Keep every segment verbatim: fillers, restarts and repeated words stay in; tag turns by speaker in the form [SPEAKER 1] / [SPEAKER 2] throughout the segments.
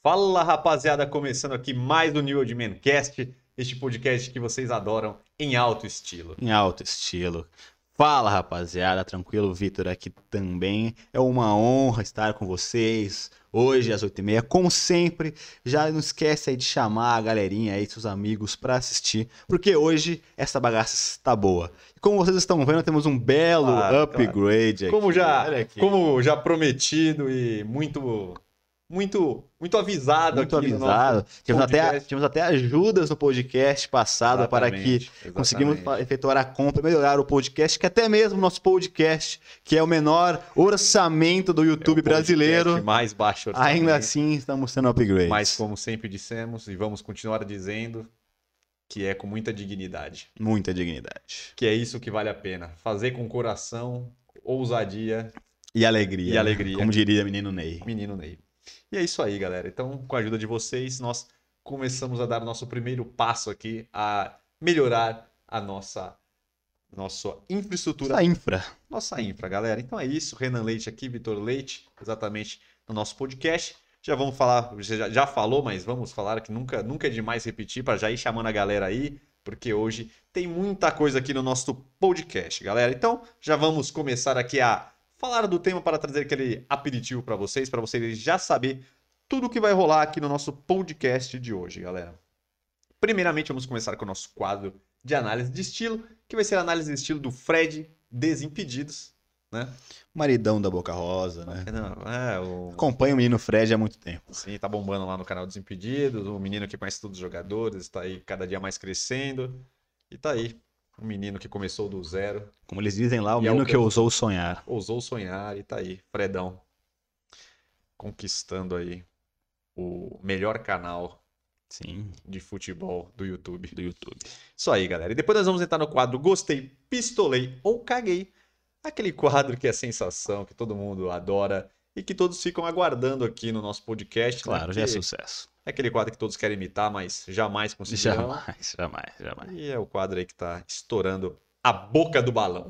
[SPEAKER 1] Fala, rapaziada, começando aqui mais um New Old Man Cast, este podcast que vocês adoram em alto estilo.
[SPEAKER 2] Em alto estilo. Fala, rapaziada, tranquilo? Vitor aqui também. É uma honra estar com vocês hoje às oito e meia, como sempre. Já não esquece aí de chamar a galerinha aí, seus amigos, para assistir, porque hoje essa bagaça está boa. E como vocês estão vendo, temos um belo
[SPEAKER 1] Claro,
[SPEAKER 2] upgrade
[SPEAKER 1] claro. Como
[SPEAKER 2] aqui.
[SPEAKER 1] já,
[SPEAKER 2] Olha aqui.
[SPEAKER 1] como já prometido e muito, muito, muito avisado
[SPEAKER 2] Muito
[SPEAKER 1] aqui
[SPEAKER 2] avisado.
[SPEAKER 1] no nosso
[SPEAKER 2] Tivemos até,
[SPEAKER 1] podcast.
[SPEAKER 2] tivemos até ajudas no podcast passado
[SPEAKER 1] Exatamente,
[SPEAKER 2] para que
[SPEAKER 1] exatamente.
[SPEAKER 2] conseguimos fa- efetuar a compra, melhorar o podcast, que até mesmo o nosso podcast, que é o menor orçamento do YouTube
[SPEAKER 1] É o podcast
[SPEAKER 2] brasileiro,
[SPEAKER 1] mais baixo orçamento,
[SPEAKER 2] ainda assim estamos sendo upgrades.
[SPEAKER 1] mas como sempre dissemos e vamos continuar dizendo que é com muita dignidade,
[SPEAKER 2] Muita dignidade.
[SPEAKER 1] que é isso que vale a pena, fazer com coração, ousadia,
[SPEAKER 2] E alegria.
[SPEAKER 1] E
[SPEAKER 2] né?
[SPEAKER 1] alegria.
[SPEAKER 2] Como diria menino Ney.
[SPEAKER 1] menino Ney. E é isso aí, galera. Então, com a ajuda de vocês, nós começamos a dar o nosso primeiro passo aqui a melhorar a nossa, nossa infraestrutura,
[SPEAKER 2] Essa infra.
[SPEAKER 1] nossa infra, galera. Então é isso. Renan Leite aqui, Vitor Leite, exatamente no nosso podcast. Já vamos falar, você já, já falou, mas vamos falar que nunca, nunca é demais repetir para já ir chamando a galera aí, porque hoje tem muita coisa aqui no nosso podcast, galera. Então, já vamos começar aqui a falar do tema para trazer aquele aperitivo para vocês, para vocês já saber tudo o que vai rolar aqui no nosso podcast de hoje, galera. Primeiramente, vamos começar com o nosso quadro de análise de estilo, que vai ser a análise de estilo do Fred Desimpedidos, né?
[SPEAKER 2] Maridão da Boca Rosa, né?
[SPEAKER 1] Não, é, o...
[SPEAKER 2] Acompanho o menino Fred há muito tempo.
[SPEAKER 1] Sim, tá bombando lá no canal Desimpedidos, o menino que conhece todos os jogadores, tá aí cada dia mais crescendo, e tá aí, um menino que começou do zero,
[SPEAKER 2] Como eles dizem lá, o
[SPEAKER 1] E
[SPEAKER 2] menino que
[SPEAKER 1] alcançou.
[SPEAKER 2] ousou sonhar.
[SPEAKER 1] ousou sonhar, e tá aí, Fredão, conquistando aí o melhor canal
[SPEAKER 2] Sim,
[SPEAKER 1] de futebol do YouTube.
[SPEAKER 2] do YouTube.
[SPEAKER 1] Isso aí, galera. E depois nós vamos entrar no quadro Gostei, Pistolei ou Caguei. Aquele quadro que é sensação, que todo mundo adora e que todos ficam aguardando aqui no nosso podcast.
[SPEAKER 2] Claro,
[SPEAKER 1] né?
[SPEAKER 2] já é
[SPEAKER 1] Que
[SPEAKER 2] sucesso.
[SPEAKER 1] é aquele quadro que todos querem imitar, mas jamais conseguirão.
[SPEAKER 2] Jamais, jamais, jamais.
[SPEAKER 1] E é o quadro aí que tá estourando a boca do balão.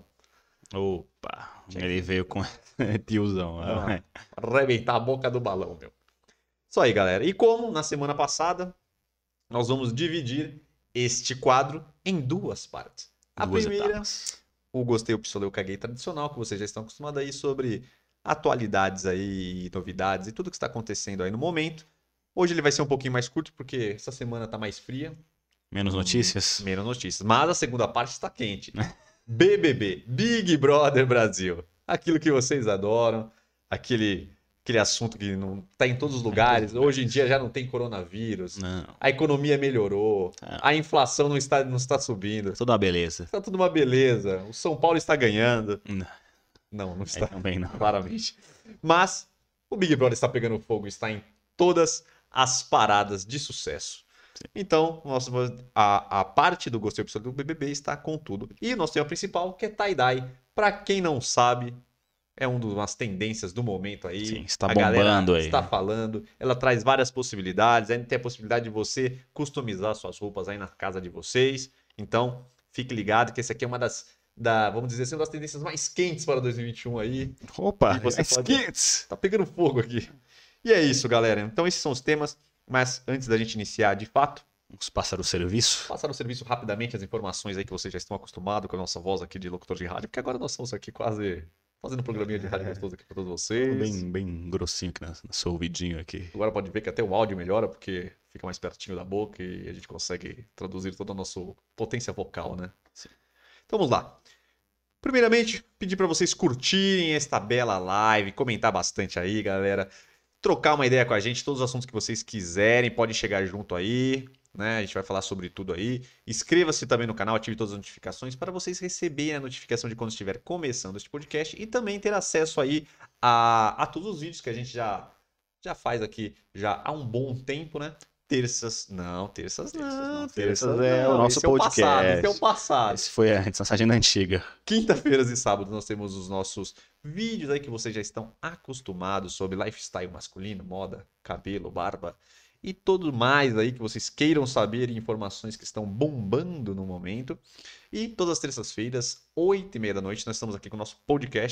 [SPEAKER 2] Opa,
[SPEAKER 1] Tinha
[SPEAKER 2] ele veio com tiozão.
[SPEAKER 1] Ah, arrebentar a boca do balão, meu. Isso aí, galera. E como na semana passada, nós vamos dividir este quadro em duas partes. A
[SPEAKER 2] Duas
[SPEAKER 1] primeira,
[SPEAKER 2] etapas.
[SPEAKER 1] o Gostei, o Pistolei, o Caguei tradicional, que vocês já estão acostumados aí sobre atualidades aí, novidades e tudo que está acontecendo aí no momento. Hoje ele vai ser um pouquinho mais curto, porque essa semana tá mais fria,
[SPEAKER 2] Menos notícias?
[SPEAKER 1] menos notícias. Mas a segunda parte está quente. B B B, Big Brother Brasil. Aquilo que vocês adoram, aquele, aquele assunto que não tá em todos os lugares. Hoje em dia já não tem coronavírus.
[SPEAKER 2] Não.
[SPEAKER 1] A economia melhorou,
[SPEAKER 2] Ah.
[SPEAKER 1] a inflação não está, não está subindo.
[SPEAKER 2] Toda uma beleza.
[SPEAKER 1] Está tudo uma beleza. O São Paulo está ganhando.
[SPEAKER 2] Não,
[SPEAKER 1] Não, não
[SPEAKER 2] aí
[SPEAKER 1] está,
[SPEAKER 2] também não.
[SPEAKER 1] claramente. Mas o Big Brother está pegando fogo, está em todas as paradas de sucesso. Então, nosso, a, a parte do Gostei do B B B está com tudo. E o nosso tema principal, que é tie-dye. Para quem não sabe, é uma das tendências do momento aí.
[SPEAKER 2] Sim, está
[SPEAKER 1] A galera
[SPEAKER 2] bombando aí.
[SPEAKER 1] está falando. Ela traz várias possibilidades. Ainda tem a possibilidade de você customizar suas roupas aí na casa de vocês. Então, fique ligado que esse aqui é uma das, da, vamos dizer assim, uma das tendências mais quentes para dois mil e vinte e um aí.
[SPEAKER 2] Opa,
[SPEAKER 1] E você
[SPEAKER 2] é
[SPEAKER 1] pode-
[SPEAKER 2] skits.
[SPEAKER 1] Tá pegando fogo aqui. E é isso, galera. Então, esses são os temas. Mas antes da gente iniciar de fato,
[SPEAKER 2] Vamos passar o serviço.
[SPEAKER 1] passar no serviço rapidamente as informações aí que vocês já estão acostumados com a nossa voz aqui de locutor de rádio, porque agora nós estamos aqui quase fazendo um programinha de rádio gostoso aqui para todos vocês.
[SPEAKER 2] Bem, bem grossinho aqui no seu ouvidinho aqui.
[SPEAKER 1] Agora pode ver que até o áudio melhora, porque fica mais pertinho da boca e a gente consegue traduzir toda a nossa potência vocal, né?
[SPEAKER 2] Sim.
[SPEAKER 1] Então vamos lá. Primeiramente, pedir para vocês curtirem esta bela live, comentar bastante aí, galera. Trocar uma ideia com a gente, todos os assuntos que vocês quiserem, podem chegar junto aí, né? A gente vai falar sobre tudo aí. Inscreva-se também no canal, ative todas as notificações para vocês receberem a notificação de quando estiver começando este podcast e também ter acesso aí a, a todos os vídeos que a gente já, já faz aqui já há um bom tempo, né? Terças, não, terças não,
[SPEAKER 2] terças é o nosso
[SPEAKER 1] esse é o passado,
[SPEAKER 2] podcast.
[SPEAKER 1] esse é o passado.
[SPEAKER 2] Esse foi antes, nossa agenda antiga.
[SPEAKER 1] Quinta-feiras e sábados nós temos os nossos vídeos aí que vocês já estão acostumados sobre lifestyle masculino, moda, cabelo, barba e tudo mais aí que vocês queiram saber e informações que estão bombando no momento. E todas as terças-feiras, oito e meia da noite, nós estamos aqui com o nosso podcast,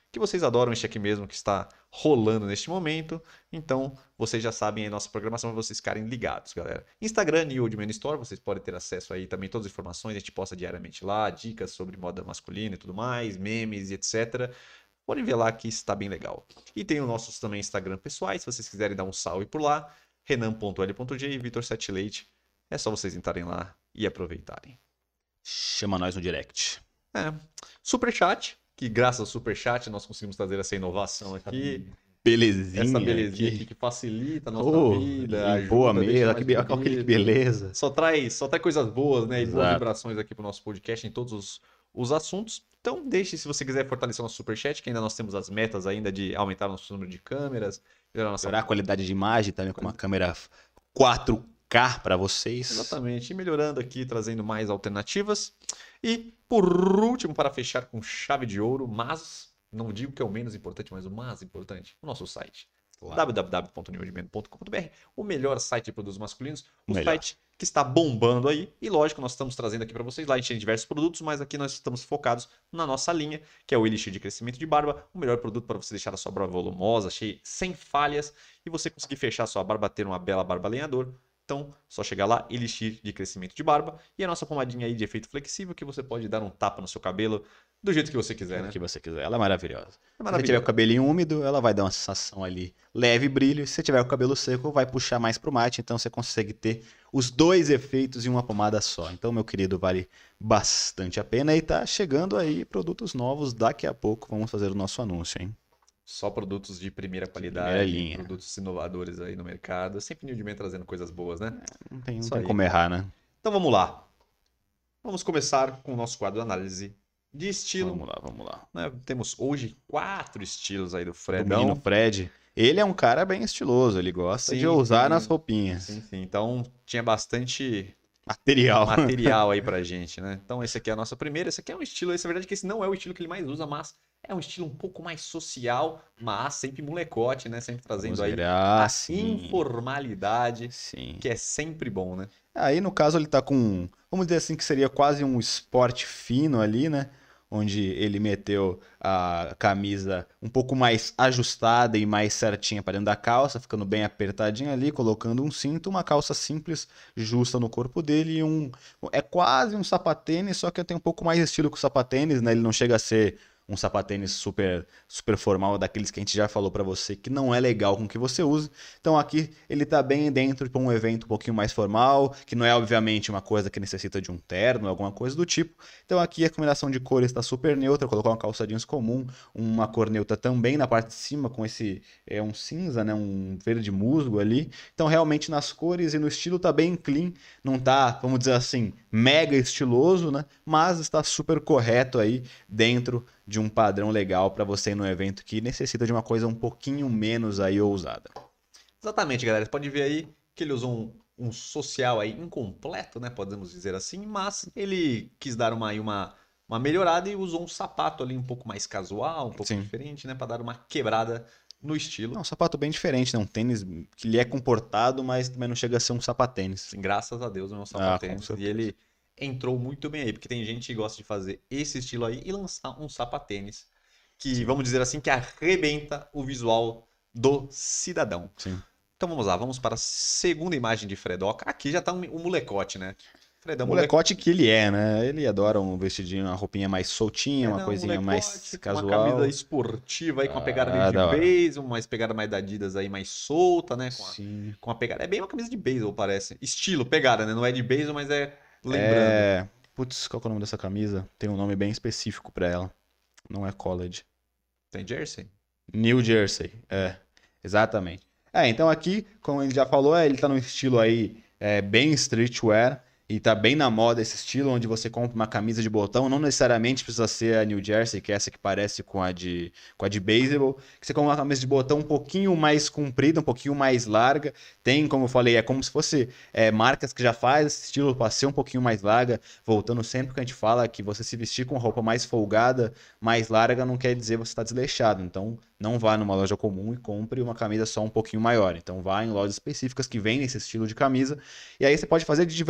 [SPEAKER 1] que vocês adoram este aqui mesmo que está rolando neste momento. Então, vocês já sabem a nossa programação para vocês ficarem ligados, galera. Instagram, New Old Man Store, vocês podem ter acesso aí também todas as informações, a gente posta diariamente lá, dicas sobre moda masculina e tudo mais, memes e etcétera. Podem ver lá que está bem legal. E tem os nossos também Instagram pessoais, se vocês quiserem dar um salve por lá, renan ponto l ponto g e Vitor sete Leite. É só vocês entrarem lá e aproveitarem.
[SPEAKER 2] Chama nós no direct.
[SPEAKER 1] É. Superchat, que graças ao Superchat nós conseguimos trazer essa inovação aqui.
[SPEAKER 2] Belezinha.
[SPEAKER 1] Essa belezinha
[SPEAKER 2] aqui.
[SPEAKER 1] aqui que facilita a nossa
[SPEAKER 2] Oh,
[SPEAKER 1] vida.
[SPEAKER 2] limpou a
[SPEAKER 1] ajuda,
[SPEAKER 2] mesa,
[SPEAKER 1] deixa
[SPEAKER 2] olha
[SPEAKER 1] mais
[SPEAKER 2] que, be- olha que
[SPEAKER 1] bonito.
[SPEAKER 2] beleza.
[SPEAKER 1] Só traz, só traz coisas boas, né? E boas
[SPEAKER 2] Exato.
[SPEAKER 1] vibrações aqui pro nosso podcast em todos os, os assuntos. Então deixe, se você quiser fortalecer o nosso Superchat, que ainda nós temos as metas ainda de aumentar o nosso número de câmeras, melhorar a nossa...
[SPEAKER 2] Melhorar a qualidade de imagem também com uma câmera quatro K para vocês.
[SPEAKER 1] Exatamente, e melhorando aqui, trazendo mais alternativas. E por último, para fechar com chave de ouro, mas não digo que é o menos importante, mas o mais importante, o nosso site.
[SPEAKER 2] Claro.
[SPEAKER 1] w w w ponto new old man ponto com ponto b r, o melhor site de produtos masculinos, o
[SPEAKER 2] Melhor.
[SPEAKER 1] site que está bombando aí. E lógico, nós estamos trazendo aqui para vocês, lá a gente tem diversos produtos, mas aqui nós estamos focados na nossa linha, que é o Elixir de crescimento de barba, o melhor produto para você deixar a sua barba volumosa, cheia, sem falhas, e você conseguir fechar a sua barba, ter uma bela barba lenhador. Então, só chegar lá, Elixir de crescimento de barba, e a nossa pomadinha aí de efeito flexível, que você pode dar um tapa no seu cabelo do jeito que você quiser, né?
[SPEAKER 2] O que você quiser. Ela é maravilhosa.
[SPEAKER 1] É
[SPEAKER 2] Se você
[SPEAKER 1] maravilhoso.
[SPEAKER 2] tiver o cabelinho úmido, ela vai dar uma sensação ali leve e brilho. Se você tiver o cabelo seco, vai puxar mais pro mate. Então você consegue ter os dois efeitos em uma pomada só. Então, meu querido, vale bastante a pena. E tá chegando aí produtos novos. Daqui a pouco vamos fazer o nosso anúncio, hein?
[SPEAKER 1] Só produtos de primeira qualidade,
[SPEAKER 2] Primeira linha.
[SPEAKER 1] produtos inovadores aí no mercado. Sempre New Old Man trazendo coisas boas, né?
[SPEAKER 2] Não tem, não
[SPEAKER 1] Isso
[SPEAKER 2] tem
[SPEAKER 1] aí.
[SPEAKER 2] como errar, né?
[SPEAKER 1] Então vamos lá. Vamos começar com o nosso quadro de análise de estilo.
[SPEAKER 2] Vamos lá, vamos lá.
[SPEAKER 1] Né? Temos hoje quatro estilos aí do
[SPEAKER 2] O
[SPEAKER 1] Fredão.
[SPEAKER 2] menino Fred, ele é um cara bem estiloso. Ele gosta
[SPEAKER 1] Sim,
[SPEAKER 2] de ousar
[SPEAKER 1] sim.
[SPEAKER 2] nas roupinhas.
[SPEAKER 1] Sim, sim. Então tinha bastante
[SPEAKER 2] Material.
[SPEAKER 1] material aí pra gente, né? Então esse aqui é a nossa primeira. Esse aqui é um estilo, esse é verdade que esse não é o estilo que ele mais usa, mas é um estilo um pouco mais social, mas sempre molecote, né? Sempre trazendo
[SPEAKER 2] Vamos
[SPEAKER 1] aí
[SPEAKER 2] ver. Ah,
[SPEAKER 1] a
[SPEAKER 2] sim.
[SPEAKER 1] informalidade,
[SPEAKER 2] Sim.
[SPEAKER 1] que é sempre bom, né?
[SPEAKER 2] Aí, no caso, ele tá com, vamos dizer assim, que seria quase um esporte fino ali, né? Onde ele meteu a camisa um pouco mais ajustada e mais certinha para dentro da calça, ficando bem apertadinha ali, colocando um cinto, uma calça simples, justa no corpo dele e um... É quase um sapatênis, só que tem um pouco mais estilo que o sapatênis, né? Ele não chega a ser um sapatênis super, super formal, daqueles que a gente já falou pra você, que não é legal com o que você usa. Então aqui ele tá bem dentro de um evento um pouquinho mais formal, que não é obviamente uma coisa que necessita de um terno, alguma coisa do tipo. Então aqui a combinação de cores está super neutra, colocar uma calça jeans comum, uma cor neutra também na parte de cima, com esse, é um cinza, né, um verde musgo ali. Então realmente nas cores e no estilo tá bem clean, não tá, vamos dizer assim, mega estiloso, né, mas está super correto aí dentro de um padrão legal para você ir num evento que necessita de uma coisa um pouquinho menos aí ousada.
[SPEAKER 1] Exatamente, galera. Você pode ver aí que ele usou um, um social aí incompleto, né? Podemos dizer assim, mas ele quis dar uma, aí uma, uma melhorada e usou um sapato ali um pouco mais casual, um pouco
[SPEAKER 2] Sim.
[SPEAKER 1] diferente, né? Para dar uma quebrada no estilo.
[SPEAKER 2] É um sapato bem diferente, né? Um tênis que ele é comportado, mas também não chega a ser um sapatênis.
[SPEAKER 1] Assim, graças a Deus, é um
[SPEAKER 2] Ah,
[SPEAKER 1] sapatênis.
[SPEAKER 2] com
[SPEAKER 1] e ele entrou muito bem aí, porque tem gente que gosta de fazer esse estilo aí e lançar um sapatênis que,
[SPEAKER 2] Sim.
[SPEAKER 1] vamos dizer assim, que arrebenta o visual do cidadão.
[SPEAKER 2] Sim.
[SPEAKER 1] Então vamos lá, vamos para a segunda imagem de Fredoca. Aqui já tá um, um molecote, né? Fredão,
[SPEAKER 2] O molecote que ele é, né? Ele adora um vestidinho, uma roupinha mais soltinha, uma
[SPEAKER 1] não,
[SPEAKER 2] coisinha
[SPEAKER 1] molecote,
[SPEAKER 2] mais
[SPEAKER 1] com
[SPEAKER 2] casual.
[SPEAKER 1] uma camisa esportiva aí, com uma pegada
[SPEAKER 2] Ah,
[SPEAKER 1] meio
[SPEAKER 2] da
[SPEAKER 1] de
[SPEAKER 2] hora.
[SPEAKER 1] beisebol, uma pegada mais da Adidas aí, mais solta, né? Com a,
[SPEAKER 2] Sim.
[SPEAKER 1] com a pegada. É bem uma camisa de beisebol, parece. Estilo, pegada, né? Não é de beisebol, mas é lembrando.
[SPEAKER 2] É... Putz, qual que é o nome dessa camisa? Tem um nome bem específico pra ela. Não é college.
[SPEAKER 1] Tem jersey?
[SPEAKER 2] New Jersey, é, exatamente. É, então aqui, como ele já falou, é, ele tá num estilo aí é, bem streetwear e tá bem na moda esse estilo, onde você compra uma camisa de botão, não necessariamente precisa ser a New Jersey, que é essa que parece com a de, com a de beisebol, que você compra uma camisa de botão um pouquinho mais comprida, um pouquinho mais larga, tem, como eu falei, é como se fosse é, marcas que já faz esse estilo para ser um pouquinho mais larga, voltando sempre que a gente fala que você se vestir com roupa mais folgada, mais larga, não quer dizer você está desleixado, então não vá numa loja comum e compre uma camisa só um pouquinho maior, então vá em lojas específicas que vendem esse estilo de camisa, e aí você pode fazer de diversos tipos.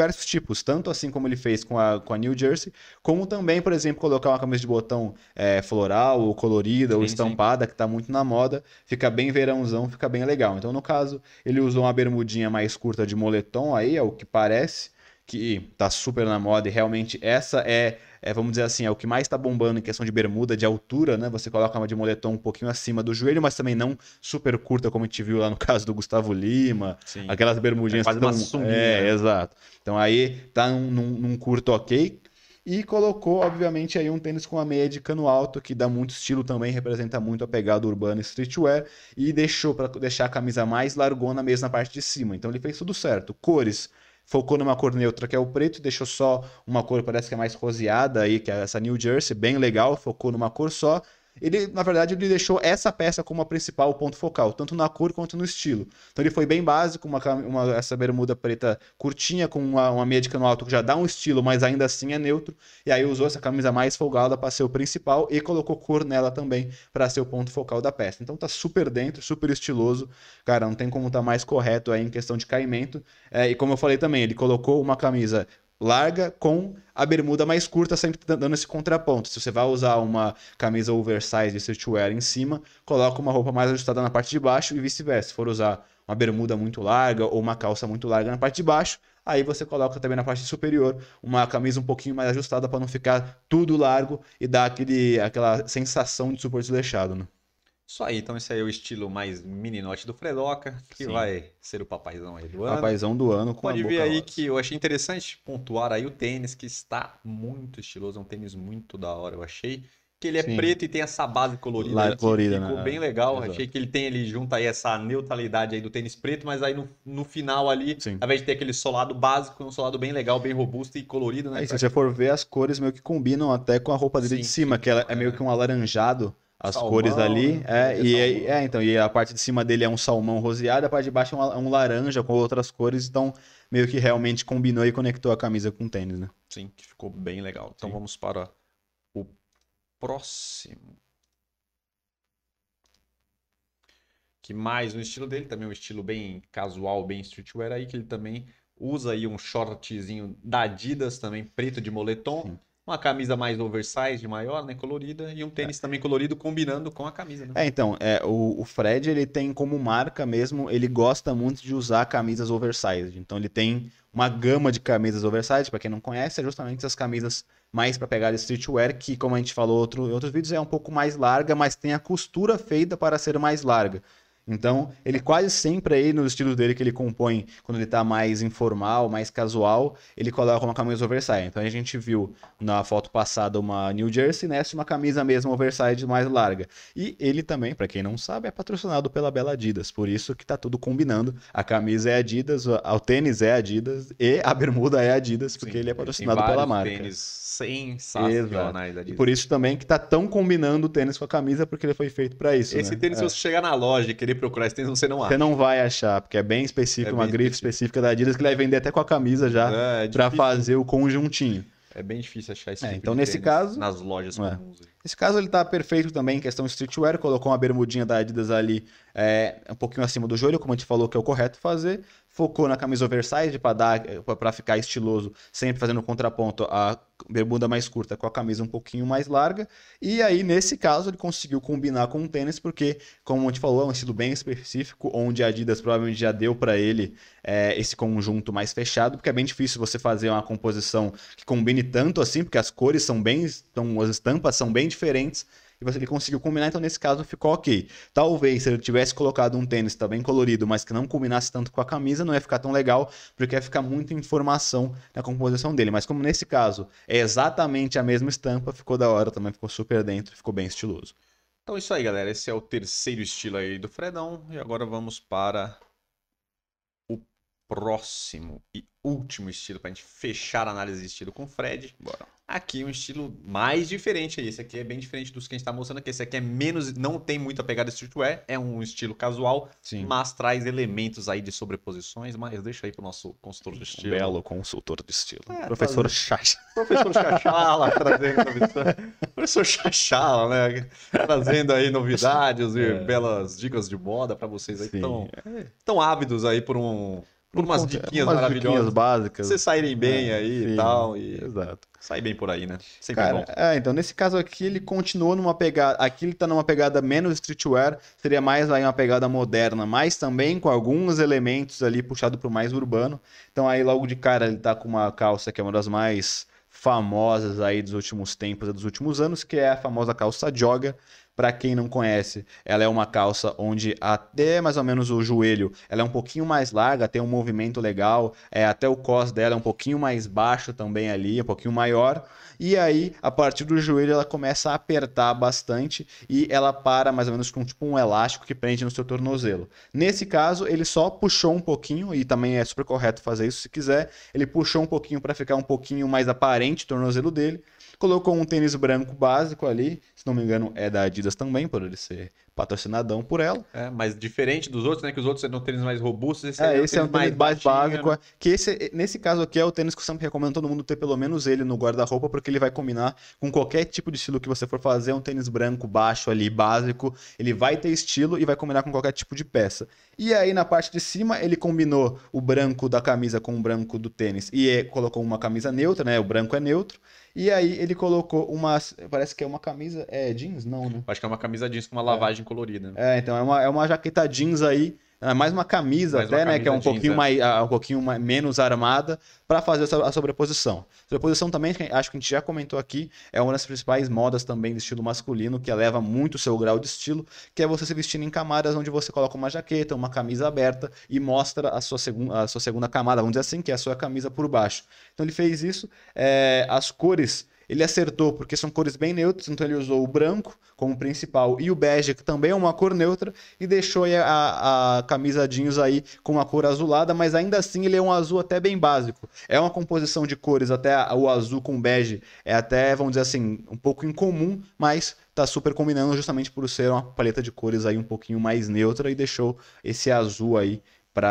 [SPEAKER 2] tipos, tanto assim como ele fez com a, com a New Jersey, como também, por exemplo, colocar uma camisa de botão é, floral, ou colorida,
[SPEAKER 1] Sim,
[SPEAKER 2] ou
[SPEAKER 1] sim.
[SPEAKER 2] estampada, que tá muito na moda, fica bem verãozão, fica bem legal. Então, no caso, ele usou uma bermudinha mais curta de moletom aí, é o que parece, que tá super na moda, e realmente essa é, é, vamos dizer assim, é o que mais tá bombando em questão de bermuda, de altura, né? Você coloca uma de moletom um pouquinho acima do joelho, mas também não super curta, como a gente viu lá no caso do Gustavo Lima,
[SPEAKER 1] Sim.
[SPEAKER 2] aquelas bermudinhas
[SPEAKER 1] É quase
[SPEAKER 2] que
[SPEAKER 1] uma
[SPEAKER 2] estão...
[SPEAKER 1] sunguinha,
[SPEAKER 2] É,
[SPEAKER 1] né?
[SPEAKER 2] exato. Então aí tá num, num, num curto ok, e colocou, obviamente, aí um tênis com a meia de cano alto, que dá muito estilo também, representa muito a pegada urbana e streetwear, e deixou para deixar a camisa mais largona mesmo na parte de cima. Então ele fez tudo certo. Cores, focou numa cor neutra que é o preto, deixou só uma cor, parece que é mais roseada aí, que é essa New Jersey, bem legal, focou numa cor só. Ele, na verdade, ele deixou essa peça como a principal ponto focal, tanto na cor quanto no estilo. Então ele foi bem básico, uma, uma essa bermuda preta curtinha, com uma, uma meia de cano alto que já dá um estilo, mas ainda assim é neutro. E aí usou essa camisa mais folgada para ser o principal e colocou cor nela também para ser o ponto focal da peça. Então tá super dentro, super estiloso. Cara, não tem como estar tá mais correto aí em questão de caimento. É, e como eu falei também, ele colocou uma camisa larga com a bermuda mais curta, sempre dando esse contraponto. Se você vai usar uma camisa oversize de streetwear em cima, coloca uma roupa mais ajustada na parte de baixo e vice-versa. Se for usar uma bermuda muito larga ou uma calça muito larga na parte de baixo, aí você coloca também na parte superior uma camisa um pouquinho mais ajustada para não ficar tudo largo e dar aquele, aquela sensação de super desleixado, né?
[SPEAKER 1] Isso aí, então esse aí é o estilo mais meninote do Fredoca, que
[SPEAKER 2] Sim.
[SPEAKER 1] vai ser o papaizão aí do ano.
[SPEAKER 2] Papaizão do ano com
[SPEAKER 1] Pode
[SPEAKER 2] a boca
[SPEAKER 1] ver aí
[SPEAKER 2] rosa.
[SPEAKER 1] que eu achei interessante pontuar aí o tênis, que está muito estiloso, é um tênis muito da hora, eu achei. Que ele é
[SPEAKER 2] Sim.
[SPEAKER 1] preto e tem essa base colorida
[SPEAKER 2] La-
[SPEAKER 1] aí, que
[SPEAKER 2] colorida,
[SPEAKER 1] ficou
[SPEAKER 2] né?
[SPEAKER 1] bem
[SPEAKER 2] É,
[SPEAKER 1] legal.
[SPEAKER 2] exato.
[SPEAKER 1] Achei que ele tem, ele junta aí essa neutralidade aí do tênis preto, mas aí no, no final ali,
[SPEAKER 2] Sim.
[SPEAKER 1] ao invés de ter aquele solado básico, é um solado bem legal, bem robusto e colorido, né?
[SPEAKER 2] Aí, se você for ver, as cores meio que combinam até com a roupa dele
[SPEAKER 1] Sim,
[SPEAKER 2] de cima,
[SPEAKER 1] sim.
[SPEAKER 2] que ela é meio que um alaranjado, as
[SPEAKER 1] Salmão,
[SPEAKER 2] cores ali.
[SPEAKER 1] né?
[SPEAKER 2] É,
[SPEAKER 1] É
[SPEAKER 2] e
[SPEAKER 1] salmão.
[SPEAKER 2] é, é, então, e a parte de cima dele é um salmão roseado, a parte de baixo é um, um laranja com outras cores, então meio que realmente combinou e conectou a camisa com o tênis, né?
[SPEAKER 1] Sim, que ficou bem legal. Então
[SPEAKER 2] Sim.
[SPEAKER 1] vamos para o próximo. Que mais no estilo dele, também um estilo bem casual, bem streetwear aí, que ele também usa aí um shortzinho da Adidas também, preto de moletom,
[SPEAKER 2] Sim.
[SPEAKER 1] uma camisa mais oversized, maior, né, colorida, e um tênis também colorido combinando com a camisa, né?
[SPEAKER 2] É, então, é, o, o Fred, ele tem como marca mesmo, ele gosta muito de usar camisas oversized. Então, ele tem uma gama de camisas oversized, para quem não conhece, é justamente essas camisas mais para pegar streetwear, que, como a gente falou outro, em outros vídeos, é um pouco mais larga, mas tem a costura feita para ser mais larga. Então, ele quase sempre aí nos estilos dele que ele compõe, quando ele tá mais informal, mais casual, ele coloca uma camisa oversize. Então, a gente viu na foto passada uma New Jersey, nessa uma camisa mesmo oversize mais larga. E ele também, para quem não sabe, é patrocinado pela Bela Adidas, por isso que tá tudo combinando. A camisa é Adidas, o tênis é Adidas e a bermuda é Adidas, porque
[SPEAKER 1] Sim,
[SPEAKER 2] ele é
[SPEAKER 1] tem
[SPEAKER 2] patrocinado pela
[SPEAKER 1] vários
[SPEAKER 2] marca.
[SPEAKER 1] tênis
[SPEAKER 2] Exato.
[SPEAKER 1] sensacionais da
[SPEAKER 2] E
[SPEAKER 1] Adidas.
[SPEAKER 2] por isso também que tá tão combinando o tênis com a camisa, porque ele foi feito para isso,
[SPEAKER 1] Esse
[SPEAKER 2] né?
[SPEAKER 1] tênis,
[SPEAKER 2] É.
[SPEAKER 1] se você chegar na loja e querer procurar esse tênis, você não acha.
[SPEAKER 2] Você não vai achar, porque é bem específico,
[SPEAKER 1] É
[SPEAKER 2] uma
[SPEAKER 1] bem
[SPEAKER 2] grife
[SPEAKER 1] específico.
[SPEAKER 2] específica da Adidas que ele vai vender até com a camisa já
[SPEAKER 1] É, é
[SPEAKER 2] para
[SPEAKER 1] difícil.
[SPEAKER 2] fazer o conjuntinho.
[SPEAKER 1] É bem difícil achar esse
[SPEAKER 2] É,
[SPEAKER 1] tipo
[SPEAKER 2] então
[SPEAKER 1] de
[SPEAKER 2] nesse
[SPEAKER 1] tênis
[SPEAKER 2] caso,
[SPEAKER 1] nas lojas
[SPEAKER 2] é.
[SPEAKER 1] comuns.
[SPEAKER 2] Nesse caso ele tá perfeito também em questão de streetwear, colocou uma bermudinha da Adidas ali é, um pouquinho acima do joelho, como a gente falou que é o correto fazer, focou na camisa oversize para dar para ficar estiloso, sempre fazendo contraponto a bermuda mais curta com a camisa um pouquinho mais larga, e aí nesse caso ele conseguiu combinar com o tênis, porque como a gente falou, é um estilo bem específico, onde a Adidas provavelmente já deu para ele é, esse conjunto mais fechado, porque é bem difícil você fazer uma composição que combine tanto assim, porque as cores são bem, então, as estampas são bem diferentes, e você, ele conseguiu combinar, então nesse caso ficou ok. Talvez se ele tivesse colocado um tênis também colorido, mas que não combinasse tanto com a camisa, não ia ficar tão legal, porque ia ficar muita informação na composição dele. Mas como nesse caso é exatamente a mesma estampa, ficou da hora, também ficou super dentro, ficou bem estiloso.
[SPEAKER 1] Então é isso aí, galera. Esse é o terceiro estilo aí do Fredão. E agora vamos para o próximo e último estilo, para a gente fechar a análise de estilo com o Fred.
[SPEAKER 2] Bora.
[SPEAKER 1] Aqui um estilo mais diferente aí. Esse aqui é bem diferente dos que a gente está mostrando aqui. Esse aqui é menos, não tem muita pegada streetwear, é um estilo casual,
[SPEAKER 2] Sim.
[SPEAKER 1] mas traz elementos aí de sobreposições. Mas deixa aí pro nosso consultor de estilo.
[SPEAKER 2] Belo consultor de estilo.
[SPEAKER 1] É,
[SPEAKER 2] Professor
[SPEAKER 1] tá-
[SPEAKER 2] Chacha.
[SPEAKER 1] Professor Chachala trazendo novidades. Professor Chachala, né? Trazendo aí novidades e
[SPEAKER 2] É.
[SPEAKER 1] belas dicas de moda para vocês aí que
[SPEAKER 2] Sim.
[SPEAKER 1] estão tão ávidos aí por um por umas
[SPEAKER 2] Conte-
[SPEAKER 1] diquinhas
[SPEAKER 2] umas
[SPEAKER 1] maravilhosas.
[SPEAKER 2] diquinhas básicas.
[SPEAKER 1] Vocês saírem bem
[SPEAKER 2] É,
[SPEAKER 1] aí
[SPEAKER 2] sim,
[SPEAKER 1] e tal. E
[SPEAKER 2] Exato.
[SPEAKER 1] sair bem por aí, né? Sempre
[SPEAKER 2] Cara,
[SPEAKER 1] bom.
[SPEAKER 2] é, então nesse caso aqui ele continuou numa pegada, aqui ele tá numa pegada menos streetwear, seria mais aí uma pegada moderna, mas também com alguns elementos ali puxado pro mais urbano. Então aí logo de cara ele tá com uma calça que é uma das mais famosas aí dos últimos tempos, dos últimos anos, que é a famosa calça jogger. Para quem não conhece, ela é uma calça onde até mais ou menos o joelho ela é um pouquinho mais larga, tem um movimento legal, é, até o cos dela é um pouquinho mais baixo também ali, um pouquinho maior. E aí, a partir do joelho, ela começa a apertar bastante e ela para mais ou menos com tipo um elástico que prende no seu tornozelo. Nesse caso, ele só puxou um pouquinho, e também é super correto fazer isso se quiser, ele puxou um pouquinho para ficar um pouquinho mais aparente o tornozelo dele. Colocou um tênis branco básico ali, se não me engano é da Adidas também, por ele ser patrocinadão por ela.
[SPEAKER 1] É, mas diferente dos outros, né? Que os outros são tênis mais robustos, esse,
[SPEAKER 2] É,
[SPEAKER 1] é um
[SPEAKER 2] esse é um
[SPEAKER 1] tênis
[SPEAKER 2] tênis mais
[SPEAKER 1] baixinho,
[SPEAKER 2] básico.
[SPEAKER 1] né?
[SPEAKER 2] é, Que esse, nesse caso aqui é o tênis que eu sempre recomendo todo mundo ter pelo menos ele no guarda-roupa, porque ele vai combinar com qualquer tipo de estilo que você for fazer. É um tênis branco, baixo ali, básico. Ele vai ter estilo e vai combinar com qualquer tipo de peça. E aí na parte de cima ele combinou o branco da camisa com o branco do tênis e é, colocou uma camisa neutra, né? O branco é neutro. E aí ele colocou uma, parece que é uma camisa, é jeans? Não, né?
[SPEAKER 1] Acho que é uma camisa jeans com uma lavagem colorida.
[SPEAKER 2] É, então é uma, é uma jaqueta jeans aí, é mais uma camisa
[SPEAKER 1] Mais
[SPEAKER 2] até,
[SPEAKER 1] uma
[SPEAKER 2] né? Que é um
[SPEAKER 1] camisa jeans,
[SPEAKER 2] pouquinho,
[SPEAKER 1] é.
[SPEAKER 2] mais, ah, um pouquinho mais, menos armada para fazer essa- a sobreposição. Sobreposição também, que acho que a gente já comentou aqui, é uma das principais modas também do estilo masculino, que eleva muito o seu grau de estilo, que é você se vestir em camadas onde você coloca uma jaqueta, uma camisa aberta e mostra a sua, segun, a sua segunda camada, vamos dizer assim, que é a sua camisa por baixo. Então ele fez isso, é, as cores. Ele acertou porque são cores bem neutras, então ele usou o branco como principal e o bege, que também é uma cor neutra, e deixou aí a, a camisa jeans aí com uma cor azulada, mas ainda assim ele é um azul até bem básico. É uma composição de cores, até o azul com bege é até, vamos dizer assim, um pouco incomum, mas tá super combinando justamente por ser uma paleta de cores aí um pouquinho mais neutra e deixou esse azul aí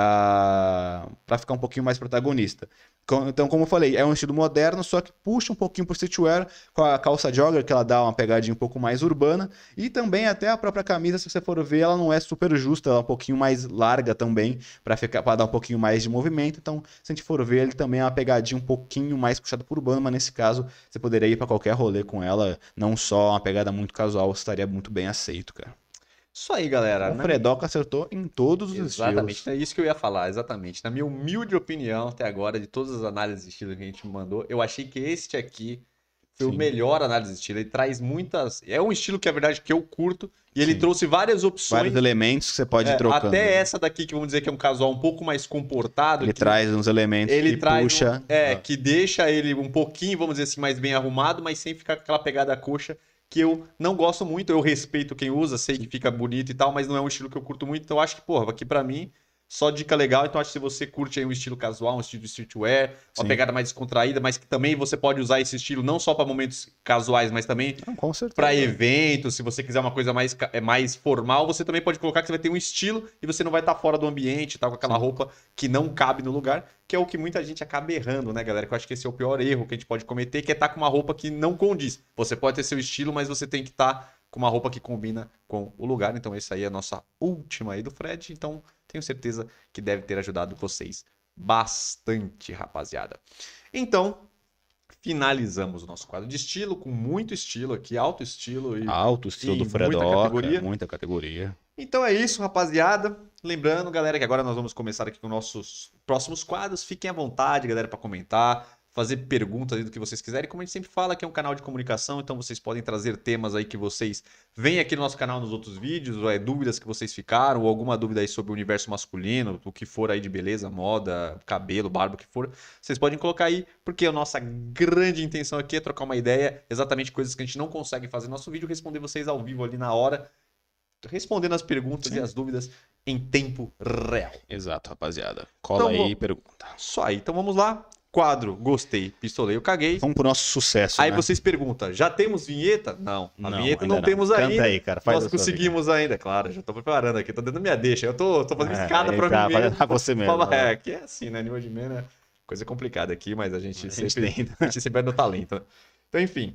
[SPEAKER 2] para para ficar um pouquinho mais protagonista. Com- Então, como eu falei, é um estilo moderno, só que puxa um pouquinho pro streetwear, com a calça jogger, que ela dá uma pegadinha um pouco mais urbana, e também até a própria camisa, se você for ver, ela não é super justa, ela é um pouquinho mais larga também, para ficar para dar um pouquinho mais de movimento. Então, se a gente for ver, ele também é uma pegadinha um pouquinho mais puxada pro urbano, mas nesse caso, você poderia ir para qualquer rolê com ela, não só uma pegada muito casual, estaria muito bem aceito, cara.
[SPEAKER 1] Isso aí, galera.
[SPEAKER 2] O
[SPEAKER 1] Na
[SPEAKER 2] Fredoca acertou em todos os
[SPEAKER 1] Exatamente,
[SPEAKER 2] estilos.
[SPEAKER 1] é isso que eu ia falar, exatamente. Na minha humilde opinião, até agora, de todas as análises de estilo que a gente mandou, eu achei que este aqui foi o
[SPEAKER 2] Sim.
[SPEAKER 1] melhor análise de estilo. Ele traz muitas. É um estilo que, na verdade, que eu curto. E ele
[SPEAKER 2] Sim.
[SPEAKER 1] trouxe várias opções.
[SPEAKER 2] Vários elementos que você pode ir
[SPEAKER 1] é,
[SPEAKER 2] trocando.
[SPEAKER 1] até essa daqui, que vamos dizer que é um casual um pouco mais comportado.
[SPEAKER 2] Ele
[SPEAKER 1] que
[SPEAKER 2] traz uns elementos
[SPEAKER 1] ele
[SPEAKER 2] que
[SPEAKER 1] traz
[SPEAKER 2] puxa.
[SPEAKER 1] um- é,
[SPEAKER 2] Ah,
[SPEAKER 1] que deixa ele um pouquinho, vamos dizer assim, mais bem arrumado, mas sem ficar com aquela pegada coxa que eu não gosto muito. Eu respeito quem usa, sei que fica bonito e tal, mas não é um estilo que eu curto muito. Então eu acho que, porra, aqui pra mim, só dica legal. Então acho que se você curte aí um estilo casual, um estilo de streetwear, uma
[SPEAKER 2] Sim.
[SPEAKER 1] pegada mais descontraída, mas que também você pode usar esse estilo não só pra momentos casuais, mas também
[SPEAKER 2] não, com certeza.
[SPEAKER 1] para eventos, se você quiser uma coisa mais, ca- é, mais formal, você também pode colocar que você vai ter um estilo e você não vai estar fora do ambiente, tá, com aquela roupa que não cabe no lugar, que é o que muita gente acaba errando, né, galera? Que eu acho que esse é o pior erro que a gente pode cometer, que é estar com uma roupa que não condiz. Você pode ter seu estilo, mas você tem que estar com uma roupa que combina com o lugar. Então, essa aí é a nossa última aí do Fred. Então, tenho certeza que deve ter ajudado vocês bastante, rapaziada. Então, finalizamos o nosso quadro de estilo, com muito estilo aqui, alto estilo e
[SPEAKER 2] Alto estilo
[SPEAKER 1] e
[SPEAKER 2] do
[SPEAKER 1] muita
[SPEAKER 2] Fredoca.
[SPEAKER 1] categoria.
[SPEAKER 2] Muita categoria.
[SPEAKER 1] Então é isso, rapaziada. Lembrando, galera, que agora nós vamos começar aqui com nossos próximos quadros. Fiquem à vontade, galera, para comentar, fazer perguntas aí do que vocês quiserem. Como a gente sempre fala, que é um canal de comunicação, então vocês podem trazer temas aí que vocês veem aqui no nosso canal nos outros vídeos, ou é dúvidas que vocês ficaram, ou alguma dúvida aí sobre o universo masculino, o que for aí de beleza, moda, cabelo, barba, o que for. Vocês podem colocar aí, porque a nossa grande intenção aqui é trocar uma ideia, exatamente coisas que a gente não consegue fazer no nosso vídeo, responder vocês ao vivo ali na hora, respondendo as perguntas
[SPEAKER 2] Sim.
[SPEAKER 1] e as dúvidas em tempo real.
[SPEAKER 2] Exato, rapaziada. Cola
[SPEAKER 1] Então,
[SPEAKER 2] aí e
[SPEAKER 1] bom,
[SPEAKER 2] pergunta.
[SPEAKER 1] Só aí. Então vamos lá. Quadro, gostei, pistolei, eu caguei.
[SPEAKER 2] Vamos pro nosso sucesso,
[SPEAKER 1] Aí
[SPEAKER 2] né?
[SPEAKER 1] vocês perguntam, já temos vinheta? Não, a
[SPEAKER 2] Não,
[SPEAKER 1] vinheta
[SPEAKER 2] ainda
[SPEAKER 1] não,
[SPEAKER 2] não.
[SPEAKER 1] temos
[SPEAKER 2] Canta
[SPEAKER 1] ainda.
[SPEAKER 2] aí, cara, faz
[SPEAKER 1] Nós
[SPEAKER 2] a sua
[SPEAKER 1] conseguimos ainda, claro, já tô preparando aqui, tô dando minha deixa. Eu tô, tô fazendo
[SPEAKER 2] É,
[SPEAKER 1] escada
[SPEAKER 2] aí
[SPEAKER 1] pra
[SPEAKER 2] tá,
[SPEAKER 1] mim
[SPEAKER 2] fazendo
[SPEAKER 1] mesmo.
[SPEAKER 2] pra você mesmo,
[SPEAKER 1] Fala,
[SPEAKER 2] né?
[SPEAKER 1] é, que é assim, né? Nível de mena, coisa complicada aqui, mas a gente,
[SPEAKER 2] A gente
[SPEAKER 1] sempre,
[SPEAKER 2] tenta.
[SPEAKER 1] a gente sempre vai no talento. Né? Então, enfim,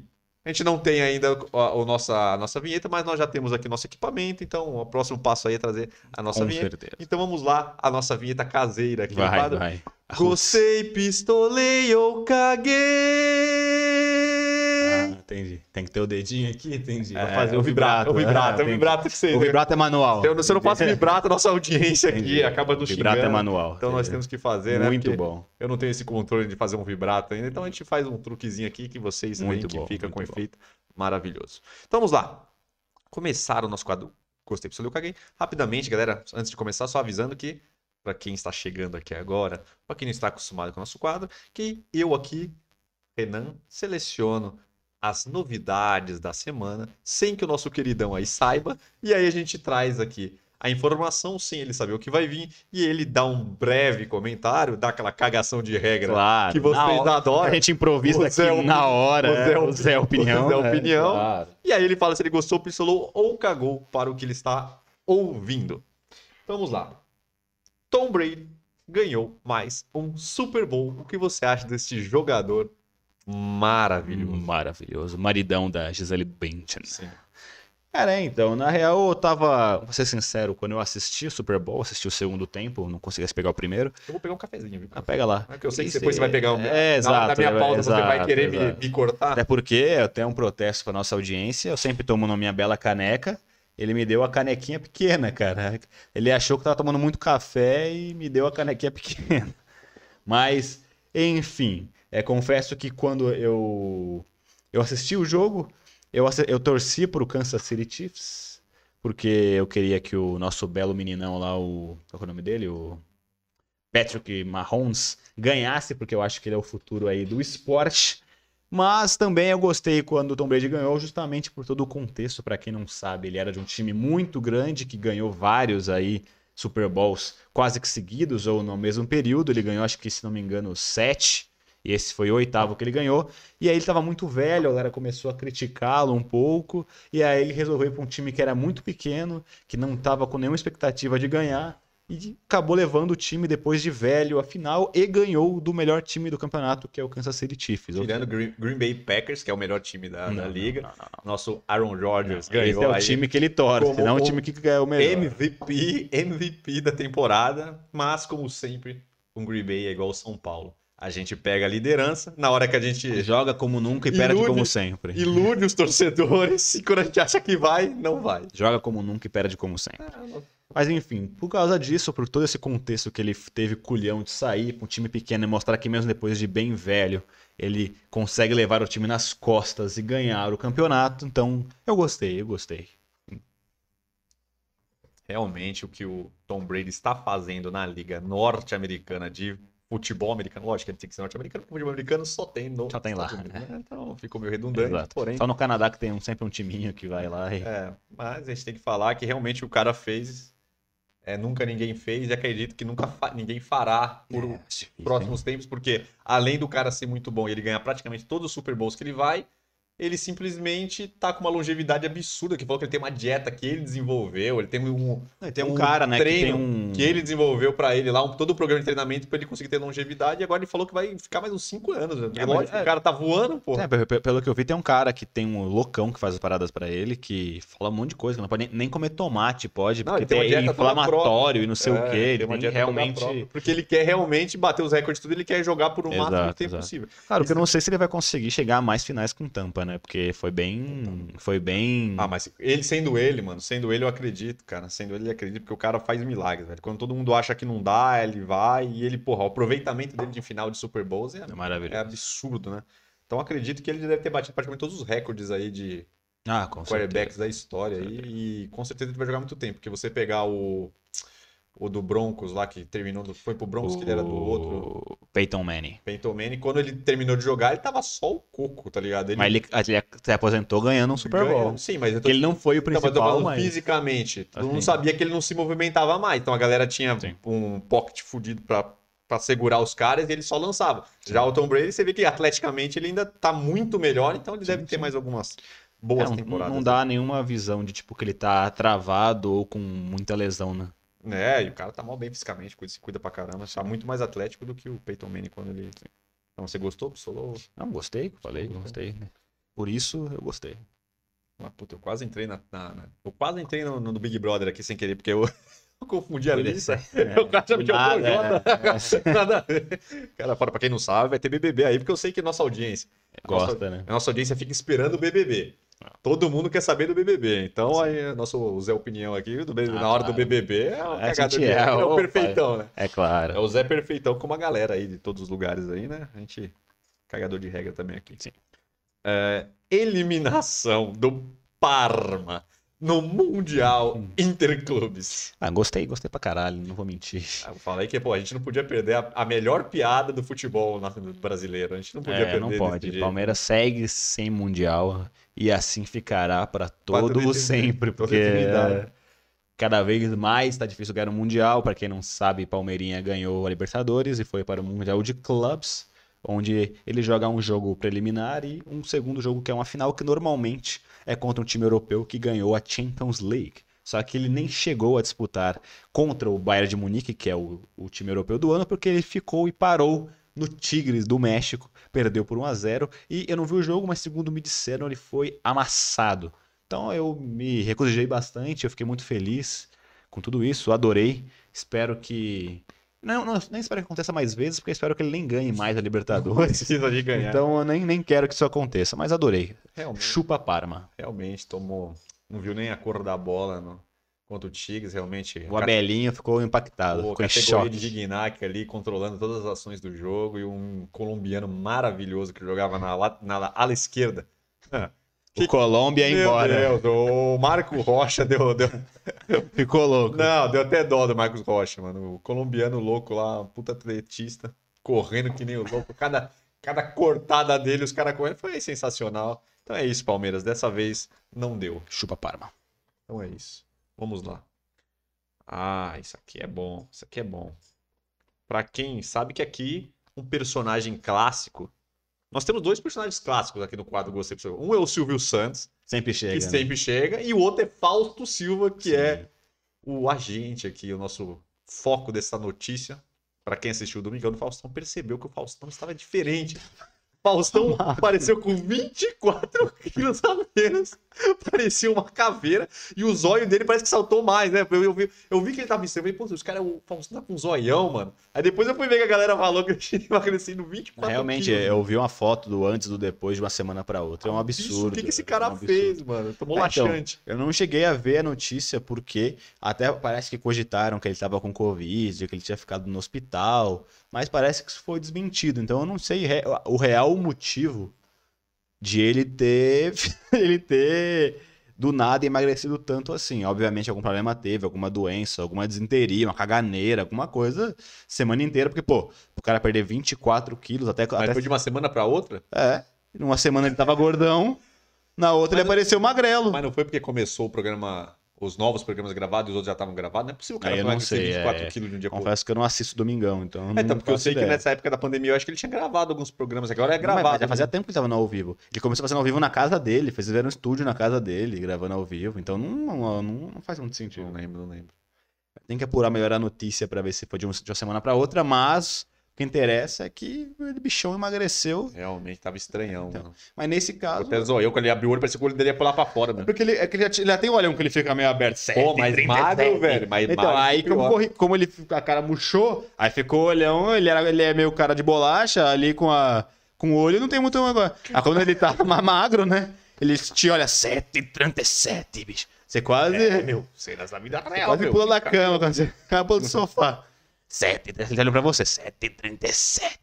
[SPEAKER 1] A gente não tem ainda a, o nossa, a nossa vinheta, mas nós já temos aqui nosso equipamento, então o próximo passo aí é trazer a nossa
[SPEAKER 2] Com
[SPEAKER 1] vinheta.
[SPEAKER 2] certeza.
[SPEAKER 1] Então vamos lá, a nossa vinheta caseira aqui.
[SPEAKER 2] Vai,
[SPEAKER 1] quadro.
[SPEAKER 2] vai.
[SPEAKER 1] Gostei, pistolei ou caguei.
[SPEAKER 2] Ah, entendi. Tem que ter o dedinho aqui, entendi. Vou
[SPEAKER 1] É,
[SPEAKER 2] fazer
[SPEAKER 1] o
[SPEAKER 2] o vibrato.
[SPEAKER 1] O vibrato,
[SPEAKER 2] Ah,
[SPEAKER 1] é o vibrato que você...
[SPEAKER 2] O vibrato é manual.
[SPEAKER 1] Se eu, se eu não faço vibrato, a nossa audiência aqui
[SPEAKER 2] Entendi.
[SPEAKER 1] acaba nos
[SPEAKER 2] O vibrato
[SPEAKER 1] xingando.
[SPEAKER 2] é manual.
[SPEAKER 1] Então nós
[SPEAKER 2] Entendi.
[SPEAKER 1] temos que fazer, né?
[SPEAKER 2] Muito
[SPEAKER 1] Porque
[SPEAKER 2] bom.
[SPEAKER 1] eu não tenho esse controle de fazer um vibrato ainda, então a gente faz um truquezinho aqui que vocês veem
[SPEAKER 2] Muito
[SPEAKER 1] que
[SPEAKER 2] bom,
[SPEAKER 1] fica
[SPEAKER 2] muito
[SPEAKER 1] com
[SPEAKER 2] bom.
[SPEAKER 1] efeito maravilhoso. Então vamos lá. Começar o nosso quadro Gostei, Pistolei ou Caguei. Rapidamente, galera, antes de começar, só avisando que, para quem está chegando aqui agora, para quem não está acostumado com o nosso quadro, que eu aqui, Renan, seleciono as novidades da semana, sem que o nosso queridão aí saiba, e aí a gente traz aqui a informação sem ele saber o que vai vir, e ele dá um breve comentário, dá aquela cagação de regra
[SPEAKER 2] Claro.
[SPEAKER 1] que vocês
[SPEAKER 2] na hora-
[SPEAKER 1] adoram.
[SPEAKER 2] A gente improvisa
[SPEAKER 1] O
[SPEAKER 2] aqui
[SPEAKER 1] Zé Opini-
[SPEAKER 2] na hora.
[SPEAKER 1] o Zé
[SPEAKER 2] é,
[SPEAKER 1] Opini-
[SPEAKER 2] O Zé Opinião.
[SPEAKER 1] o Zé
[SPEAKER 2] é,
[SPEAKER 1] Opinião.
[SPEAKER 2] claro.
[SPEAKER 1] E aí ele fala se ele gostou, pistolou ou cagou para o que ele está ouvindo. Então vamos lá. Tom Brady ganhou mais um Super Bowl. O que você acha desse jogador maravilhoso?
[SPEAKER 2] Maravilhoso. Maridão da Gisele Bündchen.
[SPEAKER 1] Sim.
[SPEAKER 2] Cara, é, então, na real, eu tava, vou ser sincero, quando eu assisti o Super Bowl, assisti o segundo tempo, não consegui pegar o primeiro.
[SPEAKER 1] Eu vou pegar um cafezinho, viu?
[SPEAKER 2] Ah, pega lá.
[SPEAKER 1] É que eu sei que
[SPEAKER 2] Isso
[SPEAKER 1] depois você vai
[SPEAKER 2] aí.
[SPEAKER 1] pegar o meu.
[SPEAKER 2] É,
[SPEAKER 1] na,
[SPEAKER 2] exato.
[SPEAKER 1] na minha
[SPEAKER 2] é,
[SPEAKER 1] pausa você vai
[SPEAKER 2] exato,
[SPEAKER 1] querer me,
[SPEAKER 2] exato.
[SPEAKER 1] me cortar.
[SPEAKER 2] Até porque até um protesto pra nossa audiência, eu sempre tomo na minha bela caneca. Ele me deu a canequinha pequena, cara. Ele achou que tava tomando muito café e me deu a canequinha pequena. Mas, enfim, é, confesso que quando eu, eu assisti o jogo, eu, assi- eu torci pro Kansas City Chiefs, porque eu queria que o nosso belo meninão lá, o. Qual é o nome dele? O Patrick Mahomes ganhasse, porque eu acho que ele é o futuro aí do esporte. Mas também eu gostei quando o Tom Brady ganhou, justamente por todo o contexto. Para quem não sabe, ele era de um time muito grande que ganhou vários aí Super Bowls quase que seguidos ou no mesmo período. Ele ganhou, acho que se não me engano, sete. E esse foi o oitavo que ele ganhou. E aí ele estava muito velho, a galera começou a criticá-lo um pouco. E aí ele resolveu ir para um time que era muito pequeno, que não estava com nenhuma expectativa de ganhar. E acabou levando o time depois de velho à final e ganhou do melhor time do campeonato, que é o Kansas City Chiefs.
[SPEAKER 1] Tirando o Green, Green Bay Packers, que é o melhor time da,
[SPEAKER 2] Não,
[SPEAKER 1] da
[SPEAKER 2] não,
[SPEAKER 1] liga.
[SPEAKER 2] não, não, não.
[SPEAKER 1] Nosso Aaron Rodgers
[SPEAKER 2] Esse
[SPEAKER 1] ganhou
[SPEAKER 2] é o
[SPEAKER 1] aí
[SPEAKER 2] time que ele torce,
[SPEAKER 1] como
[SPEAKER 2] não o
[SPEAKER 1] o
[SPEAKER 2] time que é o melhor.
[SPEAKER 1] M V P, M V P da temporada. Mas, como sempre, o Green Bay é igual o São Paulo. A gente pega a liderança, na hora que a gente
[SPEAKER 2] Joga como nunca e perde
[SPEAKER 1] Ilude-
[SPEAKER 2] como sempre.
[SPEAKER 1] ilude os torcedores, e quando a gente acha que vai, não vai.
[SPEAKER 2] Joga como nunca e perde como sempre. Mas enfim, por causa disso, por todo esse contexto que ele teve culhão de sair para um time pequeno e mostrar que mesmo depois de bem velho, ele consegue levar o time nas costas e ganhar o campeonato. Então, eu gostei, eu gostei.
[SPEAKER 1] Realmente, o que o Tom Brady está fazendo na liga norte-americana de futebol americano, lógico que ele tem que ser norte-americano, porque o futebol americano só tem no
[SPEAKER 2] Só tem lá,
[SPEAKER 1] Estados Unidos,
[SPEAKER 2] né?
[SPEAKER 1] né? Então, ficou meio redundante,
[SPEAKER 2] Exato.
[SPEAKER 1] porém...
[SPEAKER 2] Só no Canadá que tem um- sempre um timinho que vai lá e...
[SPEAKER 1] É, mas a gente tem que falar que realmente o cara fez, é, nunca ninguém fez e acredito que nunca fa- ninguém fará por
[SPEAKER 2] É, difícil, hein?
[SPEAKER 1] próximos tempos, porque além do cara ser muito bom e ele ganhar praticamente todos os Super Bowls que ele vai, ele simplesmente tá com uma longevidade absurda, que falou que ele tem uma dieta que ele desenvolveu, ele tem um,
[SPEAKER 2] Não, e tem um,
[SPEAKER 1] um
[SPEAKER 2] cara, né, que tem
[SPEAKER 1] treino
[SPEAKER 2] um...
[SPEAKER 1] que ele desenvolveu pra ele lá, um, todo o programa de treinamento pra ele conseguir ter longevidade, e agora ele falou que vai ficar mais uns cinco anos. Né?
[SPEAKER 2] É, mas-
[SPEAKER 1] Lógico,
[SPEAKER 2] é.
[SPEAKER 1] o cara tá voando, pô.
[SPEAKER 2] É, pe- pe- pelo que eu vi, tem um cara que tem um loucão que faz as paradas pra ele, que fala um monte de coisa, que não pode nem, nem comer tomate, pode,
[SPEAKER 1] Não,
[SPEAKER 2] porque
[SPEAKER 1] ele tem uma
[SPEAKER 2] tem
[SPEAKER 1] dieta toda
[SPEAKER 2] inflamatório e não sei
[SPEAKER 1] É,
[SPEAKER 2] o quê,
[SPEAKER 1] tem
[SPEAKER 2] ele
[SPEAKER 1] uma
[SPEAKER 2] tem
[SPEAKER 1] dieta toda
[SPEAKER 2] realmente...
[SPEAKER 1] própria, porque ele quer realmente bater os recordes de tudo, ele quer jogar por o máximo
[SPEAKER 2] Exato,
[SPEAKER 1] de tempo
[SPEAKER 2] exato.
[SPEAKER 1] possível.
[SPEAKER 2] Claro, que eu
[SPEAKER 1] Isso-
[SPEAKER 2] não sei se ele vai conseguir chegar a mais finais com Tampa, né, porque foi bem... Foi bem...
[SPEAKER 1] Ah, mas ele sendo ele, mano, sendo ele eu acredito, cara. Sendo ele eu acredito, porque o cara faz milagres, velho. Quando todo mundo acha que não dá, ele vai e ele, porra, o aproveitamento dele de final de Super Bowls é,
[SPEAKER 2] É maravilhoso.
[SPEAKER 1] é absurdo, né? Então acredito que ele deve ter batido praticamente todos os recordes aí de
[SPEAKER 2] Ah, com certeza.
[SPEAKER 1] quarterbacks da história aí, e com certeza ele vai jogar muito tempo, porque você pegar o o do Broncos lá, que terminou, do- foi pro Broncos, que ele era do outro,
[SPEAKER 2] O Peyton Manning.
[SPEAKER 1] Peyton Manning, quando ele terminou de jogar, ele tava só o coco, tá ligado?
[SPEAKER 2] Mas ele, ele se aposentou ganhando um Super Bowl.
[SPEAKER 1] ganha- Sim, mas eu tô
[SPEAKER 2] Que ele não foi o
[SPEAKER 1] Não, mas eu tô
[SPEAKER 2] principal,
[SPEAKER 1] falando
[SPEAKER 2] mas...
[SPEAKER 1] fisicamente. Todo mundo
[SPEAKER 2] Assim.
[SPEAKER 1] sabia que ele não se movimentava mais. Então a galera tinha
[SPEAKER 2] Sim.
[SPEAKER 1] um pocket fudido pra, pra segurar os caras e ele só lançava. Já o Tom Brady, você vê que atleticamente ele ainda tá muito melhor, então ele deve ter mais algumas boas
[SPEAKER 2] É, não,
[SPEAKER 1] temporadas.
[SPEAKER 2] não dá nenhuma visão de tipo que ele tá travado ou com muita lesão, né?
[SPEAKER 1] É, e o cara tá mal bem fisicamente, cuida- se cuida pra caramba. Tá muito mais atlético do que o Peyton Manning quando ele. Então você gostou, Pistolou?
[SPEAKER 2] Não, gostei, falei, gostei. Né? Por isso eu gostei.
[SPEAKER 1] Ah, puta, eu quase entrei na, na- na- Eu quase entrei no, no Big Brother aqui sem querer, porque eu, eu confundi a
[SPEAKER 2] Foi
[SPEAKER 1] lista.
[SPEAKER 2] desse- é,
[SPEAKER 1] O cara já me
[SPEAKER 2] do
[SPEAKER 1] jogou
[SPEAKER 2] nada,
[SPEAKER 1] Jota.
[SPEAKER 2] é.
[SPEAKER 1] Nada a ver. Cara, fora, pra quem não sabe, vai ter B B B aí, porque eu sei que nossa audiência. A nossa,
[SPEAKER 2] Gosta, né?
[SPEAKER 1] a nossa audiência fica esperando o B B B. Todo mundo quer saber do B B B. Então,
[SPEAKER 2] Sim.
[SPEAKER 1] aí, nosso Zé Opinião aqui, do B B B,
[SPEAKER 2] Ah,
[SPEAKER 1] na hora do
[SPEAKER 2] claro.
[SPEAKER 1] B B B, é o
[SPEAKER 2] A
[SPEAKER 1] cagador
[SPEAKER 2] gente
[SPEAKER 1] de
[SPEAKER 2] é,
[SPEAKER 1] regra, é o
[SPEAKER 2] opa.
[SPEAKER 1] perfeitão, né?
[SPEAKER 2] É
[SPEAKER 1] É
[SPEAKER 2] claro.
[SPEAKER 1] o Zé Perfeitão com uma galera aí de todos os lugares aí, né? A gente. Cagador de regra também aqui.
[SPEAKER 2] Sim.
[SPEAKER 1] É, eliminação do Parma no Mundial Interclubes.
[SPEAKER 2] Ah, gostei, gostei pra caralho, não vou mentir.
[SPEAKER 1] Ah, Eu falei que pô, a gente não podia perder a, a melhor piada do futebol na- brasileiro. A gente não podia
[SPEAKER 2] É,
[SPEAKER 1] perder
[SPEAKER 2] não
[SPEAKER 1] desse
[SPEAKER 2] pode.
[SPEAKER 1] jeito.
[SPEAKER 2] Palmeiras segue sem Mundial e assim ficará pra todo
[SPEAKER 1] Pra
[SPEAKER 2] o sempre,
[SPEAKER 1] toda
[SPEAKER 2] porque
[SPEAKER 1] eternidade.
[SPEAKER 2] é, cada vez mais tá difícil ganhar o Mundial. Pra quem não sabe, Palmeirinha ganhou a Libertadores e foi para o Mundial de Clubs, onde ele joga um jogo preliminar e um segundo jogo que é uma final que normalmente é contra um time europeu que ganhou a Champions League. Só que ele nem chegou a disputar contra o Bayern de Munique, que é o, o time europeu do ano, porque ele ficou e parou no Tigres do México, perdeu por um a zero. E eu não vi o jogo, mas segundo me disseram, ele foi amassado. Então eu me recusei bastante, eu fiquei muito feliz com tudo isso, adorei. Espero que. Não, não, nem espero que aconteça mais vezes, porque eu espero que ele nem ganhe mais a
[SPEAKER 1] Não
[SPEAKER 2] Libertadores.
[SPEAKER 1] precisa de ganhar.
[SPEAKER 2] Então eu nem, nem quero que isso aconteça, mas adorei.
[SPEAKER 1] realmente,
[SPEAKER 2] Chupa Parma.
[SPEAKER 1] realmente tomou. Não viu nem a cor da bola no, contra o Tigres. Realmente.
[SPEAKER 2] O Abelinho ficou impactado,
[SPEAKER 1] Pô,
[SPEAKER 2] ficou em
[SPEAKER 1] categoria
[SPEAKER 2] choque.
[SPEAKER 1] de Gignac ali, controlando todas as ações do jogo, e um colombiano maravilhoso que jogava na, la- na ala esquerda.
[SPEAKER 2] O Colômbia ia
[SPEAKER 1] Meu
[SPEAKER 2] embora.
[SPEAKER 1] Deus, o Marco Rocha deu, deu-
[SPEAKER 2] Ficou louco.
[SPEAKER 1] Não, deu até dó do Marcos Rocha, mano. O colombiano louco lá, um puta atletista, correndo que nem o louco. Cada, cada cortada dele, os caras correndo, foi sensacional. Então é isso, Palmeiras. Dessa vez não deu.
[SPEAKER 2] Chupa Parma.
[SPEAKER 1] Então é isso. Vamos lá. Ah, isso aqui é bom. Isso aqui é bom. Pra quem sabe que aqui um personagem clássico. Nós temos dois personagens clássicos aqui no quadro Gostei do Seu. Um é o Silvio Santos,
[SPEAKER 2] Sempre chega.
[SPEAKER 1] que
[SPEAKER 2] né?
[SPEAKER 1] sempre chega, e o outro é Fausto Silva, que
[SPEAKER 2] Sim.
[SPEAKER 1] é o agente aqui, o nosso foco dessa notícia. Pra quem assistiu o Domingão do Faustão, percebeu que o Faustão estava diferente. Faustão apareceu com vinte e quatro quilos a menos. Parecia uma caveira. E o zóio dele parece que saltou mais, né? Eu, eu vi, eu vi que ele tava estranho. Eu falei, pô, os caras, o Faustão tá com um zoião, mano. Aí depois eu fui ver que a galera falou que ele tinha emagrecendo vinte e quatro
[SPEAKER 2] Realmente,
[SPEAKER 1] quilos.
[SPEAKER 2] eu vi uma foto do antes e do depois de uma semana pra outra. É um
[SPEAKER 1] Bicho,
[SPEAKER 2] absurdo.
[SPEAKER 1] O que, que esse
[SPEAKER 2] é
[SPEAKER 1] cara
[SPEAKER 2] um absurdo.
[SPEAKER 1] fez, mano? Tomou
[SPEAKER 2] É, então,
[SPEAKER 1] laxante.
[SPEAKER 2] eu não cheguei a ver a notícia porque até parece que cogitaram que ele estava com Covid, que ele tinha ficado no hospital, mas parece que isso foi desmentido. Então eu não sei re- o real motivo de ele ter ele ter do nada emagrecido tanto assim. Obviamente algum problema teve, alguma doença, alguma disenteria, uma caganeira, alguma coisa semana inteira, porque pô, o cara perder vinte e quatro quilos até,
[SPEAKER 1] Mas
[SPEAKER 2] até
[SPEAKER 1] foi de uma semana pra outra?
[SPEAKER 2] é, numa semana ele tava gordão, na outra
[SPEAKER 1] Mas
[SPEAKER 2] ele
[SPEAKER 1] não-
[SPEAKER 2] apareceu magrelo.
[SPEAKER 1] Mas não foi porque começou o programa, os novos programas gravados e os outros já estavam gravados? Não é possível o cara
[SPEAKER 2] Aí eu não
[SPEAKER 1] emagrecer
[SPEAKER 2] sei,
[SPEAKER 1] vinte e quatro
[SPEAKER 2] é,
[SPEAKER 1] quilos de um dia pro outro.
[SPEAKER 2] confesso que eu não assisto Domingão, então
[SPEAKER 1] É,
[SPEAKER 2] não
[SPEAKER 1] então, porque eu
[SPEAKER 2] faço
[SPEAKER 1] sei que
[SPEAKER 2] ideia.
[SPEAKER 1] nessa época da pandemia eu acho que ele tinha gravado alguns programas, agora é
[SPEAKER 2] Não, mas-
[SPEAKER 1] gravado.
[SPEAKER 2] mas já fazia
[SPEAKER 1] né?
[SPEAKER 2] tempo que ele tava no ao vivo. Ele começou fazendo ao vivo na casa dele, fez um estúdio na casa dele, gravando ao vivo. Então não, não, não- não faz muito sentido.
[SPEAKER 1] Não lembro, não lembro.
[SPEAKER 2] Tem que apurar melhor a notícia pra ver se foi de um- de uma semana pra outra, mas o que interessa é que o bichão emagreceu.
[SPEAKER 1] Realmente, tava estranhão,
[SPEAKER 2] Então,
[SPEAKER 1] mano.
[SPEAKER 2] Mas nesse caso.
[SPEAKER 1] Até zoou. Eu, quando ele abriu o olho, parecia que o olho dele ia pular pra fora,
[SPEAKER 2] É
[SPEAKER 1] mano.
[SPEAKER 2] porque ele, é que ele, já, ele já tem o olhão que ele fica meio aberto.
[SPEAKER 1] Pô, mas
[SPEAKER 2] sete e trinta e
[SPEAKER 1] magro,
[SPEAKER 2] sete.
[SPEAKER 1] velho. Mas
[SPEAKER 2] Então,
[SPEAKER 1] magro
[SPEAKER 2] aí
[SPEAKER 1] ficou
[SPEAKER 2] como,
[SPEAKER 1] pior.
[SPEAKER 2] corri- como ele, a cara murchou, aí ficou o olhão, ele, era, ele é meio cara de bolacha, ali com, a, com o olho, não tem muito agora. Aí quando ele tá mais magro, né? Ele te olha, sete e trinta e sete, bicho. Você quase,
[SPEAKER 1] É, meu, cenas da vida
[SPEAKER 2] você
[SPEAKER 1] real,
[SPEAKER 2] quase
[SPEAKER 1] meu.
[SPEAKER 2] pula da cama quando você acabou do sofá. sete, ele olha pra você, sete e trinta e sete.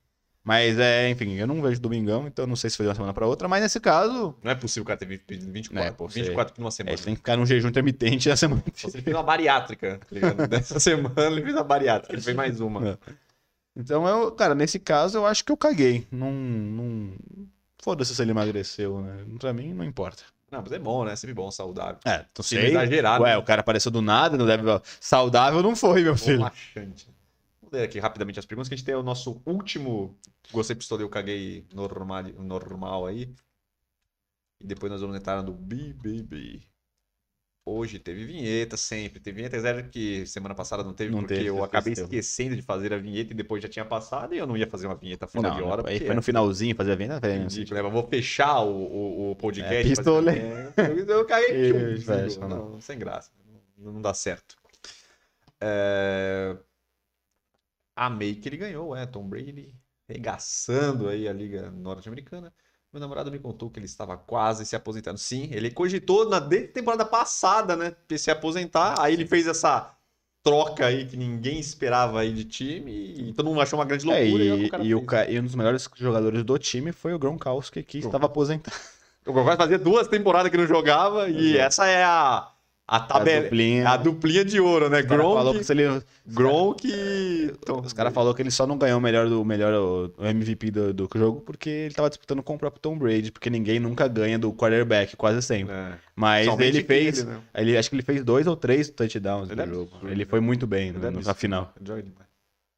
[SPEAKER 2] Mas, é, enfim, eu não vejo Domingão, então não sei se foi de uma semana pra outra, mas nesse caso,
[SPEAKER 1] Não é possível o cara ter pedido vinte e quatro,
[SPEAKER 2] É, pô,
[SPEAKER 1] vinte e quatro numa
[SPEAKER 2] é,
[SPEAKER 1] semana.
[SPEAKER 2] ele tem que ficar num jejum intermitente na semana.
[SPEAKER 1] Só se ele fez uma bariátrica, tá ligado? Nessa semana ele fez uma bariátrica, ele fez mais uma.
[SPEAKER 2] É. Então, eu, cara, nesse caso eu acho que eu caguei. Não. não... Foda-se se ele emagreceu, né? Pra mim não importa.
[SPEAKER 1] Não, mas é bom, né? Sempre bom, saudável.
[SPEAKER 2] É, não
[SPEAKER 1] Se não
[SPEAKER 2] sei.
[SPEAKER 1] exagerar,
[SPEAKER 2] Ué,
[SPEAKER 1] né?
[SPEAKER 2] o cara apareceu do nada, não deve. Saudável não foi, meu
[SPEAKER 1] Bom
[SPEAKER 2] filho.
[SPEAKER 1] laxante. Vamos ler aqui rapidamente as perguntas, que a gente tem o nosso último Gostei, Pistolei, eu caguei normal, normal aí. E depois nós vamos entrar no B B B. Hoje teve vinheta, sempre teve vinheta. Zero que semana passada não teve,
[SPEAKER 2] Não
[SPEAKER 1] porque
[SPEAKER 2] teve,
[SPEAKER 1] eu acabei
[SPEAKER 2] esqueceu.
[SPEAKER 1] esquecendo de fazer a vinheta e depois já tinha passado e eu não ia fazer uma vinheta fora
[SPEAKER 2] Não,
[SPEAKER 1] de hora.
[SPEAKER 2] não, aí
[SPEAKER 1] Porque
[SPEAKER 2] foi no
[SPEAKER 1] é
[SPEAKER 2] finalzinho fazer a venda, velho.
[SPEAKER 1] ridículo, né? Mas vou fechar o, o, o
[SPEAKER 2] É,
[SPEAKER 1] podcast fazendo a
[SPEAKER 2] pistola.
[SPEAKER 1] vinheta. Eu, eu caguei, tchum,
[SPEAKER 2] E
[SPEAKER 1] desligou.
[SPEAKER 2] fecha, não.
[SPEAKER 1] Não, sem graça. Não, não dá certo. É... Amei que ele ganhou, é. Tom Brady regaçando aí a Liga Norte-Americana. Meu namorado me contou que ele estava quase se aposentando. Sim, ele cogitou na desde a temporada passada, né? De se aposentar. Aí ele fez essa troca aí que ninguém esperava aí de time e todo mundo achou uma grande
[SPEAKER 2] É,
[SPEAKER 1] loucura e é o que o
[SPEAKER 2] e,
[SPEAKER 1] cara
[SPEAKER 2] e, o,
[SPEAKER 1] fez.
[SPEAKER 2] ca- e um dos melhores jogadores do time foi o Gronkowski, que estava aposentado.
[SPEAKER 1] O Gogó fazia duas temporadas que não jogava e
[SPEAKER 2] Exato.
[SPEAKER 1] essa é a, a tabela,
[SPEAKER 2] duplinha.
[SPEAKER 1] a duplinha de ouro, né?
[SPEAKER 2] Os caras falou que
[SPEAKER 1] Gronk,
[SPEAKER 2] se ele,
[SPEAKER 1] Gronk e Tom
[SPEAKER 2] os cara
[SPEAKER 1] Brady.
[SPEAKER 2] falou que ele só não ganhou o melhor, do, o melhor o, o M V P do, do jogo porque ele tava disputando com o próprio Tom Brady, porque ninguém nunca ganha do quarterback, quase sempre.
[SPEAKER 1] É.
[SPEAKER 2] Mas
[SPEAKER 1] Somente
[SPEAKER 2] ele fez,
[SPEAKER 1] aquele, né?
[SPEAKER 2] ele, acho que ele fez dois ou três touchdowns
[SPEAKER 1] Ele
[SPEAKER 2] no
[SPEAKER 1] é
[SPEAKER 2] jogo.
[SPEAKER 1] absurdo,
[SPEAKER 2] Ele
[SPEAKER 1] né?
[SPEAKER 2] foi muito bem
[SPEAKER 1] Ele
[SPEAKER 2] no,
[SPEAKER 1] é
[SPEAKER 2] no- na
[SPEAKER 1] absurdo.
[SPEAKER 2] final.
[SPEAKER 1] Ele joga demais.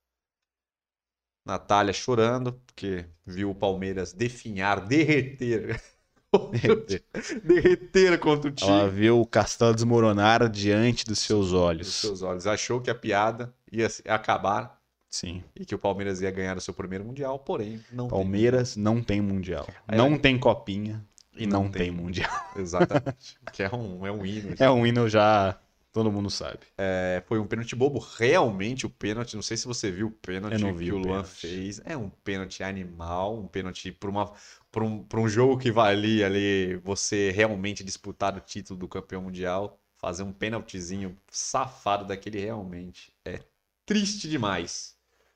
[SPEAKER 1] Natália chorando, porque viu o Palmeiras definhar, derreter. derreter contra o
[SPEAKER 2] Ela
[SPEAKER 1] time
[SPEAKER 2] viu o castelo desmoronar diante dos seus olhos.
[SPEAKER 1] nos seus olhos. Achou que a piada ia se- acabar
[SPEAKER 2] Sim.
[SPEAKER 1] e que o Palmeiras ia ganhar o seu primeiro mundial, porém, não
[SPEAKER 2] Palmeiras não tem mundial.
[SPEAKER 1] Aí
[SPEAKER 2] Não
[SPEAKER 1] ela-
[SPEAKER 2] tem copinha
[SPEAKER 1] E
[SPEAKER 2] e
[SPEAKER 1] não
[SPEAKER 2] não,
[SPEAKER 1] tem.
[SPEAKER 2] tem mundial.
[SPEAKER 1] tem. Exatamente. Que é um, é um hino.
[SPEAKER 2] É um hino já, todo mundo sabe.
[SPEAKER 1] É, foi um pênalti bobo. Realmente o pênalti, não sei se você viu o pênalti
[SPEAKER 2] Eu não vi
[SPEAKER 1] que
[SPEAKER 2] o
[SPEAKER 1] o Luan
[SPEAKER 2] pênalti.
[SPEAKER 1] fez. É um pênalti animal, um pênalti para uma, para um, para um jogo que valia ali você realmente disputar o título do campeão mundial. Fazer um pênaltizinho safado daquele realmente é triste demais.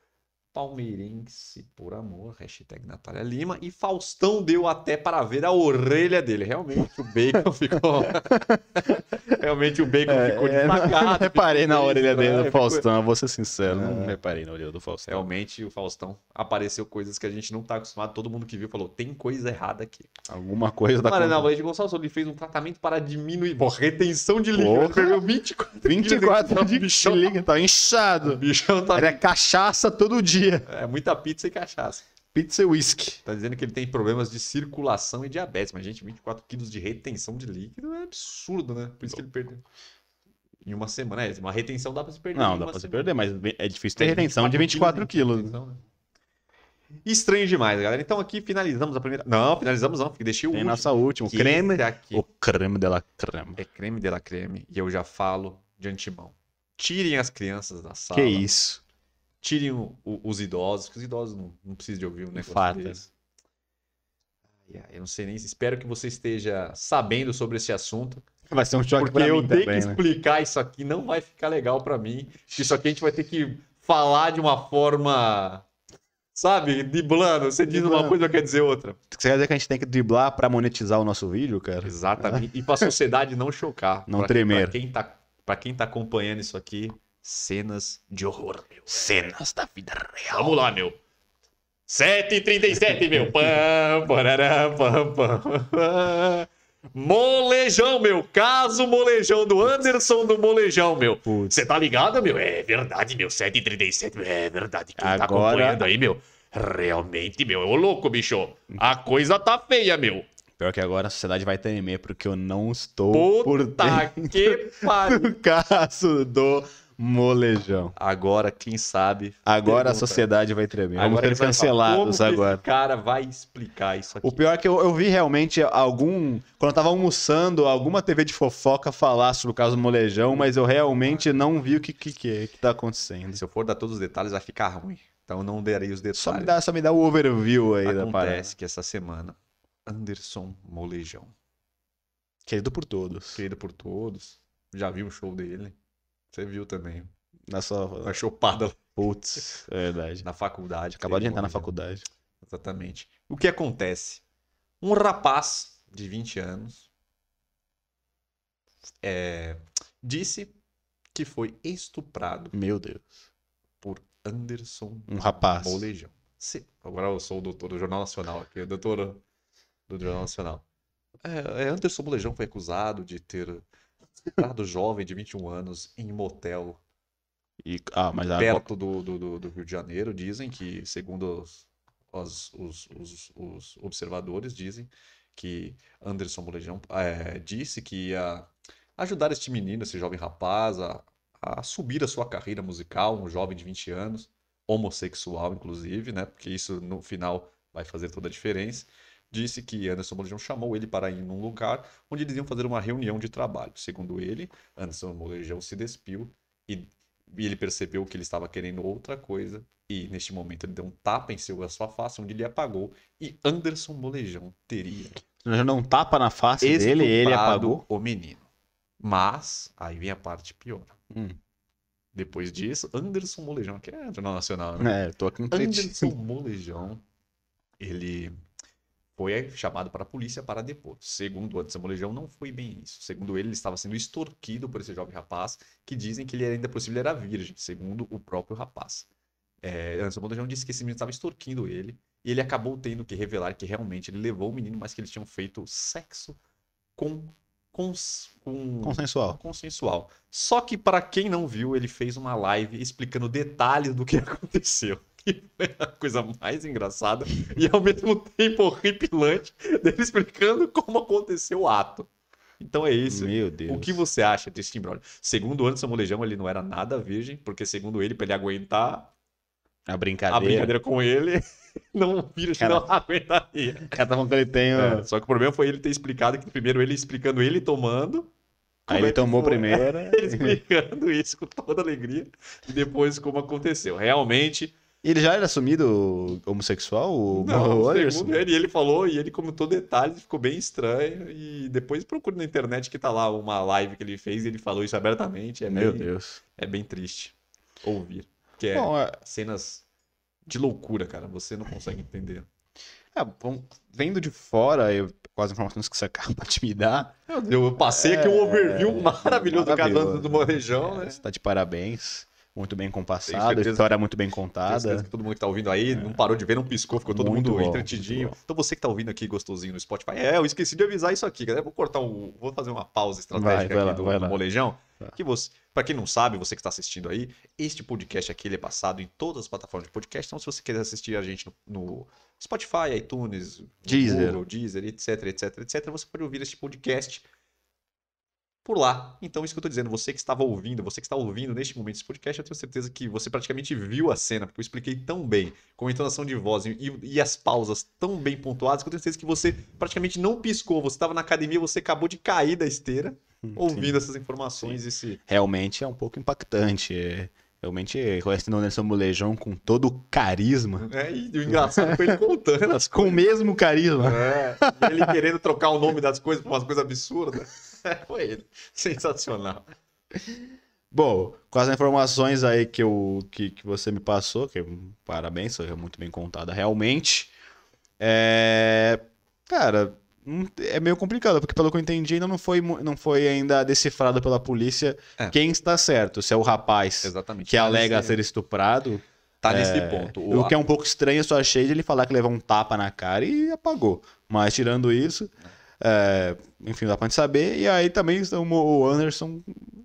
[SPEAKER 1] Palmeirense por amor, hashtag Natália Lima. E Faustão deu até para ver a orelha dele. Realmente o Bacon ficou. Realmente o Bacon ficou
[SPEAKER 2] É, não,
[SPEAKER 1] destacado.
[SPEAKER 2] não reparei na
[SPEAKER 1] ficou
[SPEAKER 2] orelha
[SPEAKER 1] estranho,
[SPEAKER 2] dele do
[SPEAKER 1] ficou-
[SPEAKER 2] Faustão, vou ser sincero,
[SPEAKER 1] É.
[SPEAKER 2] não reparei na orelha do Faustão.
[SPEAKER 1] Realmente o Faustão apareceu coisas que a gente não tá acostumado. Todo mundo que viu falou: tem coisa errada aqui.
[SPEAKER 2] Alguma coisa da
[SPEAKER 1] Mariana
[SPEAKER 2] conta.
[SPEAKER 1] Leite Gonçalves ele fez um tratamento para diminuir. Bom, retenção de líquido.
[SPEAKER 2] Porra.
[SPEAKER 1] Ele perdeu vinte e quatro
[SPEAKER 2] vinte e quatro
[SPEAKER 1] quilos.
[SPEAKER 2] de
[SPEAKER 1] bichão,
[SPEAKER 2] liga, tá
[SPEAKER 1] o
[SPEAKER 2] inchado.
[SPEAKER 1] bichão tá.
[SPEAKER 2] Era cachaça todo dia.
[SPEAKER 1] É muita pizza e cachaça.
[SPEAKER 2] Pizza e whisky.
[SPEAKER 1] Tá dizendo que ele tem problemas de circulação e diabetes. Mas, gente, vinte e quatro quilos de retenção de líquido é absurdo, né? Por isso que ele perdeu. Em uma semana. É, uma retenção dá pra se perder.
[SPEAKER 2] Não,
[SPEAKER 1] em
[SPEAKER 2] dá
[SPEAKER 1] uma
[SPEAKER 2] pra se
[SPEAKER 1] semana.
[SPEAKER 2] perder, mas é difícil ter
[SPEAKER 1] É,
[SPEAKER 2] retenção de vinte e quatro
[SPEAKER 1] de
[SPEAKER 2] quilos.
[SPEAKER 1] retenção, né? Estranho demais, galera. Então aqui finalizamos a primeira. Não, finalizamos não. Deixei o
[SPEAKER 2] Tem
[SPEAKER 1] último.
[SPEAKER 2] nossa última. O
[SPEAKER 1] Que
[SPEAKER 2] creme.
[SPEAKER 1] esse aqui
[SPEAKER 2] O creme de la creme.
[SPEAKER 1] é creme de la creme. E eu já falo de antemão. Tirem as crianças da sala.
[SPEAKER 2] Que isso.
[SPEAKER 1] Tirem o- o- os idosos, porque os idosos não, não precisam de ouvir um negócio
[SPEAKER 2] Fato.
[SPEAKER 1] desse. Ai, ai, eu não sei nem. Espero que você esteja sabendo sobre esse assunto.
[SPEAKER 2] Vai ser um choque
[SPEAKER 1] Porque
[SPEAKER 2] pra
[SPEAKER 1] eu
[SPEAKER 2] mim
[SPEAKER 1] tenho
[SPEAKER 2] também,
[SPEAKER 1] que
[SPEAKER 2] né?
[SPEAKER 1] explicar isso aqui, não vai ficar legal pra mim. Isso aqui a gente vai ter que falar de uma forma, sabe, driblando. Você diz uma
[SPEAKER 2] Driblando.
[SPEAKER 1] coisa, eu quero dizer outra.
[SPEAKER 2] Você quer dizer que a gente tem que driblar pra monetizar o nosso vídeo, cara?
[SPEAKER 1] Exatamente. E pra sociedade não chocar.
[SPEAKER 2] Não
[SPEAKER 1] Pra-
[SPEAKER 2] tremer.
[SPEAKER 1] Pra quem tá, pra quem tá acompanhando isso aqui, cenas de horror, meu.
[SPEAKER 2] Cenas da vida real.
[SPEAKER 1] Vamos lá, meu. sete e trinta e sete, meu. Pam, parará, pam, pam, pam. Molejão, meu. Caso Molejão do Anderson do Molejão, meu.
[SPEAKER 2] Putz.
[SPEAKER 1] Você tá ligado, meu? É verdade, meu. sete e trinta e sete, é verdade. Quem tá
[SPEAKER 2] Agora-
[SPEAKER 1] acompanhando aí, meu? Realmente, meu. Ô louco, bicho. A coisa tá feia, meu.
[SPEAKER 2] Pior que agora a sociedade vai temer, porque eu não estou por
[SPEAKER 1] Puta
[SPEAKER 2] dentro
[SPEAKER 1] que pariu.
[SPEAKER 2] do caso do molejão.
[SPEAKER 1] Agora, quem sabe.
[SPEAKER 2] Agora a
[SPEAKER 1] pergunta.
[SPEAKER 2] sociedade vai tremer. Vamos
[SPEAKER 1] Agora
[SPEAKER 2] ser
[SPEAKER 1] ele vai falar,
[SPEAKER 2] cancelados
[SPEAKER 1] como que
[SPEAKER 2] agora.
[SPEAKER 1] Esse cara vai explicar isso aqui.
[SPEAKER 2] O pior é que eu, eu vi realmente algum. Quando eu tava almoçando, alguma T V de fofoca falar sobre o caso do molejão, mas eu realmente não vi o que, que, que, é que tá acontecendo.
[SPEAKER 1] Se eu for dar todos os detalhes, vai ficar ruim. Então não darei os detalhes.
[SPEAKER 2] Só me dá, só me dá o overview aí da parada.
[SPEAKER 1] Acontece que essa semana, Anderson Molejão,
[SPEAKER 2] Querido por todos.
[SPEAKER 1] querido por todos, já viu o show dele. Você viu também.
[SPEAKER 2] Na sua.
[SPEAKER 1] Uma chopada
[SPEAKER 2] Putz, é verdade.
[SPEAKER 1] na faculdade.
[SPEAKER 2] Acabou de
[SPEAKER 1] Teve
[SPEAKER 2] entrar na
[SPEAKER 1] Molejão.
[SPEAKER 2] faculdade.
[SPEAKER 1] Exatamente. O que acontece? Um rapaz de vinte anos é, disse que foi estuprado
[SPEAKER 2] Meu Deus.
[SPEAKER 1] por Anderson
[SPEAKER 2] Um rapaz.
[SPEAKER 1] Molejão. Se- Agora eu sou o doutor do Jornal Nacional aqui, o doutor do Jornal Nacional. É, é, Anderson Molejão foi acusado de ter estuprado jovem de vinte e um anos em motel
[SPEAKER 2] E, ah, mas a,
[SPEAKER 1] perto do, do, do- do Rio de Janeiro. Dizem que, segundo os, os, os- os- os observadores, dizem que Anderson Molejão é, disse que ia ajudar este menino, esse jovem rapaz, a, a subir a sua carreira musical, um jovem de vinte anos, homossexual, inclusive, né? Porque isso no final vai fazer toda a diferença. Disse que Anderson Molejão chamou ele para ir num lugar onde eles iam fazer uma reunião de trabalho. Segundo ele, Anderson Molejão se despiu e, e ele percebeu que ele estava querendo outra coisa. E neste momento ele deu um tapa em seu, a sua face, onde ele apagou. E Anderson Molejão teria
[SPEAKER 2] Já não tapa na face dele, ele
[SPEAKER 1] estuprado
[SPEAKER 2] apagou.
[SPEAKER 1] o menino. Mas, aí vem a parte pior.
[SPEAKER 2] Hum.
[SPEAKER 1] Depois disso, Anderson Molejão, que é Jornal Nacional, né?
[SPEAKER 2] É, tô aqui no
[SPEAKER 1] Anderson Molejão, ele foi chamado para a polícia para depor. Segundo Anderson Molejão, não foi bem isso. Segundo ele, ele estava sendo extorquido por esse jovem rapaz, que dizem que ele ainda possível era virgem, segundo o próprio rapaz. É, Anderson Molejão disse que esse menino estava extorquindo ele, e ele acabou tendo que revelar que realmente ele levou o menino, mas que eles tinham feito sexo com... Cons, com,
[SPEAKER 2] Consensual.
[SPEAKER 1] consensual. Só que para quem não viu, ele fez uma live explicando detalhes do que aconteceu. E foi a coisa mais engraçada e ao mesmo tempo horripilante dele explicando como aconteceu o ato. Então é isso.
[SPEAKER 2] Meu Deus.
[SPEAKER 1] O que você acha desse imbróglio? Segundo o Anderson Molejão, ele não era nada virgem, porque segundo ele, para ele aguentar
[SPEAKER 2] A brincadeira.
[SPEAKER 1] a brincadeira com ele, não virgem
[SPEAKER 2] Cara,
[SPEAKER 1] não aguentaria.
[SPEAKER 2] O cara tá falando que ele tem. o-
[SPEAKER 1] É, só que o problema foi ele ter explicado que primeiro ele explicando ele tomando.
[SPEAKER 2] Aí
[SPEAKER 1] como
[SPEAKER 2] ele
[SPEAKER 1] é que
[SPEAKER 2] tomou
[SPEAKER 1] foi.
[SPEAKER 2] primeiro.
[SPEAKER 1] Ele explicando isso com toda alegria e depois como aconteceu. Realmente,
[SPEAKER 2] Ele já era assumido homossexual, o
[SPEAKER 1] não,
[SPEAKER 2] o Anderson?
[SPEAKER 1] segundo ele, ele falou e ele comentou detalhes, ficou bem estranho. E depois procura na internet que tá lá uma live que ele fez e ele falou isso abertamente. É
[SPEAKER 2] Meu
[SPEAKER 1] bem,
[SPEAKER 2] Deus.
[SPEAKER 1] é bem triste ouvir. Que é
[SPEAKER 2] Bom, é,
[SPEAKER 1] cenas de loucura, cara. Você não consegue entender.
[SPEAKER 2] é, bom, vendo de fora, eu, com as informações que você acaba de me dar.
[SPEAKER 1] Meu Deus, eu passei aqui um overview maravilhoso do caso
[SPEAKER 2] maravilhoso.
[SPEAKER 1] do Molejão,
[SPEAKER 2] É,
[SPEAKER 1] né?
[SPEAKER 2] Você tá de parabéns. Muito bem
[SPEAKER 1] Tenho
[SPEAKER 2] compassado,
[SPEAKER 1] certeza-
[SPEAKER 2] história muito bem
[SPEAKER 1] Tenho
[SPEAKER 2] contada.
[SPEAKER 1] certeza que todo mundo que tá ouvindo aí não parou de ver, não piscou, ficou todo
[SPEAKER 2] Muito
[SPEAKER 1] mundo
[SPEAKER 2] bom,
[SPEAKER 1] entretidinho.
[SPEAKER 2] muito bom.
[SPEAKER 1] Então você que tá ouvindo aqui gostosinho no Spotify, é, eu esqueci de avisar isso aqui, galera. Vou cortar um, vou fazer uma pausa estratégica
[SPEAKER 2] Vai, vai
[SPEAKER 1] aqui
[SPEAKER 2] lá,
[SPEAKER 1] do,
[SPEAKER 2] vai
[SPEAKER 1] do
[SPEAKER 2] lá.
[SPEAKER 1] Molejão.
[SPEAKER 2] Tá.
[SPEAKER 1] Que você, para quem não sabe, você que está assistindo aí, este podcast aqui ele é passado em todas as plataformas de podcast. Então se você quiser assistir a gente no, no Spotify, iTunes, no
[SPEAKER 2] Deezer.
[SPEAKER 1] Google, Deezer, etc, etc, etc, você pode ouvir este podcast por lá. Então, isso que eu tô dizendo, você que estava ouvindo, você que está ouvindo neste momento esse podcast, eu tenho certeza que você praticamente viu a cena, porque eu expliquei tão bem, com a entonação de voz e, e as pausas tão bem pontuadas, que eu tenho certeza que você praticamente não piscou. Você estava na academia, você acabou de cair da esteira, ouvindo essas informações. Esse...
[SPEAKER 2] Realmente é um pouco impactante. É, realmente, conhecendo o Anderson Molejão com todo o carisma.
[SPEAKER 1] É, e o engraçado foi ele contando as
[SPEAKER 2] Com o mesmo carisma.
[SPEAKER 1] É, e ele querendo trocar o nome das coisas por umas coisas absurdas. Foi ele. Sensacional.
[SPEAKER 2] Bom, com as informações aí que, eu, que, que você me passou, que parabéns, foi muito bem contada realmente. É, cara, hum, é meio complicado, porque pelo que eu entendi, ainda não foi, mu- não foi ainda decifrado pela polícia
[SPEAKER 1] É.
[SPEAKER 2] quem está certo, se é o rapaz
[SPEAKER 1] Exatamente.
[SPEAKER 2] que
[SPEAKER 1] Tá
[SPEAKER 2] alega
[SPEAKER 1] nesse-
[SPEAKER 2] ser estuprado.
[SPEAKER 1] Tá nesse
[SPEAKER 2] É,
[SPEAKER 1] ponto.
[SPEAKER 2] O que é um pouco estranho, eu só achei de ele falar que levou um tapa na cara e apagou. Mas tirando isso, é, enfim, dá pra gente saber. E aí também o o Anderson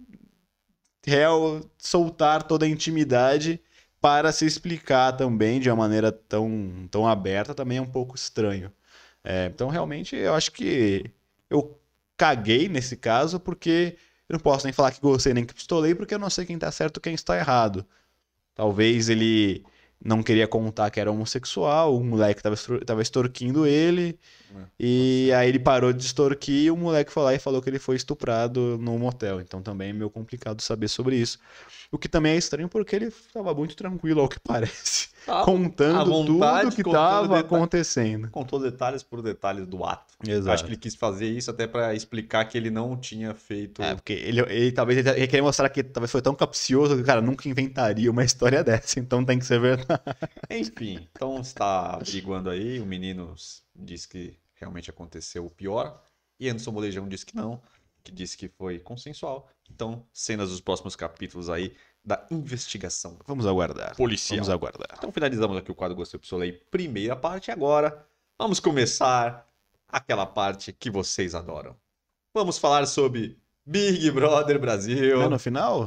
[SPEAKER 2] real soltar toda a intimidade para se explicar também de uma maneira tão, tão aberta também é um pouco estranho. É, então, realmente, eu acho que eu caguei nesse caso porque eu não posso nem falar que gostei nem que pistolei porque eu não sei quem tá certo e quem está errado. Talvez ele não queria contar que era homossexual, o moleque tava, extor- tava extorquindo ele,
[SPEAKER 1] É,
[SPEAKER 2] e aí ele parou de extorquir e o moleque foi lá e falou que ele foi estuprado no motel. Então também é meio complicado saber sobre isso. O que também é estranho porque ele estava muito tranquilo, ao que parece,
[SPEAKER 1] Tá à
[SPEAKER 2] contando
[SPEAKER 1] vontade,
[SPEAKER 2] tudo que
[SPEAKER 1] contando
[SPEAKER 2] estava
[SPEAKER 1] deta-
[SPEAKER 2] acontecendo.
[SPEAKER 1] Contou detalhes por detalhes do ato. Eu
[SPEAKER 2] Exato.
[SPEAKER 1] acho que ele quis fazer isso até pra explicar que ele não tinha feito.
[SPEAKER 2] É, porque ele, ele talvez ele, ele queria mostrar que talvez foi tão capcioso que o cara nunca inventaria uma história dessa, então tem que ser verdade.
[SPEAKER 1] Enfim, então está averiguando aí. O menino disse que realmente aconteceu o pior. E Anderson Molejão disse que não, que disse que foi consensual. Então, cenas dos próximos capítulos aí da investigação
[SPEAKER 2] Vamos aguardar.
[SPEAKER 1] policial.
[SPEAKER 2] Vamos aguardar.
[SPEAKER 1] Então finalizamos aqui o quadro Gostei Pistolei, primeira parte. Agora vamos começar aquela parte que vocês adoram. Vamos falar sobre Big Brother Brasil.
[SPEAKER 2] Não é no final?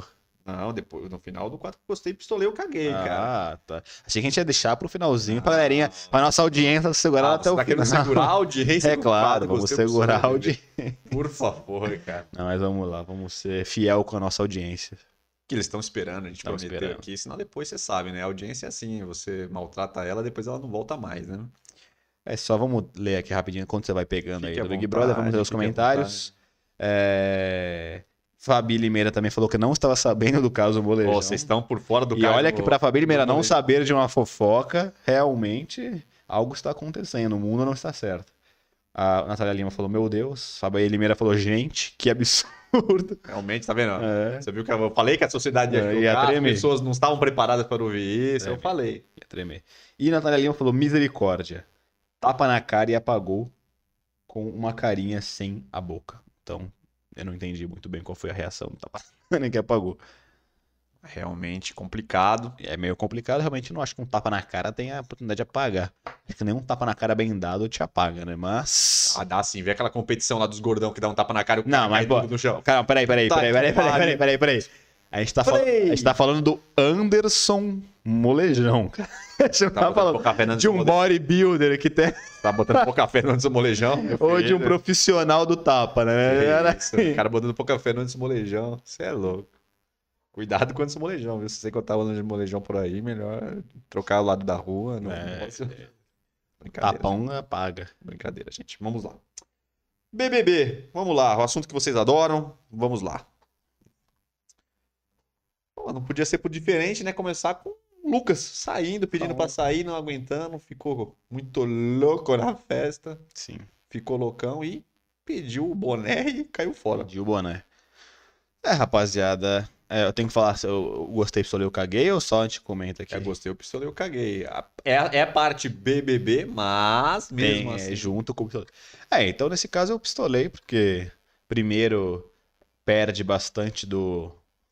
[SPEAKER 1] Não, depois, no final do quatro que postei, pistolei, eu caguei, cara.
[SPEAKER 2] Ah, tá. Achei que a gente ia deixar pro finalzinho pra galerinha, pra nossa audiência segurar
[SPEAKER 1] Ah,
[SPEAKER 2] até
[SPEAKER 1] você
[SPEAKER 2] o
[SPEAKER 1] tá
[SPEAKER 2] final.
[SPEAKER 1] querendo segurar a audiência
[SPEAKER 2] É
[SPEAKER 1] do
[SPEAKER 2] claro,
[SPEAKER 1] quadro,
[SPEAKER 2] vamos
[SPEAKER 1] gostei do
[SPEAKER 2] segurar a
[SPEAKER 1] som,
[SPEAKER 2] audiência.
[SPEAKER 1] bebê. Por favor, cara.
[SPEAKER 2] Não, mas vamos lá, vamos ser fiel com a nossa audiência.
[SPEAKER 1] Que eles estão esperando, a gente
[SPEAKER 2] Tão
[SPEAKER 1] prometeu
[SPEAKER 2] esperando.
[SPEAKER 1] aqui, senão depois você sabe, né? A audiência é assim, você maltrata ela, depois ela não volta mais, né?
[SPEAKER 2] É só, vamos ler aqui rapidinho quando você vai pegando
[SPEAKER 1] Fique
[SPEAKER 2] aí
[SPEAKER 1] à
[SPEAKER 2] do Big
[SPEAKER 1] vontade,
[SPEAKER 2] Brother, vamos ler os
[SPEAKER 1] fique à
[SPEAKER 2] comentários. É... Fabi Limeira também falou que não estava sabendo do caso do Molejão.
[SPEAKER 1] Ó, vocês estão por fora do
[SPEAKER 2] E
[SPEAKER 1] caso
[SPEAKER 2] olha
[SPEAKER 1] do-
[SPEAKER 2] que pra Fabi Limeira
[SPEAKER 1] do
[SPEAKER 2] não
[SPEAKER 1] Molejão.
[SPEAKER 2] saber de uma fofoca, realmente algo está acontecendo, o mundo não está certo. A Natália Lima falou, meu Deus. Fabi Limeira falou, gente, que absurdo.
[SPEAKER 1] Realmente, tá vendo?
[SPEAKER 2] É.
[SPEAKER 1] Você viu que eu falei que a sociedade ia
[SPEAKER 2] É,
[SPEAKER 1] chocar,
[SPEAKER 2] ia
[SPEAKER 1] as
[SPEAKER 2] tremer.
[SPEAKER 1] pessoas não estavam preparadas para ouvir isso, eu
[SPEAKER 2] Tremer.
[SPEAKER 1] falei.
[SPEAKER 2] Ia tremer. E Natália Lima falou, misericórdia. Tapa na cara e apagou com uma carinha sem a boca. Então, eu não entendi muito bem qual foi a reação do tapa na cara que apagou.
[SPEAKER 1] Realmente complicado.
[SPEAKER 2] É meio complicado, realmente não acho que um tapa na cara tenha a oportunidade de apagar. Acho que nenhum tapa na cara bem dado te apaga, né? Mas...
[SPEAKER 1] Ah, dá sim, vê aquela competição lá dos gordão que dá um tapa na cara e o
[SPEAKER 2] Não,
[SPEAKER 1] cara
[SPEAKER 2] mas,
[SPEAKER 1] cai
[SPEAKER 2] pô,
[SPEAKER 1] tudo no chão.
[SPEAKER 2] Calma, peraí, peraí,
[SPEAKER 1] Tá
[SPEAKER 2] peraí,
[SPEAKER 1] que
[SPEAKER 2] peraí, peraí,
[SPEAKER 1] pariu.
[SPEAKER 2] peraí, peraí, peraí. A gente, tá fal-
[SPEAKER 1] Peraí.
[SPEAKER 2] a gente tá falando do Anderson Molejão, cara. A gente não
[SPEAKER 1] Tá
[SPEAKER 2] tá
[SPEAKER 1] botando
[SPEAKER 2] falando
[SPEAKER 1] pouca fé no
[SPEAKER 2] de um
[SPEAKER 1] Molejão.
[SPEAKER 2] bodybuilder que tem...
[SPEAKER 1] Tá botando pouca fé no Anderson Molejão. meu
[SPEAKER 2] Ou de um
[SPEAKER 1] filho.
[SPEAKER 2] profissional do tapa, né? Era
[SPEAKER 1] Isso,
[SPEAKER 2] assim.
[SPEAKER 1] o cara botando pouca fé no Anderson Molejão. Você é louco. Cuidado com o Anderson Molejão, viu? Se você encontrar o Anderson Molejão por aí, melhor trocar o lado da rua. Não,
[SPEAKER 2] É,
[SPEAKER 1] não posso- Brincadeira.
[SPEAKER 2] Tapão apaga.
[SPEAKER 1] Brincadeira, gente. Vamos lá. B B B, vamos lá. O assunto que vocês adoram, vamos lá. Pô, não podia ser por diferente, né? Começar com o Lucas saindo, pedindo
[SPEAKER 2] Não.
[SPEAKER 1] pra sair, não aguentando. Ficou muito louco na festa.
[SPEAKER 2] Sim.
[SPEAKER 1] Ficou loucão e pediu o boné e caiu fora.
[SPEAKER 2] De o boné. É, rapaziada. é, eu tenho que falar se eu gostei, pistolei, eu caguei ou só a gente comenta aqui?
[SPEAKER 1] Eu gostei, eu pistolei, eu caguei. A- É, é a parte B B B, mas mesmo
[SPEAKER 2] Tem,
[SPEAKER 1] assim.
[SPEAKER 2] é, junto com o pistolei. É, então nesse caso eu pistolei, porque primeiro perde bastante do,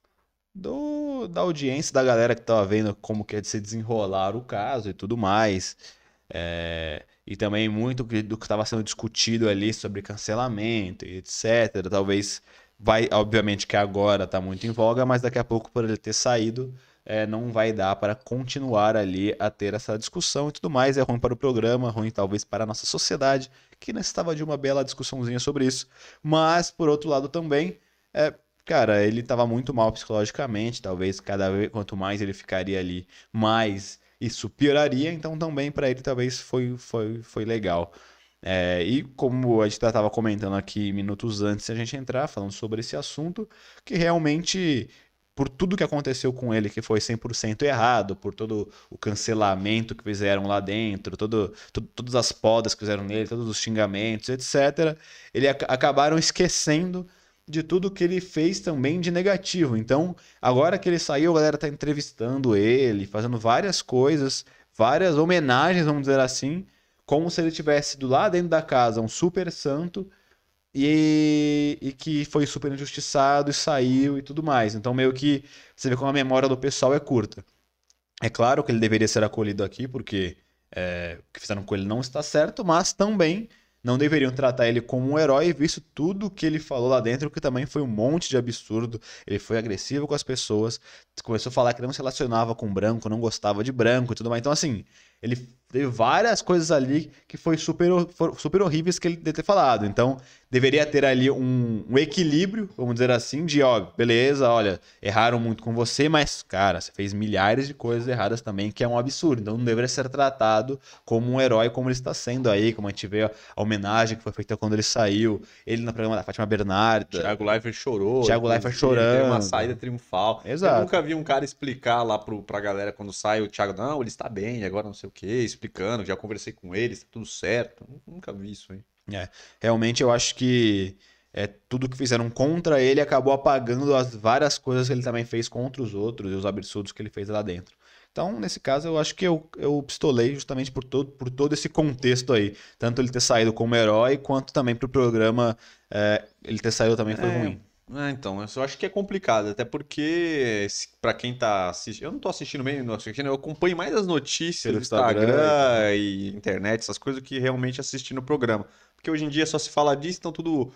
[SPEAKER 2] do da audiência da galera que tava vendo como que é de se desenrolar o caso e tudo mais. É, e também muito que- do que estava sendo discutido ali sobre cancelamento e etcétera. Talvez vai, obviamente que agora está muito em voga, mas daqui a pouco, por ele ter saído, é, não vai dar para continuar ali a ter essa discussão e tudo mais. É ruim para o programa, ruim talvez para a nossa sociedade, que necessitava de uma bela discussãozinha sobre isso. Mas, por outro lado, também, é, cara, ele estava muito mal psicologicamente. Talvez cada vez, quanto mais ele ficaria ali, mais isso pioraria. Então, também para ele, talvez foi, foi, foi legal. É, e como a gente estava comentando aqui minutos antes de a gente entrar, falando sobre esse assunto, que realmente, por tudo que aconteceu com ele, que foi cem por cento errado, por todo o cancelamento que fizeram lá dentro, todo, to- todas as podas que fizeram nele, todos os xingamentos, etcétera, ele ac- acabaram esquecendo de tudo que ele fez também de negativo. Então, agora que ele saiu, a galera tá entrevistando ele, fazendo várias coisas, várias homenagens, vamos dizer assim, como se ele tivesse do lá dentro da casa um super santo e, e que foi super injustiçado e saiu e tudo mais. Então, meio que você vê como a memória do pessoal é curta. É claro que ele deveria ser acolhido aqui, porque é, o que fizeram com ele não está certo, mas também não deveriam tratar ele como um herói, visto tudo que ele falou lá dentro, que também foi um monte de absurdo. Ele foi agressivo com as pessoas, começou a falar que não se relacionava com branco, não gostava de branco e tudo mais. Então, assim, ele teve várias coisas ali que foi super, for- super horríveis que ele deve ter falado. Então, deveria ter ali um, um equilíbrio, vamos dizer assim, de, ó, beleza, olha, erraram muito com você, mas, cara, você fez milhares de coisas erradas também, que é um absurdo. Então, não deveria ser tratado como um herói, como ele está sendo aí, como a gente vê a homenagem que foi feita quando ele saiu, ele no programa da Fátima Bernarda.
[SPEAKER 1] Thiago Leifert chorou.
[SPEAKER 2] Thiago Leifert
[SPEAKER 1] inclusive, Teve uma
[SPEAKER 2] chorando.
[SPEAKER 1] saída triunfal.
[SPEAKER 2] Exato.
[SPEAKER 1] Eu nunca vi um cara explicar lá pro, pra galera quando sai o Thiago, não, ele está bem, agora não sei o quê, explicando, já conversei com ele, está tudo certo. Nunca vi isso, hein?
[SPEAKER 2] É, realmente eu acho que é, tudo que fizeram contra ele acabou apagando as várias coisas que ele também fez contra os outros e os absurdos que ele fez lá dentro. Então, nesse caso, eu acho que eu, eu pistolei justamente por todo, por todo esse contexto aí. Tanto ele ter saído como herói, quanto também pro programa é, ele ter saído também foi
[SPEAKER 1] É,
[SPEAKER 2] ruim.
[SPEAKER 1] É, então, eu só acho que é complicado, até porque se- pra quem tá assistindo, eu não tô assistindo mesmo, não assistindo, eu acompanho mais as notícias
[SPEAKER 2] Pelo
[SPEAKER 1] do Instagram,
[SPEAKER 2] Instagram
[SPEAKER 1] e internet, essas coisas, do que realmente assistir no programa. Porque hoje em dia só se fala disso, então tudo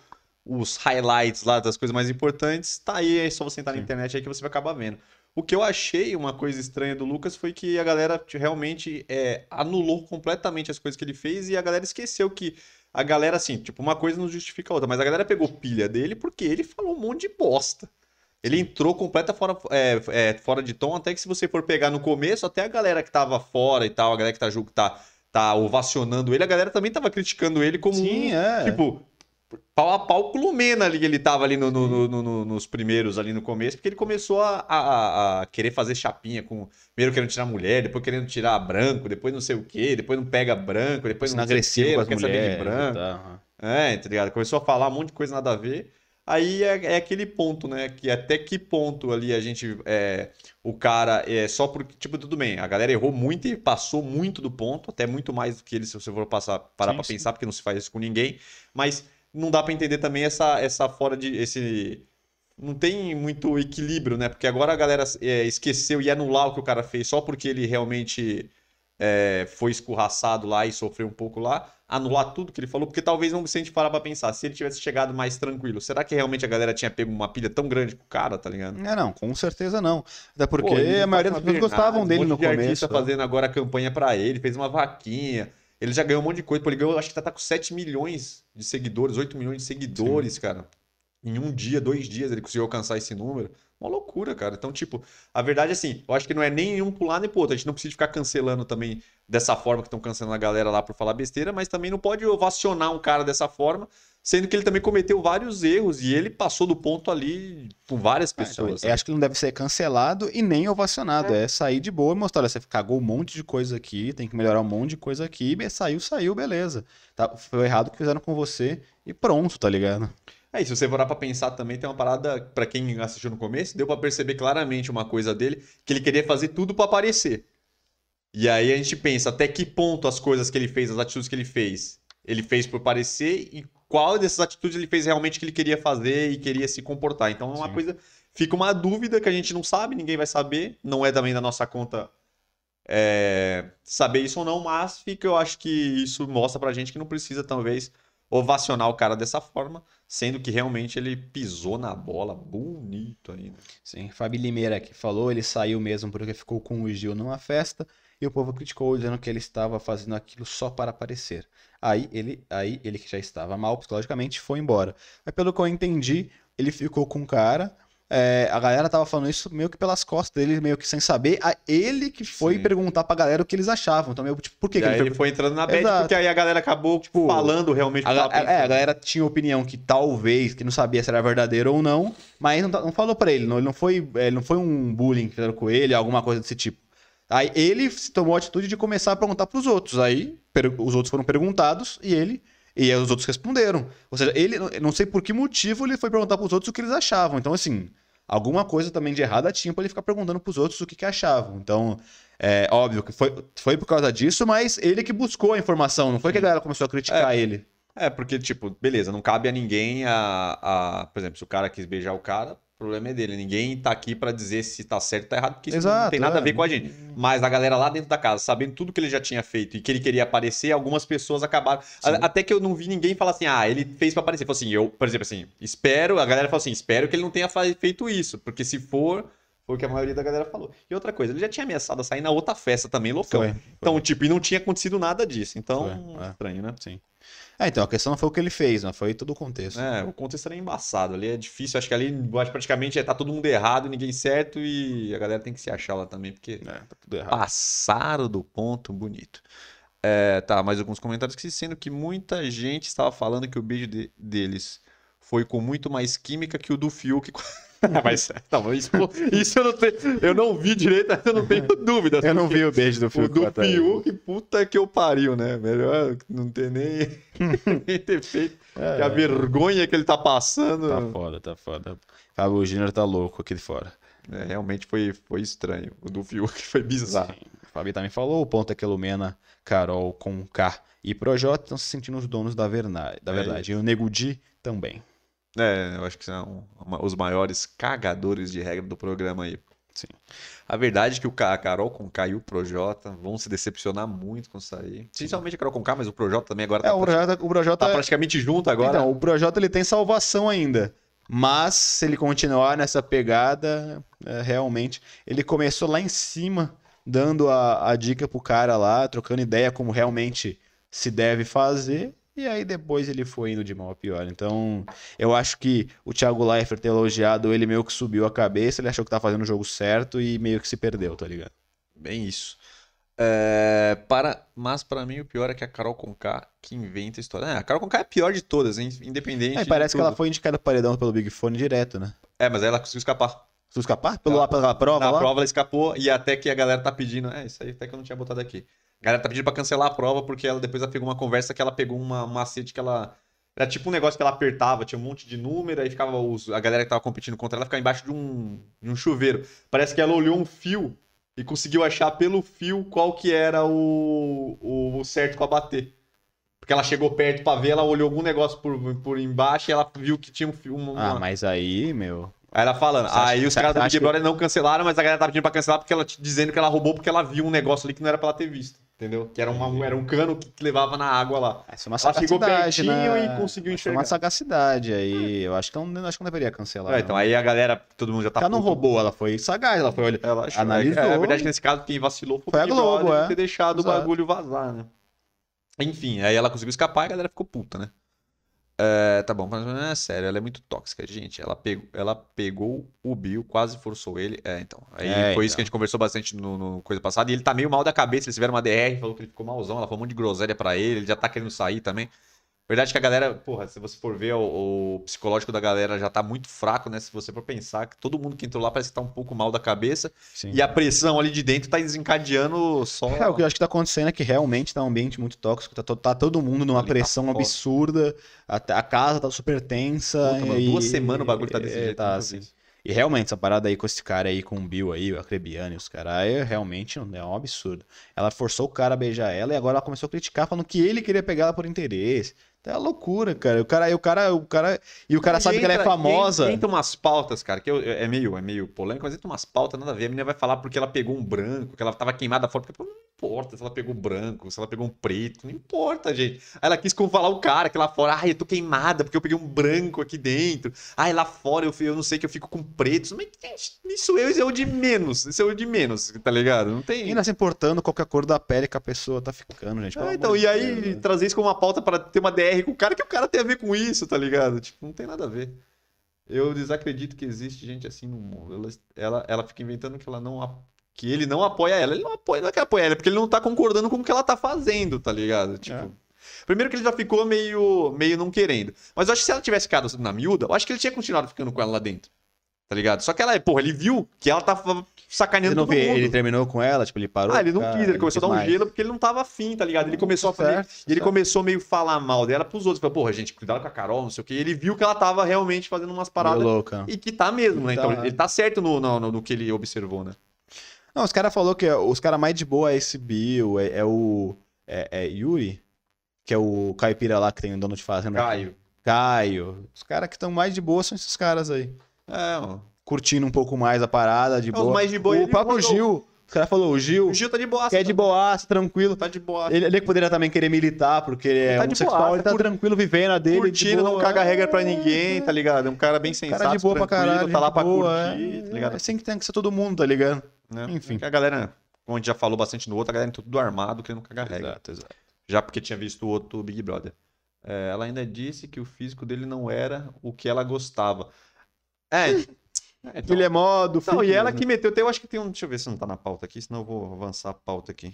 [SPEAKER 1] os highlights lá das coisas mais importantes, tá aí, é só você entrar na
[SPEAKER 2] Sim.
[SPEAKER 1] internet aí que você vai acabar vendo. O que eu achei uma coisa estranha do Lucas foi que a galera realmente é, anulou completamente as coisas que ele fez e a galera esqueceu que a galera, assim, tipo, uma coisa não justifica a outra, mas a galera pegou pilha dele porque ele falou um monte de bosta. Ele entrou completa fora, é, é, fora de tom, até que se você for pegar no começo, até a galera que tava fora e tal, a galera que tá, ju- tá, tá ovacionando ele, a galera também tava criticando ele como
[SPEAKER 2] Sim,
[SPEAKER 1] um,
[SPEAKER 2] é.
[SPEAKER 1] tipo, pau a pau com o Lumena ali, ele tava ali no, no- no- no- no- nos primeiros, ali no começo, porque ele começou a, a- a querer fazer chapinha com, primeiro querendo tirar mulher, depois querendo tirar branco, depois não sei o quê, depois não pega branco, depois
[SPEAKER 2] Sendo
[SPEAKER 1] não sei o
[SPEAKER 2] agressivo
[SPEAKER 1] quê,
[SPEAKER 2] com
[SPEAKER 1] não
[SPEAKER 2] as
[SPEAKER 1] quer saber de
[SPEAKER 2] mulheres e
[SPEAKER 1] branco.
[SPEAKER 2] tal.
[SPEAKER 1] É, tá ligado? Começou a falar um monte de coisa nada a ver. Aí é, é aquele ponto, né? Que até que ponto ali a gente. É, o cara é só porque. Tipo, tudo bem, a galera errou muito e passou muito do ponto, até muito mais do que ele, se você for passar, parar
[SPEAKER 2] Sim,
[SPEAKER 1] pra
[SPEAKER 2] sim.
[SPEAKER 1] pensar, porque não se faz isso com ninguém. Mas não dá pra entender também essa, essa fora de. Esse, não tem muito equilíbrio, né? Porque agora a galera é, esqueceu e anular o que o cara fez só porque ele realmente é, foi escorraçado lá e sofreu um pouco lá, anular tudo que ele falou, porque talvez não se a gente parar pra pensar, se ele tivesse chegado mais tranquilo, será que realmente a galera tinha pego uma pilha tão grande pro cara, tá ligado?
[SPEAKER 2] É, não, com certeza não. Até porque
[SPEAKER 1] Pô, ele
[SPEAKER 2] a maioria
[SPEAKER 1] Fátima
[SPEAKER 2] das pessoas gostavam
[SPEAKER 1] Bernardes,
[SPEAKER 2] dele
[SPEAKER 1] um monte
[SPEAKER 2] no
[SPEAKER 1] de artista
[SPEAKER 2] começo. Tá?
[SPEAKER 1] fazendo agora campanha pra ele, fez uma vaquinha, ele já ganhou um monte de coisa, pô, ele ganhou, acho que tá, tá com sete milhões de seguidores, oito milhões de seguidores, cara. Em um dia, dois dias ele conseguiu alcançar esse número. Uma loucura, cara. Então, tipo, a verdade é assim, eu acho que não é nem um pro lado nem pro outro. A gente não precisa ficar cancelando também dessa forma que estão cancelando a galera lá por falar besteira, mas também não pode ovacionar um cara dessa forma, sendo que ele também cometeu vários erros e ele passou do ponto ali com várias
[SPEAKER 2] Ah, então,
[SPEAKER 1] pessoas.
[SPEAKER 2] eu acho que ele não deve ser cancelado e nem ovacionado. É, sair de boa e mostrar: olha, você cagou um monte de coisa aqui, tem que melhorar um monte de coisa aqui, e saiu, saiu, beleza. Tá, foi errado o que fizeram com você e pronto, tá ligado?
[SPEAKER 1] É, e se você for pra pensar também, tem uma parada, pra quem assistiu no começo, deu pra perceber claramente uma coisa dele, que ele queria fazer tudo pra aparecer. E aí a gente pensa até que ponto as coisas que ele fez, as atitudes que ele fez, ele fez por parecer e qual dessas atitudes ele fez realmente que ele queria fazer e queria se comportar. Então é uma
[SPEAKER 2] Sim.
[SPEAKER 1] coisa, fica uma dúvida que a gente não sabe, ninguém vai saber, não é também da nossa conta é, saber isso ou não, mas fica, eu acho que isso mostra pra gente que não precisa talvez ovacionar o cara dessa forma, sendo que realmente ele pisou na bola bonito ainda.
[SPEAKER 2] Sim, Fabi Limeira que falou, ele saiu mesmo porque ficou com o Gil numa festa e o povo criticou dizendo que ele estava fazendo aquilo só para aparecer. Aí ele, aí ele que já estava mal psicologicamente foi embora. Mas pelo que eu entendi, ele ficou com o cara. É, a galera tava falando isso meio que pelas costas dele, meio que sem saber. A ele que foi
[SPEAKER 1] Sim.
[SPEAKER 2] perguntar pra galera o que eles achavam. Então, meio, tipo, por que,
[SPEAKER 1] E
[SPEAKER 2] que
[SPEAKER 1] aí
[SPEAKER 2] ele
[SPEAKER 1] ele
[SPEAKER 2] foi...
[SPEAKER 1] foi entrando na bad,
[SPEAKER 2] Exato.
[SPEAKER 1] porque aí a galera acabou
[SPEAKER 2] Tipo,
[SPEAKER 1] falando realmente o
[SPEAKER 2] A,
[SPEAKER 1] que tava
[SPEAKER 2] ga- é, a
[SPEAKER 1] pensando.
[SPEAKER 2] galera tinha opinião que talvez, que não sabia se era verdadeiro ou não, mas não, ta- não falou pra ele. Não, ele não foi, ele não foi um bullying que fizeram com ele, alguma coisa desse tipo. Aí ele se tomou a atitude de começar a perguntar pros outros. Aí per- os outros foram perguntados e ele e aí os outros responderam. Ou seja, ele eu não sei por que motivo ele foi perguntar pros outros o que eles achavam. Então assim, alguma coisa também de errada tinha pra ele ficar perguntando pros outros o que, que achavam. Então, é óbvio que foi, foi por causa disso, mas ele que buscou a informação, não foi que a galera começou a criticar ele.
[SPEAKER 1] É, porque, tipo, beleza, não cabe a ninguém a, a. Por exemplo, se o cara quis beijar o cara, o problema é dele. Ninguém tá aqui pra dizer se tá certo ou tá errado, porque isso não
[SPEAKER 2] Exato,
[SPEAKER 1] tem nada
[SPEAKER 2] é.
[SPEAKER 1] a ver com a gente. Mas a galera lá dentro da casa, sabendo tudo que ele já tinha feito e que ele queria aparecer, algumas pessoas acabaram. A- até que eu não vi ninguém falar assim, ah, ele fez pra aparecer. Falou assim, eu, por exemplo, assim, espero. A galera falou assim, espero que ele não tenha fa- feito isso, porque se for. Foi o que a maioria da galera falou. E outra coisa, ele já tinha ameaçado a sair na outra festa também, loucão.
[SPEAKER 2] Foi, foi.
[SPEAKER 1] Então, tipo, e não tinha acontecido nada disso. Então,
[SPEAKER 2] Foi, é.
[SPEAKER 1] estranho, né?
[SPEAKER 2] Sim. É, então, a questão não foi o que ele fez, mas foi todo o contexto.
[SPEAKER 1] É, o contexto era embaçado. Ali é difícil. Acho que ali acho, praticamente é, tá todo mundo errado, ninguém certo e a galera tem que se achar lá também, porque
[SPEAKER 2] É, tá tudo errado.
[SPEAKER 1] passaram do ponto bonito. É, tá, mais alguns comentários que sendo que muita gente estava falando que o beijo de- deles foi com muito mais química que o do Fiuk. Mas não, isso, isso eu, não tenho, eu não vi direito, eu não tenho dúvidas.
[SPEAKER 2] Eu não
[SPEAKER 1] porque
[SPEAKER 2] vi o beijo do
[SPEAKER 1] o
[SPEAKER 2] Fiuk.
[SPEAKER 1] do
[SPEAKER 2] com a Thaís.
[SPEAKER 1] Fiuk, puta que eu pariu, né? Melhor não ter nem, nem ter feito.
[SPEAKER 2] É,
[SPEAKER 1] Que a vergonha que ele tá passando.
[SPEAKER 2] Tá foda, tá foda. Fábio Júnior tá louco aqui de fora.
[SPEAKER 1] É, realmente foi, foi estranho. O do Fiuk foi bizarro.
[SPEAKER 2] Sim. O Fabi também falou, o ponto é que a Lumena, Carol, com K e Projota estão se sentindo os donos da verdade. Da
[SPEAKER 1] É
[SPEAKER 2] verdade. E o Nego Di também.
[SPEAKER 1] É, eu acho que são uma- os maiores cagadores de regra do programa aí.
[SPEAKER 2] Sim.
[SPEAKER 1] A verdade é que o Ca- a Carol Conká e o Projota vão se decepcionar muito com isso aí. Principalmente a Carol Conká, mas o Projota também agora
[SPEAKER 2] É,
[SPEAKER 1] tá,
[SPEAKER 2] o
[SPEAKER 1] prati-
[SPEAKER 2] Projota, o Projota
[SPEAKER 1] tá praticamente junto agora.
[SPEAKER 2] Então, o Projota ele tem salvação ainda. Mas se ele continuar nessa pegada, é, realmente. Ele começou lá em cima, dando a, a dica pro cara lá, trocando ideia como realmente se deve fazer. E aí depois ele foi indo de mal a pior. Então, eu acho que o Thiago Leifert ter elogiado, ele meio que subiu a cabeça, ele achou que tá fazendo o jogo certo e meio que se perdeu, tá ligado?
[SPEAKER 1] Bem isso. É, para, mas para mim o pior é que a Carol Conká que inventa a história. É, a Carol Conká é a pior de todas, hein? Independente
[SPEAKER 2] Aí
[SPEAKER 1] de
[SPEAKER 2] parece que ela
[SPEAKER 1] tudo.
[SPEAKER 2] foi indicada paredão pelo Big Fone direto, né?
[SPEAKER 1] É, mas aí ela conseguiu escapar.
[SPEAKER 2] Tu escapar? Pelo,
[SPEAKER 1] Ela-
[SPEAKER 2] pela prova
[SPEAKER 1] Na
[SPEAKER 2] lá?
[SPEAKER 1] prova ela escapou e até que a galera tá pedindo. É, isso aí até que eu não tinha botado aqui. A galera tá pedindo pra cancelar a prova porque ela depois ela pegou uma conversa que ela pegou uma, um macete que ela. Era tipo um negócio que ela apertava, tinha um monte de número, aí ficava os, a galera que tava competindo contra ela ficava embaixo de um, de um chuveiro. Parece que ela olhou um fio e conseguiu achar pelo fio qual que era o, o, o certo pra bater. Porque ela chegou perto pra ver, ela olhou algum negócio por, por embaixo e ela viu que tinha um fio. Uma,
[SPEAKER 2] Ah,
[SPEAKER 1] uma-
[SPEAKER 2] mas aí, meu.
[SPEAKER 1] Aí ela falando.
[SPEAKER 2] Você acha-
[SPEAKER 1] Aí os
[SPEAKER 2] você
[SPEAKER 1] caras do
[SPEAKER 2] acha
[SPEAKER 1] Big
[SPEAKER 2] que-
[SPEAKER 1] Brother não cancelaram, mas a galera tava pedindo pra cancelar porque ela t- dizendo que ela roubou porque ela viu um negócio ali que não era pra ela ter visto. Entendeu? Que era, uma, era um cano que levava na água lá.
[SPEAKER 2] Essa é uma
[SPEAKER 1] Ela chegou
[SPEAKER 2] sagacidade,
[SPEAKER 1] pertinho
[SPEAKER 2] né?
[SPEAKER 1] e conseguiu
[SPEAKER 2] Essa é
[SPEAKER 1] enxergar.
[SPEAKER 2] uma sagacidade aí. Eu acho que não, acho que não deveria cancelar.
[SPEAKER 1] É,
[SPEAKER 2] não.
[SPEAKER 1] então, aí a galera, todo mundo já tá
[SPEAKER 2] Ela não
[SPEAKER 1] puto.
[SPEAKER 2] roubou, ela foi sagaz, ela foi olha,
[SPEAKER 1] Ela achou.
[SPEAKER 2] analisou.
[SPEAKER 1] É, é verdade que nesse caso quem vacilou foi,
[SPEAKER 2] Foi
[SPEAKER 1] o
[SPEAKER 2] a
[SPEAKER 1] Big
[SPEAKER 2] Globo,
[SPEAKER 1] Brother
[SPEAKER 2] é.
[SPEAKER 1] de ter deixado
[SPEAKER 2] Exato.
[SPEAKER 1] o bagulho vazar, né? Enfim, aí ela conseguiu escapar e a galera ficou puta, né? É, tá bom, mas não é sério, ela é muito tóxica, gente. Ela pegou, ela pegou o Bill, quase forçou ele. É, então. Aí
[SPEAKER 2] É,
[SPEAKER 1] foi isso
[SPEAKER 2] então.
[SPEAKER 1] que a gente conversou bastante no, no coisa passada. E ele tá meio mal da cabeça. Eles tiveram uma D R, falou que ele ficou malzão. Ela falou um monte de groselha pra ele. Ele já tá querendo sair também. Verdade que a galera, porra, se você for ver, o, o psicológico da galera já tá muito fraco, né? Se você for pensar que todo mundo que entrou lá parece que tá um pouco mal da cabeça.
[SPEAKER 2] Sim.
[SPEAKER 1] E a pressão ali de dentro tá desencadeando só.
[SPEAKER 2] É, o que eu acho que tá acontecendo é que realmente tá um ambiente muito tóxico, tá, to- tá todo mundo numa
[SPEAKER 1] Ali tá
[SPEAKER 2] pressão
[SPEAKER 1] foda.
[SPEAKER 2] absurda, a, a casa tá super tensa.
[SPEAKER 1] Puta, mano,
[SPEAKER 2] e-
[SPEAKER 1] duas semanas o bagulho tá desse
[SPEAKER 2] é,
[SPEAKER 1] jeito.
[SPEAKER 2] Tá,
[SPEAKER 1] nunca
[SPEAKER 2] assim.
[SPEAKER 1] vi isso.
[SPEAKER 2] E realmente, essa parada aí com esse cara aí, com o Bill aí, o Acrebiano e os caras, é realmente um, é um absurdo. Ela forçou o cara a beijar ela e agora ela começou a criticar, falando que ele queria pegar ela por interesse. Então é loucura, cara. O cara, o cara, o cara, e o cara
[SPEAKER 1] E
[SPEAKER 2] sabe que ela é
[SPEAKER 1] entra-
[SPEAKER 2] famosa.
[SPEAKER 1] e Entra umas pautas, cara, que eu- é, meio, é meio polêmico, mas entra umas pautas, nada a ver. A menina vai falar porque ela pegou um branco, que ela tava queimada fora. Porque, pô, não importa se ela pegou branco, se ela pegou um preto, não importa, gente. Aí ela quis como falar o cara, que lá fora, ai, eu tô queimada porque eu peguei um branco aqui dentro. Ai, lá fora eu, eu não sei que eu fico com pretos. Mas, gente, isso eu, isso é o de menos. Isso é o de menos, tá ligado? Não tem.
[SPEAKER 2] Ainda se importando qual que é a cor da pele que a pessoa tá ficando, gente. pelo
[SPEAKER 1] Ah,
[SPEAKER 2] amor
[SPEAKER 1] então,
[SPEAKER 2] de
[SPEAKER 1] e aí
[SPEAKER 2] Deus, né?
[SPEAKER 1] trazer isso como uma pauta pra ter uma D R com o cara que o cara tem a ver com isso, tá ligado? Tipo, não tem nada a ver. Eu desacredito que existe gente assim no mundo. Ela, ela, ela fica inventando que ela não ap- que ele não apoia ela. Ele não apoia, não é que apoia ela, é porque ele não tá concordando com o que ela tá fazendo, tá ligado? Tipo,
[SPEAKER 2] É.
[SPEAKER 1] primeiro que ele já ficou meio, meio não querendo. Mas eu acho que se ela tivesse ficado na miúda, eu acho que ele tinha continuado ficando com ela lá dentro. Tá ligado? Só que ela, porra, ele viu que ela tava
[SPEAKER 2] Você
[SPEAKER 1] sacaneando
[SPEAKER 2] não
[SPEAKER 1] todo
[SPEAKER 2] vê,
[SPEAKER 1] mundo.
[SPEAKER 2] ele terminou com ela, tipo, ele parou.
[SPEAKER 1] Ah, ele não
[SPEAKER 2] cara,
[SPEAKER 1] quis, ele começou a dar um
[SPEAKER 2] mais.
[SPEAKER 1] gelo porque ele não tava afim, tá ligado? Ele começou a fazer.
[SPEAKER 2] Certo,
[SPEAKER 1] E ele
[SPEAKER 2] certo.
[SPEAKER 1] começou meio a falar mal dela pros outros. Falou, porra, gente, cuidado com a Carol, não sei o quê. E ele viu que ela tava realmente fazendo umas paradas.
[SPEAKER 2] Meio louca.
[SPEAKER 1] E que tá mesmo, né?
[SPEAKER 2] Tá.
[SPEAKER 1] Então ele tá certo no, no, no, no que ele observou, né?
[SPEAKER 2] Não, os caras falaram que os caras mais de boa é esse Bill, é, é o. É, é Yuri, que é o caipira lá que tem o dono de fazenda.
[SPEAKER 1] Caio.
[SPEAKER 2] Caio. Os caras que estão mais de boa são esses caras aí.
[SPEAKER 1] É, ó.
[SPEAKER 2] Curtindo um pouco mais a parada, de
[SPEAKER 1] É, os
[SPEAKER 2] boa.
[SPEAKER 1] mais de boa,
[SPEAKER 2] O
[SPEAKER 1] ele
[SPEAKER 2] próprio
[SPEAKER 1] mandou-
[SPEAKER 2] Gil. Os caras falaram, o Gil,
[SPEAKER 1] O Gil tá de boa.
[SPEAKER 2] que é de boaça, tranquilo.
[SPEAKER 1] Tá de boa.
[SPEAKER 2] Ele, ele poderia também querer militar, porque ele é
[SPEAKER 1] Tá de
[SPEAKER 2] homossexual,
[SPEAKER 1] boaça,
[SPEAKER 2] ele tá
[SPEAKER 1] cur-
[SPEAKER 2] tranquilo vivendo a dele. de
[SPEAKER 1] Curtindo, não
[SPEAKER 2] boa,
[SPEAKER 1] caga
[SPEAKER 2] é,
[SPEAKER 1] regra pra ninguém, tá ligado? É um cara bem sensato,
[SPEAKER 2] Cara de boa pra
[SPEAKER 1] tranquilo,
[SPEAKER 2] caralho,
[SPEAKER 1] tá lá
[SPEAKER 2] gente
[SPEAKER 1] pra
[SPEAKER 2] boa,
[SPEAKER 1] curtir,
[SPEAKER 2] é,
[SPEAKER 1] tá ligado?
[SPEAKER 2] É assim que tem que ser todo mundo, tá ligado?
[SPEAKER 1] Né?
[SPEAKER 2] Enfim.
[SPEAKER 1] A galera, como a gente já falou bastante no outro, a galera é tudo armado, querendo cagar regra.
[SPEAKER 2] Exato, exato.
[SPEAKER 1] Já porque tinha visto o outro Big Brother. É, ela ainda disse que o físico dele não era o que ela gostava. É. é então-
[SPEAKER 2] Ele é modo,
[SPEAKER 1] Não, e
[SPEAKER 2] fitness,
[SPEAKER 1] ela
[SPEAKER 2] né?
[SPEAKER 1] que meteu. Eu acho que tem um. Deixa eu ver se não tá na pauta aqui, senão eu vou avançar a pauta aqui.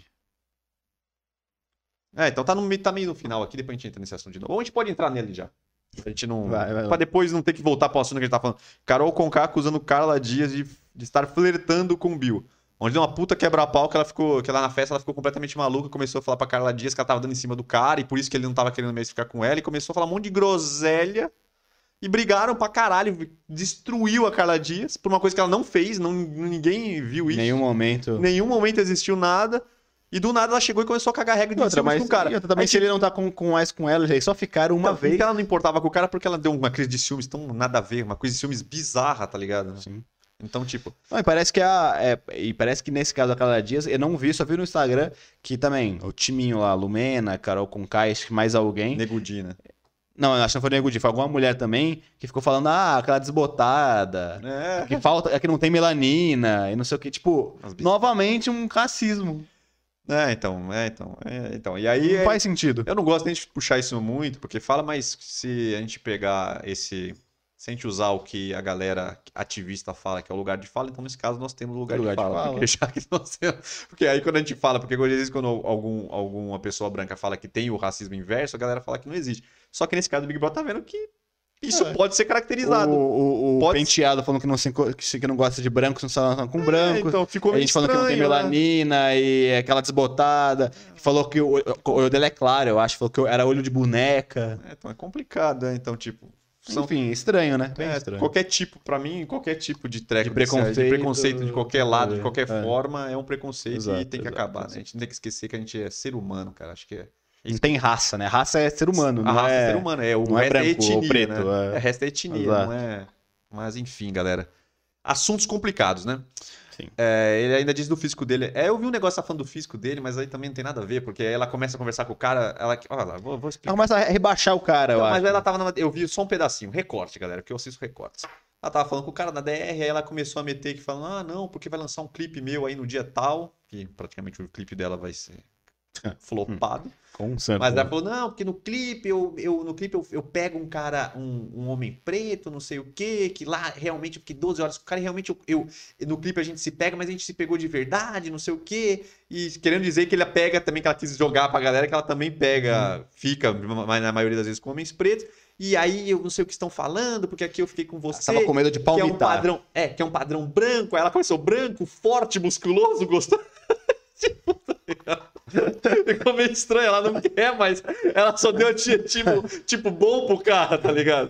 [SPEAKER 1] É, então tá, no, meio- tá meio no final aqui, depois a gente entra nesse assunto de novo. Ou a gente pode entrar nele já. A gente não.
[SPEAKER 2] Vai, vai lá.
[SPEAKER 1] Pra depois não ter que voltar pro assunto que a gente tá falando. Carol Conká acusando Carla Dias de, de estar flertando com o Bill. Onde deu uma puta quebra-pau que ela ficou. Que lá na festa ela ficou completamente maluca. Começou a falar pra Carla Dias que ela tava dando em cima do cara e por isso que ele não tava querendo mesmo ficar com ela. E começou a falar um monte de groselha. E brigaram pra caralho. Destruiu a Carla Dias por uma coisa que ela não fez. Não, ninguém viu
[SPEAKER 2] Em
[SPEAKER 1] isso.
[SPEAKER 2] nenhum momento.
[SPEAKER 1] Em nenhum momento existiu nada. E do nada ela chegou e começou a cagar regra de
[SPEAKER 2] Outra,
[SPEAKER 1] ciúmes
[SPEAKER 2] mas
[SPEAKER 1] com o cara.
[SPEAKER 2] e outra, também
[SPEAKER 1] Aí,
[SPEAKER 2] se ele não tá com, com mais com ela, eles só ficaram uma
[SPEAKER 1] então,
[SPEAKER 2] vez.
[SPEAKER 1] então ela não importava com o cara porque ela deu uma crise de ciúmes tão nada a ver, uma coisa de ciúmes bizarra, tá ligado?
[SPEAKER 2] Sim.
[SPEAKER 1] Então, tipo...
[SPEAKER 2] Não, e parece que a, é, e parece que nesse caso da Clara Dias, eu não vi, só vi no Instagram que também, o timinho lá, Lumena, Carol Conká, acho que mais alguém.
[SPEAKER 1] Negudina.
[SPEAKER 2] Não, eu acho que não foi Nego Di, foi alguma mulher também que ficou falando, ah, aquela desbotada,
[SPEAKER 1] É.
[SPEAKER 2] que falta, é que não tem melanina, e não sei o que. Tipo,
[SPEAKER 1] As bis-
[SPEAKER 2] novamente um racismo.
[SPEAKER 1] É, então, é, então, é, então. E aí,
[SPEAKER 2] Não
[SPEAKER 1] é-
[SPEAKER 2] faz sentido.
[SPEAKER 1] eu não gosto nem de puxar isso muito, porque fala, mas se a gente pegar esse... Se a gente usar o que a galera ativista fala, que é o lugar de fala, então nesse caso nós temos o lugar,
[SPEAKER 2] Lugar
[SPEAKER 1] de
[SPEAKER 2] de
[SPEAKER 1] fala.
[SPEAKER 2] fala.
[SPEAKER 1] Porque, já que nós temos... porque aí quando a gente fala, porque às vezes quando algum, alguma pessoa branca fala que tem o racismo inverso, a galera fala que não existe. Só que nesse caso do Big Brother tá vendo que isso
[SPEAKER 2] É.
[SPEAKER 1] pode ser caracterizado.
[SPEAKER 2] O, o, o
[SPEAKER 1] Pode-
[SPEAKER 2] penteado falando que não, se, enco- que, se- que não gosta de brancos, não se relaciona com
[SPEAKER 1] É,
[SPEAKER 2] brancos.
[SPEAKER 1] então ficou
[SPEAKER 2] A
[SPEAKER 1] meio
[SPEAKER 2] gente falando que não tem
[SPEAKER 1] estranho, né?
[SPEAKER 2] melanina e é aquela desbotada. Falou que o, o olho dele é claro, eu acho. Falou que era olho de boneca.
[SPEAKER 1] É, então é complicado, né? Então, tipo... São,
[SPEAKER 2] Enfim, estranho, né? Bem
[SPEAKER 1] é,
[SPEAKER 2] estranho.
[SPEAKER 1] qualquer tipo, pra mim, qualquer tipo de treco,
[SPEAKER 2] De
[SPEAKER 1] desse aí,
[SPEAKER 2] preconceito,
[SPEAKER 1] de preconceito de qualquer lado, de qualquer
[SPEAKER 2] é.
[SPEAKER 1] forma, é um preconceito e
[SPEAKER 2] Exato,
[SPEAKER 1] tem que
[SPEAKER 2] exato,
[SPEAKER 1] acabar, né?
[SPEAKER 2] exato.
[SPEAKER 1] A gente não tem que esquecer que a gente é ser humano, cara. Acho que é.
[SPEAKER 2] Não tem raça, né? Raça é ser humano,
[SPEAKER 1] A
[SPEAKER 2] não
[SPEAKER 1] raça
[SPEAKER 2] é...
[SPEAKER 1] é ser humano, é o
[SPEAKER 2] não é
[SPEAKER 1] resto
[SPEAKER 2] branco
[SPEAKER 1] etnia,
[SPEAKER 2] ou preto,
[SPEAKER 1] né?
[SPEAKER 2] é.
[SPEAKER 1] É, resto é etnia,
[SPEAKER 2] Exato.
[SPEAKER 1] não é. Mas enfim, galera. Assuntos complicados, né?
[SPEAKER 2] Sim.
[SPEAKER 1] É, ele ainda diz do físico dele. É, eu vi um negócio tá falando do físico dele, mas aí também não tem nada a ver, porque aí ela começa a conversar com o cara. Ela, olha lá, vou, vou explicar.
[SPEAKER 2] Ela começa a rebaixar o cara, eu
[SPEAKER 1] Então,
[SPEAKER 2] acho.
[SPEAKER 1] mas ela tava numa, eu vi só um pedacinho, recorte, galera, porque eu assisto recortes. Ela tava falando com o cara na D R, aí ela começou a meter que falando, ah, não, porque vai lançar um clipe meu aí no dia tal, que praticamente o clipe dela vai ser flopado.
[SPEAKER 2] Com certeza.
[SPEAKER 1] Mas ela falou, não, porque no clipe eu, eu no clipe eu, eu pego um cara, um, um homem preto, não sei o quê, que lá realmente eu fiquei doze horas com o cara e realmente eu, eu no clipe a gente se pega, mas a gente se pegou de verdade, não sei o quê. E querendo dizer que ele pega também, que ela quis jogar pra galera, que ela também pega, fica, mas na maioria das vezes com homens pretos. E aí eu não sei o que estão falando, porque aqui eu fiquei com você.
[SPEAKER 2] Tava com medo de
[SPEAKER 1] que é um
[SPEAKER 2] palmitar.
[SPEAKER 1] padrão, é, que é um padrão branco. Aí ela começou branco, forte, musculoso, gostou. Tipo, tá ligado? Ficou meio estranho, ela não quer, mas ela só deu adjetivo, tipo, bom pro cara, tá ligado?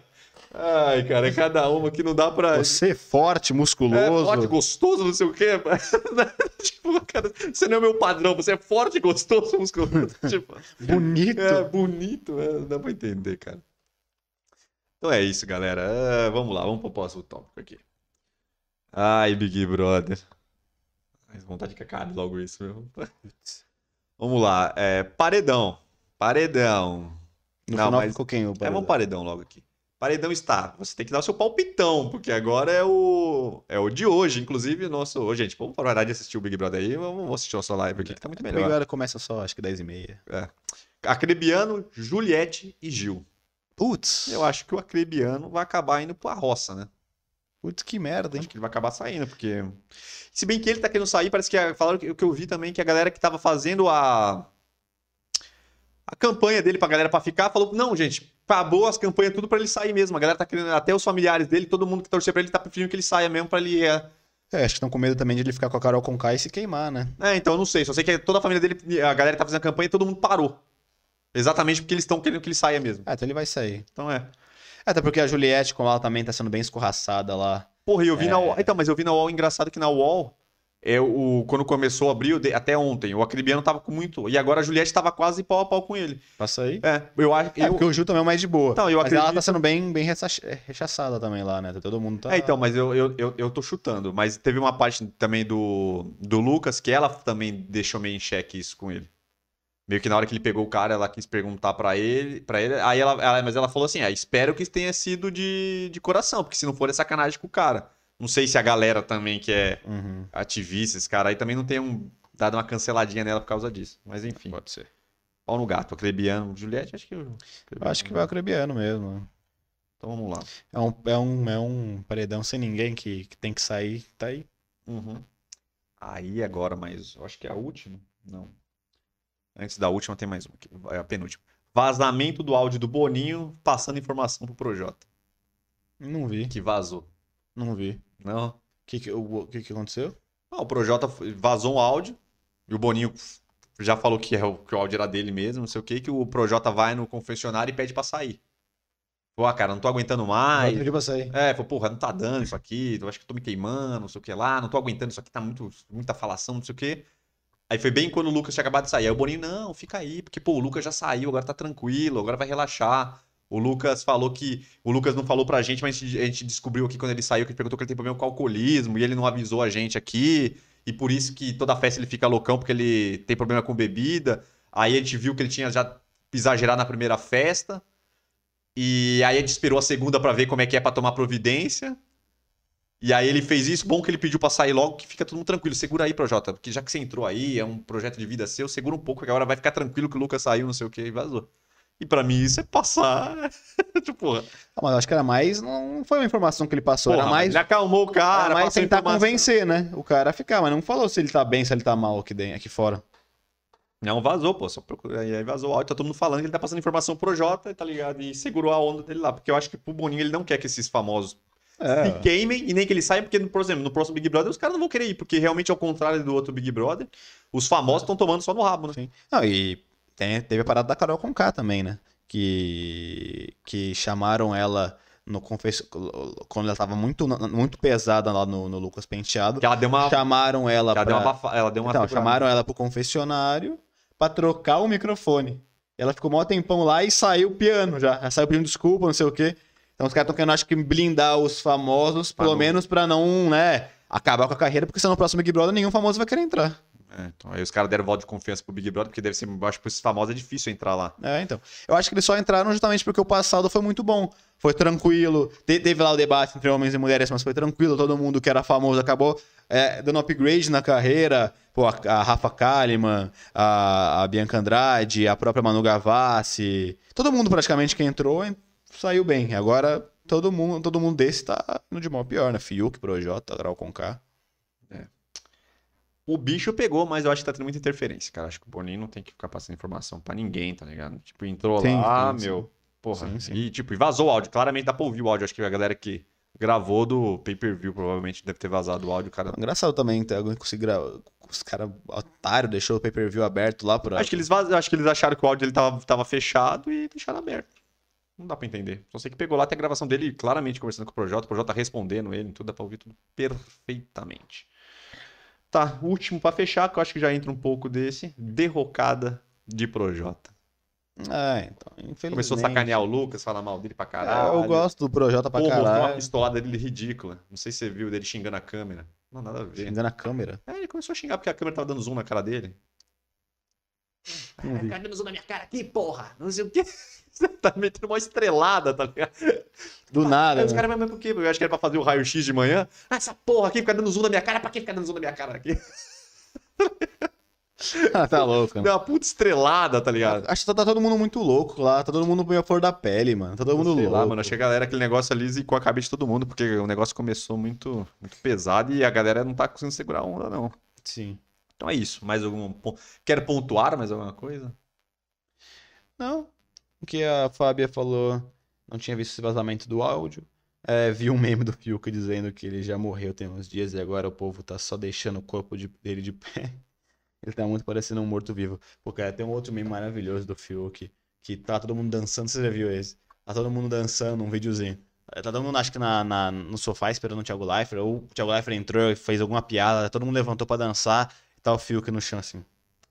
[SPEAKER 1] Ai, cara, é cada uma que não dá pra.
[SPEAKER 2] Você forte,
[SPEAKER 1] É,
[SPEAKER 2] musculoso.
[SPEAKER 1] forte, gostoso, não sei o quê. Tipo, cara, você não é o meu padrão, você é forte, gostoso, musculoso. Tipo,
[SPEAKER 2] bonito.
[SPEAKER 1] é bonito, é, dá pra entender, cara. Então é isso, galera. É, vamos lá, vamos pro próximo tópico aqui. Ai, Big Brother. Mas vontade que acabe logo isso, meu. Vamos lá. É, paredão. Paredão.
[SPEAKER 2] No
[SPEAKER 1] Não,
[SPEAKER 2] final
[SPEAKER 1] mas-
[SPEAKER 2] ficou quem? O
[SPEAKER 1] É,
[SPEAKER 2] paredão?
[SPEAKER 1] vamos paredão logo aqui. Paredão está. Você tem que dar o seu palpitão, porque agora é o é o de hoje. Inclusive, nosso. Ô, gente, vamos parar de assistir o Big Brother aí. Vamos vamos assistir a nossa live aqui, que tá muito
[SPEAKER 2] O Big
[SPEAKER 1] melhor.
[SPEAKER 2] Brother começa só, acho que dez e meia.
[SPEAKER 1] Acrebiano, Juliette e Gil.
[SPEAKER 2] Putz.
[SPEAKER 1] Eu acho que o Acrebiano vai acabar indo pra roça, né?
[SPEAKER 2] Putz, que merda, hein?
[SPEAKER 1] Acho que ele vai acabar saindo, porque. Se bem que ele tá querendo sair, parece que a- falaram que o que eu vi também, que a galera que tava fazendo a. A campanha dele pra galera pra ficar, falou: não, gente, acabou as campanhas tudo pra ele sair mesmo. A galera tá querendo, até os familiares dele, todo mundo que torcer pra ele tá preferindo que ele saia mesmo pra ele. É,
[SPEAKER 2] É, acho que estão com medo também de ele ficar com a Carol Conká e se queimar, né?
[SPEAKER 1] é então eu não sei. Só sei que toda a família dele, a galera que tá fazendo a campanha, todo mundo parou. Exatamente porque eles estão querendo que ele saia mesmo.
[SPEAKER 2] Ah, então ele vai sair.
[SPEAKER 1] Então é.
[SPEAKER 2] Até porque a Juliette, como ela também tá sendo bem escorraçada lá.
[SPEAKER 1] Porra, e eu vi
[SPEAKER 2] É.
[SPEAKER 1] na UOL. Então, mas eu vi na UOL, engraçado que na UOL, é, o, quando começou abril, de- até ontem, o Acrebiano tava com muito. E agora a Juliette tava quase pau a pau com ele.
[SPEAKER 2] Pra sair.
[SPEAKER 1] É, eu acho.
[SPEAKER 2] É,
[SPEAKER 1] Eu,
[SPEAKER 2] porque o Gil também é o mais de boa.
[SPEAKER 1] Então, eu
[SPEAKER 2] Mas ela
[SPEAKER 1] acredito-
[SPEAKER 2] tá sendo bem, bem recha- rechaçada também lá, né? Todo mundo tá.
[SPEAKER 1] É, então, mas eu, eu, eu, eu tô chutando. Mas teve uma parte também do, do Lucas que ela também deixou meio em xeque isso com ele. Meio que na hora que ele pegou o cara, ela quis perguntar pra ele, para ele. Aí ela, ela- mas ela falou assim: ah, espero que tenha sido de, de coração, porque se não for é sacanagem com o cara. Não sei se a galera também que é
[SPEAKER 2] Uhum,
[SPEAKER 1] ativista, esse cara aí também não tenham dado uma canceladinha nela por causa disso. Mas enfim,
[SPEAKER 2] pode ser.
[SPEAKER 1] pau no gato. Acrebiano, Juliette, acho que. Eu,
[SPEAKER 2] Eu acho que vai o Acrebiano mesmo.
[SPEAKER 1] Então vamos lá.
[SPEAKER 2] É um, é um, é um paredão sem ninguém que, que tem que sair. Tá aí.
[SPEAKER 1] Uhum. Aí agora, mas eu acho que é a última. Não. Antes da última tem mais uma aqui. É a penúltima. Vazamento do áudio do Boninho passando informação pro Projota.
[SPEAKER 2] Não vi.
[SPEAKER 1] Que vazou.
[SPEAKER 2] Não vi.
[SPEAKER 1] Não.
[SPEAKER 2] O que, que, o, o que, que aconteceu?
[SPEAKER 1] Não, o Projota foi- vazou um áudio. E o Boninho já falou que, é o, que o áudio era dele mesmo, não sei o que, que o Projota vai no confessionário e pede pra sair. Pô, ah, cara, não tô aguentando mais.
[SPEAKER 2] Vai pedir pra sair.
[SPEAKER 1] É, falou, porra, não tá dando isso aqui, eu acho que eu tô me queimando, não sei o que lá, não tô aguentando isso aqui, tá muito, muita falação, não sei o que. Aí foi bem quando o Lucas tinha acabado de sair. Aí o Boninho, não, fica aí, porque, pô, o Lucas já saiu, agora tá tranquilo, agora vai relaxar. O Lucas falou que... O Lucas não falou pra gente, mas a gente descobriu aqui quando ele saiu, que ele perguntou que ele tem problema com alcoolismo, e ele não avisou a gente aqui, e por isso que toda festa ele fica loucão, porque ele tem problema com bebida. Aí a gente viu que ele tinha já exagerado na primeira festa, e aí a gente esperou a segunda pra ver como é que é pra tomar providência. E aí ele fez isso, bom que ele pediu pra sair logo, que fica todo mundo tranquilo. Segura aí, Projota, porque já que você entrou aí, é um projeto de vida seu, segura um pouco, que agora vai ficar tranquilo que o Lucas saiu, não sei o que, e vazou. E pra mim isso é passar... tipo, porra.
[SPEAKER 2] Ah, mas eu acho que era mais... Não foi uma informação que ele passou,
[SPEAKER 1] Porra,
[SPEAKER 2] era mais...
[SPEAKER 1] ele acalmou o cara,
[SPEAKER 2] era mais
[SPEAKER 1] passou
[SPEAKER 2] tentar
[SPEAKER 1] informação.
[SPEAKER 2] convencer, né? O cara a ficar, mas não falou se ele tá bem, se ele tá mal aqui, dentro, aqui fora.
[SPEAKER 1] Não, vazou, pô. Só procura... Aí vazou o áudio, tá todo mundo falando que ele tá passando informação pro Jota, tá ligado? E segurou a onda dele lá. Porque eu acho que pro Boninho ele não quer que esses famosos
[SPEAKER 2] É.
[SPEAKER 1] se queimem e nem que eles saiam, porque, por exemplo, no próximo Big Brother os caras não vão querer ir, porque realmente ao contrário do outro Big Brother, os famosos estão tomando só no rabo, né?
[SPEAKER 2] Sim. Não, e tem- teve a parada da Carol Conká também, né? Que, que chamaram ela no confesso... quando ela tava muito, muito pesada lá no, no Lucas Penteado.
[SPEAKER 1] Que ela deu uma...
[SPEAKER 2] Chamaram ela
[SPEAKER 1] ela
[SPEAKER 2] pra...
[SPEAKER 1] deu uma, bafa... ela deu uma
[SPEAKER 2] Então,
[SPEAKER 1] segurada.
[SPEAKER 2] chamaram ela pro confessionário pra trocar o microfone. Ela ficou mó tempão lá e saiu o piano já. Ela saiu pedindo desculpa, não sei o quê. Então os caras estão querendo, acho que, blindar os famosos,
[SPEAKER 1] Pra
[SPEAKER 2] pelo
[SPEAKER 1] não-
[SPEAKER 2] menos pra não, né, acabar com a carreira, porque senão no próximo Big Brother nenhum famoso vai querer entrar.
[SPEAKER 1] É, então, aí os caras deram voto de confiança pro Big Brother, porque deve ser, eu acho que pra esses famosos é difícil entrar lá.
[SPEAKER 2] É, então. Eu acho que eles só entraram justamente porque o passado foi muito bom. Foi tranquilo. Te- teve lá o debate entre homens e mulheres, mas foi tranquilo. Todo mundo que era famoso acabou é, dando upgrade na carreira. Pô, a, a Rafa Kalimann, a, a Bianca Andrade, a própria Manu Gavassi. Todo mundo praticamente que entrou hein, saiu bem. Agora todo mundo, todo mundo desse tá no de mal pior, né? Fiuk, Projota, Carol Conká.
[SPEAKER 1] O bicho pegou, mas eu acho que tá tendo muita interferência, cara. Acho que o Boninho não tem que ficar passando informação pra ninguém, tá ligado? Tipo, entrou
[SPEAKER 2] Sim,
[SPEAKER 1] lá,
[SPEAKER 2] sim,
[SPEAKER 1] meu.
[SPEAKER 2] sim.
[SPEAKER 1] Porra.
[SPEAKER 2] Sim, sim.
[SPEAKER 1] E, tipo, e vazou o áudio. Claramente dá pra ouvir o áudio. Acho que a galera que gravou do pay-per-view provavelmente deve ter vazado o áudio, cara.
[SPEAKER 2] Engraçado também, ter alguém conseguir gravar. Os caras otários deixou o pay-per-view aberto lá pra.
[SPEAKER 1] Acho que eles vaz... acho que eles acharam que o áudio ele tava, tava fechado e deixaram aberto. Não dá pra entender. Só sei que pegou lá, tem a gravação dele claramente conversando com o Projota, o Projota respondendo ele, tudo dá pra ouvir tudo perfeitamente. Tá, último pra fechar, que eu acho que já entra um pouco desse. Derrocada de Projota.
[SPEAKER 2] É, então, infelizmente.
[SPEAKER 1] Começou a sacanear o Lucas, falar mal dele pra
[SPEAKER 2] É,
[SPEAKER 1] caralho.
[SPEAKER 2] eu gosto do Projota pra
[SPEAKER 1] Pô, mostrou uma
[SPEAKER 2] caralho.
[SPEAKER 1] pistolada dele ridícula. Não sei se você viu dele xingando a câmera. Não, nada a ver.
[SPEAKER 2] Xingando a câmera.
[SPEAKER 1] É, ele começou a xingar porque a câmera tava dando zoom na cara dele.
[SPEAKER 2] Não vi.
[SPEAKER 1] Tá dando zoom na minha cara aqui, porra! Não sei o quê. Você tá metendo uma estrelada, tá ligado?
[SPEAKER 2] Do nada.
[SPEAKER 1] Aí os
[SPEAKER 2] né?
[SPEAKER 1] caras, mas por quê? Eu acho que era pra fazer o raio-x de manhã. Ah, essa porra aqui fica dando zoom na minha cara. Pra que ficar dando zoom na minha cara aqui?
[SPEAKER 2] Ah, tá louco.
[SPEAKER 1] Deu uma puta estrelada, tá ligado?
[SPEAKER 2] Acho que tá todo mundo muito louco lá. Tá todo mundo meio a flor da pele, mano. Tá todo mundo
[SPEAKER 1] Sei
[SPEAKER 2] louco.
[SPEAKER 1] lá, mano. Achei que a galera, aquele negócio ali zicou a cabeça de todo mundo, porque o negócio começou muito, muito pesado e a galera não tá conseguindo segurar a onda, não.
[SPEAKER 2] Sim.
[SPEAKER 1] Então é isso. Mais algum ponto? Quero pontuar mais alguma coisa?
[SPEAKER 2] Não. O que a Fábia falou, não tinha visto esse vazamento do áudio. É, vi um meme do Fiuk dizendo que ele já morreu tem uns dias e agora o povo tá só deixando o corpo de- dele de pé. Ele tá muito parecendo um morto-vivo. Pô, cara, tem um outro meme maravilhoso do Fiuk, que tá todo mundo dançando, você já viu esse? Tá todo mundo dançando, um videozinho. Tá todo mundo, acho que na, na- no sofá esperando o Thiago Leifert, ou o Thiago Leifert entrou e fez alguma piada, todo mundo levantou pra dançar, e tá o Fiuk no chão assim.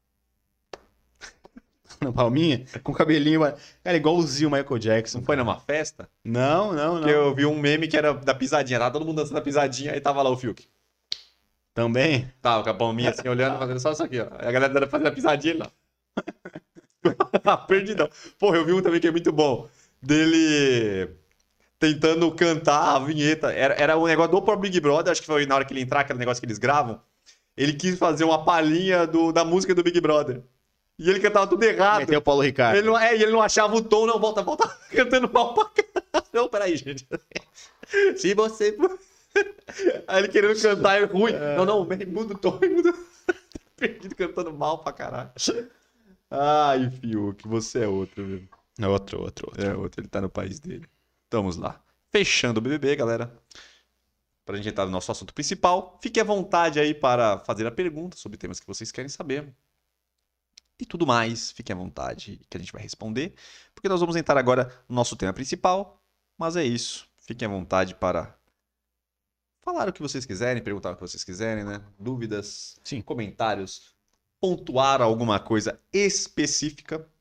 [SPEAKER 2] Na palminha, com o cabelinho, cara, igualzinho o Michael Jackson.
[SPEAKER 1] Não foi numa festa?
[SPEAKER 2] Não, não, não.
[SPEAKER 1] Que eu vi um meme que era da pisadinha. Tava todo mundo dançando a pisadinha, aí tava lá o Fiuk.
[SPEAKER 2] Também?
[SPEAKER 1] Tava com a palminha assim, olhando, fazendo só isso aqui, ó. Aí a galera dando- fazendo a pisadinha lá. Perdidão. Porra, eu vi um também que é muito bom. Dele tentando cantar a vinheta. Era, era um negócio do próprio Big Brother, acho que foi na hora que ele entrar, aquele negócio que eles gravam. Ele quis fazer uma palhinha do, da música do Big Brother. E ele cantava tudo errado.
[SPEAKER 2] Meteu o Paulo Ricardo.
[SPEAKER 1] Ele não, é, e ele não achava o tom, não. Volta, volta. Cantando mal pra caralho. Não, peraí, gente. Se você. Aí ele querendo cantar é ruim. Não, não, muda o tom, muda. Perdido cantando mal pra caralho. Ai, Fiuk, você é outro, viu?
[SPEAKER 2] Outro, outro, outro.
[SPEAKER 1] É outro, ele tá no país dele. Vamos lá. Fechando o B B B, galera. Pra gente entrar no nosso assunto principal, fique à vontade aí para fazer a pergunta sobre temas que vocês querem saber. E tudo mais, fiquem à vontade que a gente vai responder, porque nós vamos entrar agora no nosso tema principal. Mas é isso, fiquem à vontade para falar o que vocês quiserem, perguntar o que vocês quiserem, né? Dúvidas,
[SPEAKER 2] Sim.
[SPEAKER 1] comentários, pontuar alguma coisa específica.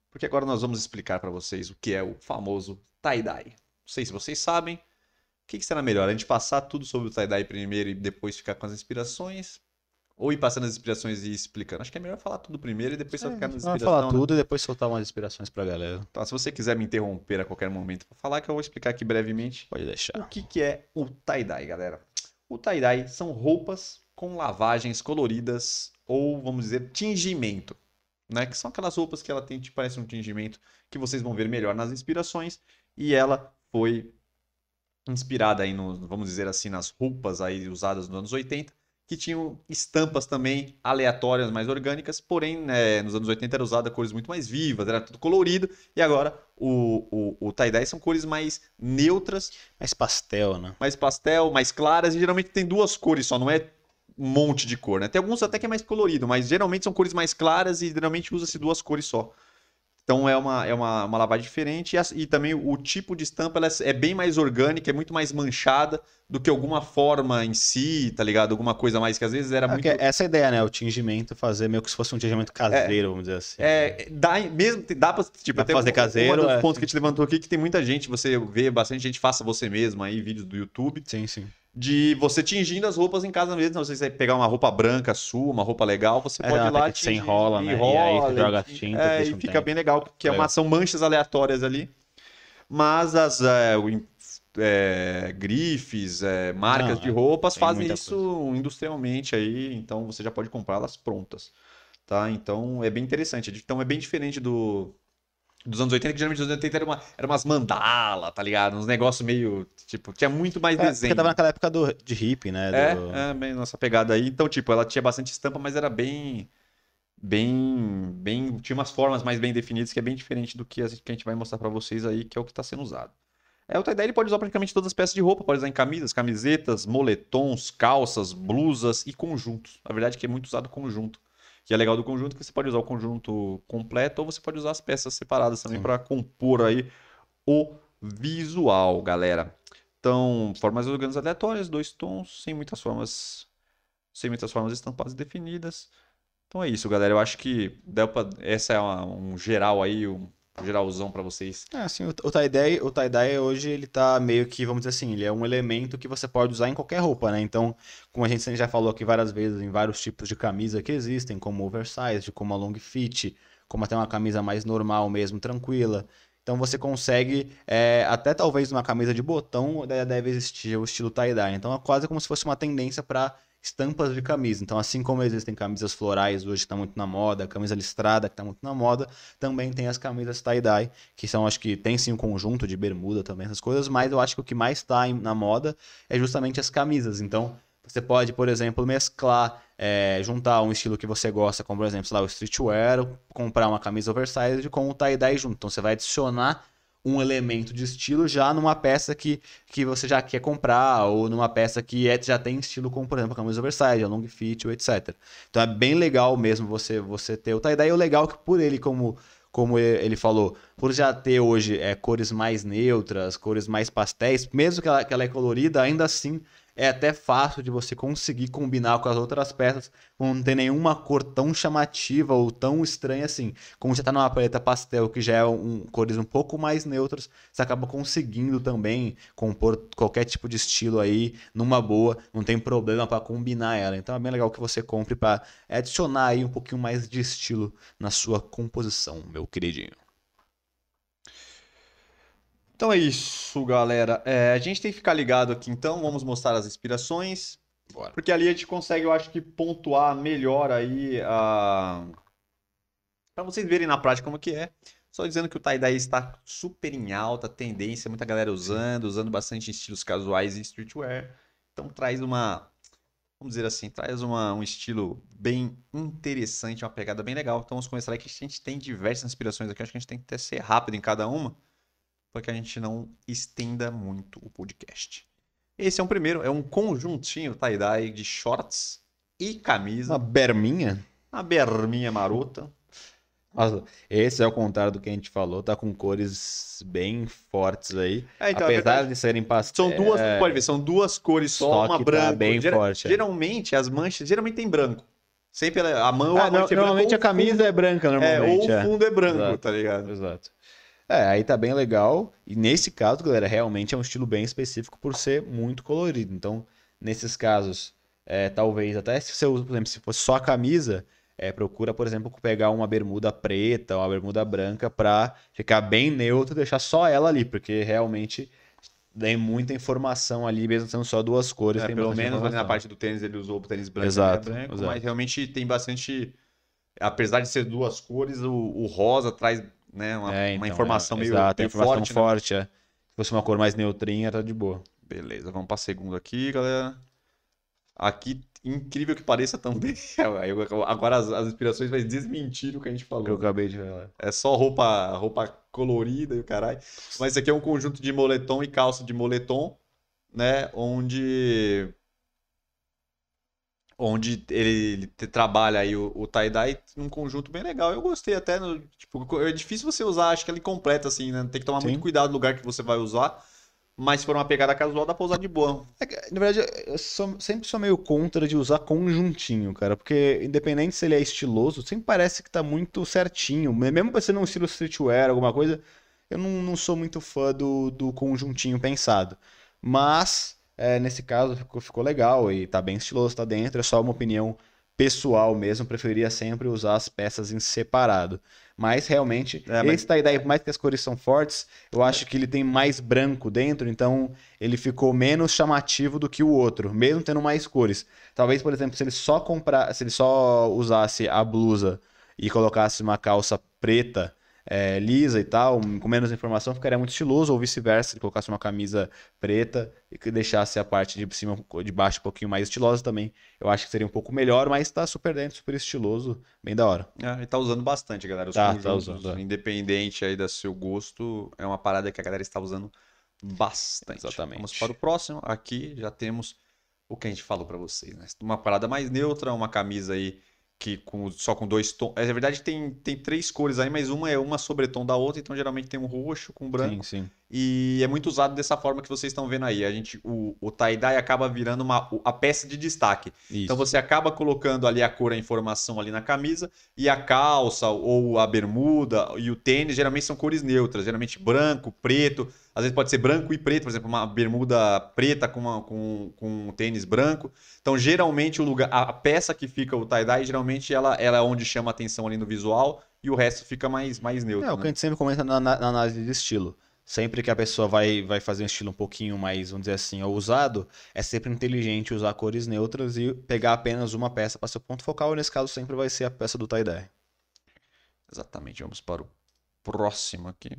[SPEAKER 1] porque agora nós vamos explicar para vocês o que é o famoso tie-dye. Não sei se vocês sabem. O que, que será melhor? A gente passar tudo sobre o tie-dye primeiro e depois ficar com as inspirações? Ou ir passando as inspirações e explicando? Acho que é melhor falar tudo primeiro e depois só
[SPEAKER 2] É,
[SPEAKER 1] ficar nas
[SPEAKER 2] vamos
[SPEAKER 1] inspirações.
[SPEAKER 2] falar tudo e depois soltar umas inspirações pra galera.
[SPEAKER 1] Então, se você quiser me interromper a qualquer momento para falar, que eu vou explicar aqui brevemente
[SPEAKER 2] Pode
[SPEAKER 1] o
[SPEAKER 2] deixar.
[SPEAKER 1] que, que é o tie-dye, galera. O tie-dye são roupas com lavagens coloridas ou, vamos dizer, tingimento, né? Que são aquelas roupas que ela tem, tipo, parece um tingimento, que vocês vão ver melhor nas inspirações. E ela foi inspirada aí, no, vamos dizer assim, nas roupas aí usadas nos anos oitenta, que tinham estampas também aleatórias, mais orgânicas, porém, né, nos anos oitenta era usada cores muito mais vivas, era tudo colorido, e agora o, o, o tie-dye são cores mais neutras,
[SPEAKER 2] Mais pastel, né?
[SPEAKER 1] mais pastel, mais claras, e geralmente tem duas cores só, não é um monte de cor, né? Tem alguns até que é mais colorido, mas geralmente são cores mais claras e geralmente usa-se duas cores só. Então é uma, é uma, uma lavagem diferente e, a, e também o tipo de estampa ela é bem mais orgânica, é muito mais manchada do que alguma forma em si, tá ligado? Alguma coisa mais que às vezes era
[SPEAKER 2] É
[SPEAKER 1] muito...
[SPEAKER 2] que essa é a ideia, né? O tingimento, fazer meio que se fosse um tingimento caseiro, vamos dizer assim.
[SPEAKER 1] É, dá, mesmo, dá pra, tipo,
[SPEAKER 2] Dá
[SPEAKER 1] até
[SPEAKER 2] pra fazer
[SPEAKER 1] um-
[SPEAKER 2] caseiro,
[SPEAKER 1] um dos
[SPEAKER 2] é.
[SPEAKER 1] pontos que a gente levantou aqui, que tem muita gente, você vê bastante gente, faça você mesmo aí, vídeos do YouTube,
[SPEAKER 2] Sim, sim.
[SPEAKER 1] de você tingindo as roupas em casa mesmo. Então, se você pegar uma roupa branca sua, uma roupa legal, você
[SPEAKER 2] É,
[SPEAKER 1] pode ir
[SPEAKER 2] até
[SPEAKER 1] lá
[SPEAKER 2] que você enrola, né? E aí você joga as tintas,
[SPEAKER 1] é,
[SPEAKER 2] deixa
[SPEAKER 1] e
[SPEAKER 2] um
[SPEAKER 1] fica
[SPEAKER 2] tempo.
[SPEAKER 1] bem legal, porque é uma,
[SPEAKER 2] Legal.
[SPEAKER 1] são manchas aleatórias ali. Mas as é, o in- é, grifes, é, marcas
[SPEAKER 2] Não,
[SPEAKER 1] de
[SPEAKER 2] é,
[SPEAKER 1] roupas
[SPEAKER 2] tem
[SPEAKER 1] fazem
[SPEAKER 2] muita
[SPEAKER 1] isso industrialmente aí, então você já pode comprar elas prontas, tá? Então é bem interessante. Então é bem diferente do dos anos oitenta, que geralmente nos anos oitenta era, uma, era umas mandala, tá ligado? Uns negócios meio, tipo, tinha muito mais
[SPEAKER 2] É, porque
[SPEAKER 1] desenho.
[SPEAKER 2] tava naquela época do, de hippie, né?
[SPEAKER 1] É,
[SPEAKER 2] Do...
[SPEAKER 1] é, bem nossa pegada aí. Então, tipo, ela tinha bastante estampa, mas era bem, bem, bem, tinha umas formas mais bem definidas, que é bem diferente do que a gente que a gente vai mostrar pra vocês aí, que é o que tá sendo usado. É, o tie-dye ele pode usar praticamente todas as peças de roupa, pode usar em camisas, camisetas, moletons, calças, blusas e conjuntos. Na verdade, que é muito usado conjunto. Que é legal do conjunto, que você pode usar o conjunto completo ou você pode usar as peças separadas também
[SPEAKER 2] Sim.
[SPEAKER 1] para compor aí o visual, galera. Então, formas orgânicas aleatórias, dois tons, sem muitas formas, sem muitas formas estampadas definidas. Então é isso, galera. Eu acho que deu pra, essa é uma- um geral aí, um geralzão para vocês.
[SPEAKER 2] É, assim, o, o tie-dye, o tie-dye hoje ele tá meio que, vamos dizer assim, ele é um elemento que você pode usar em qualquer roupa, né? Então, como a gente já falou aqui várias vezes, em vários tipos de camisa que existem, como oversized, como a long fit, como até uma camisa mais normal mesmo, tranquila. Então você consegue, é, até talvez uma camisa de botão de- deve existir o estilo tie-dye. Então é quase como se fosse uma tendência para estampas de camisa. Então, assim como existem camisas florais hoje que está muito na moda, a camisa listrada que está muito na moda, também tem as camisas tie-dye, que são, acho que tem sim um conjunto de bermuda também, essas coisas, mas eu acho que o que mais está na moda é justamente as camisas. Então, você pode, por exemplo, mesclar, é, juntar um estilo que você gosta, como por exemplo, sei lá, o streetwear, comprar uma camisa oversized com o tie-dye junto. Então, você vai adicionar um elemento de estilo já numa peça que, que você já quer comprar, ou numa peça que é, já tem estilo, como por exemplo a camisa oversize, a long fit, etcétera. Então é bem legal mesmo você, você ter o tie-dye. E o legal é que por ele, como, como ele falou, por já ter hoje é, cores mais neutras, cores mais pastéis, mesmo que ela, que ela é colorida, ainda assim é até fácil de você conseguir combinar com as outras peças, não ter nenhuma cor tão chamativa ou tão estranha assim. Como você está numa paleta pastel, que já é um, cores um pouco mais neutras, você acaba conseguindo também compor qualquer tipo de estilo aí numa boa, não tem problema para combinar ela. Então é bem legal que você compre para adicionar aí um pouquinho mais de estilo na sua composição, meu queridinho.
[SPEAKER 1] Então é isso, galera. É, a gente tem que ficar ligado aqui, então. Vamos mostrar as inspirações.
[SPEAKER 2] Bora.
[SPEAKER 1] Porque ali a gente consegue, eu acho que, pontuar melhor aí a... para vocês verem na prática como que é. Só dizendo que o tie-dye está super em alta tendência, muita galera usando, usando bastante em estilos casuais e streetwear. Então traz uma, vamos dizer assim, traz uma, um estilo bem interessante, uma pegada bem legal. Então vamos começar aqui, a gente tem diversas inspirações aqui, acho que a gente tem que até ser rápido em cada uma, para que a gente não estenda muito o podcast. Esse é um primeiro, é um conjuntinho tie-dye de shorts e camisa.
[SPEAKER 2] Uma berminha?
[SPEAKER 1] Uma berminha marota.
[SPEAKER 2] Nossa, esse é o contrário do que a gente falou, tá com cores bem fortes aí.
[SPEAKER 1] É, então, é
[SPEAKER 2] apesar
[SPEAKER 1] verdade.
[SPEAKER 2] de serem pastéis.
[SPEAKER 1] São duas, pode ver, são duas cores só,
[SPEAKER 2] Só
[SPEAKER 1] uma
[SPEAKER 2] que tá
[SPEAKER 1] branca.
[SPEAKER 2] bem
[SPEAKER 1] Gera-
[SPEAKER 2] forte, é.
[SPEAKER 1] Geralmente, as manchas, geralmente tem branco. Sempre ela- a mão
[SPEAKER 2] Ah,
[SPEAKER 1] a mão
[SPEAKER 2] não,
[SPEAKER 1] é
[SPEAKER 2] normalmente
[SPEAKER 1] branca,
[SPEAKER 2] a camisa é branca,
[SPEAKER 1] ou o fundo- é, ou
[SPEAKER 2] normalmente.
[SPEAKER 1] o fundo é branco,
[SPEAKER 2] Exato,
[SPEAKER 1] tá ligado?
[SPEAKER 2] Exato. É, aí tá bem legal. E nesse caso, galera, realmente é um estilo bem específico por ser muito colorido. Então, nesses casos, é, talvez até se você usa, por exemplo, se fosse só a camisa, é, procura, por exemplo, pegar uma bermuda preta ou uma bermuda branca pra ficar bem neutro e deixar só ela ali, porque realmente tem muita informação ali, mesmo sendo só duas cores,
[SPEAKER 1] É,
[SPEAKER 2] tem
[SPEAKER 1] pelo
[SPEAKER 2] bastante
[SPEAKER 1] menos ali na
[SPEAKER 2] informação.
[SPEAKER 1] parte do tênis ele usou o tênis branco, ele é
[SPEAKER 2] Exato,
[SPEAKER 1] branco, mas
[SPEAKER 2] exato.
[SPEAKER 1] realmente tem bastante, apesar de ser duas cores, o, o rosa traz, né, uma,
[SPEAKER 2] É,
[SPEAKER 1] uma
[SPEAKER 2] então, é,
[SPEAKER 1] informação meio,
[SPEAKER 2] exato, é
[SPEAKER 1] meio
[SPEAKER 2] informação
[SPEAKER 1] forte, né?
[SPEAKER 2] forte, é. Se fosse uma cor mais neutrinha, tá de boa.
[SPEAKER 1] Beleza, vamos para segundo aqui, galera. Aqui, incrível que pareça também. Aí eu- Agora as, as inspirações vai desmentir o que a gente
[SPEAKER 2] Que eu
[SPEAKER 1] falou, né?
[SPEAKER 2] acabei de falar.
[SPEAKER 1] É só roupa, roupa colorida e o caralho. Mas isso aqui é um conjunto de moletom e calça de moletom, né? Onde, onde ele, ele te- trabalha aí o, o tie-dye num conjunto bem legal. Eu gostei até. No- tipo, é difícil você usar, acho que ele completa assim, né? Tem que tomar muito
[SPEAKER 2] Sim.
[SPEAKER 1] cuidado no lugar que você vai usar. Mas se for uma pegada casual, dá pra usar de boa.
[SPEAKER 2] É que, na verdade, eu sou- sempre sou meio contra de usar conjuntinho, cara, porque independente se ele é estiloso, sempre parece que tá muito certinho. Mesmo pra ser um estilo streetwear, alguma coisa, eu não, não sou muito fã do, do conjuntinho pensado. Mas, é, nesse caso, ficou, ficou legal e tá bem estiloso, tá dentro, é só uma opinião pessoal mesmo, preferia sempre usar as peças em separado. Mas realmente,
[SPEAKER 1] É, mas
[SPEAKER 2] esse tie-dye, por mais que as cores são fortes, eu acho que ele tem mais branco dentro, então ele ficou menos chamativo do que o outro, mesmo tendo mais cores. Talvez, por exemplo, se ele só comprar, se ele só usasse a blusa e colocasse uma calça preta, é, lisa e tal, com menos informação, ficaria muito estiloso, ou vice-versa, se ele colocasse uma camisa preta e que deixasse a parte de cima, de baixo um pouquinho mais estilosa também. Eu acho que seria um pouco melhor, mas tá super dentro, super estiloso, bem da hora.
[SPEAKER 1] é, ele tá usando bastante, galera. Os
[SPEAKER 2] Tá, tá
[SPEAKER 1] conjuntos,
[SPEAKER 2] usando, é.
[SPEAKER 1] independente aí do seu gosto, é uma parada que a galera está usando bastante. Vamos para o
[SPEAKER 2] Exatamente.
[SPEAKER 1] próximo. Aqui já temos o que a gente falou pra vocês, né? Uma parada mais neutra, uma camisa aí que com, só com dois tons. É verdade, tem, tem três cores aí, mas uma é uma sobretom da outra, então geralmente tem um roxo com
[SPEAKER 2] Sim,
[SPEAKER 1] branco.
[SPEAKER 2] sim.
[SPEAKER 1] E é muito usado dessa forma que vocês estão vendo aí. A gente, o, o tie-dye acaba virando uma, a peça de destaque. Então
[SPEAKER 2] Isso.
[SPEAKER 1] você acaba colocando ali a cor, a informação ali na camisa, e a calça ou a bermuda e o tênis geralmente são cores neutras, geralmente branco, preto. Às vezes pode ser branco e preto, por exemplo, uma bermuda preta com, uma, com, com um tênis branco. Então, geralmente, o lugar, a peça que fica o tie-dye, geralmente ela, ela é onde chama atenção ali no visual e o resto fica mais, mais
[SPEAKER 2] É,
[SPEAKER 1] neutro,
[SPEAKER 2] o que
[SPEAKER 1] né?
[SPEAKER 2] a gente sempre comenta na, na- na análise de estilo. Sempre que a pessoa vai, vai fazer um estilo um pouquinho mais, vamos dizer assim, ousado, é sempre inteligente usar cores neutras e pegar apenas uma peça para ser o ponto focal, e nesse caso sempre vai ser a peça do tie-dye.
[SPEAKER 1] Exatamente. Vamos para o próximo aqui.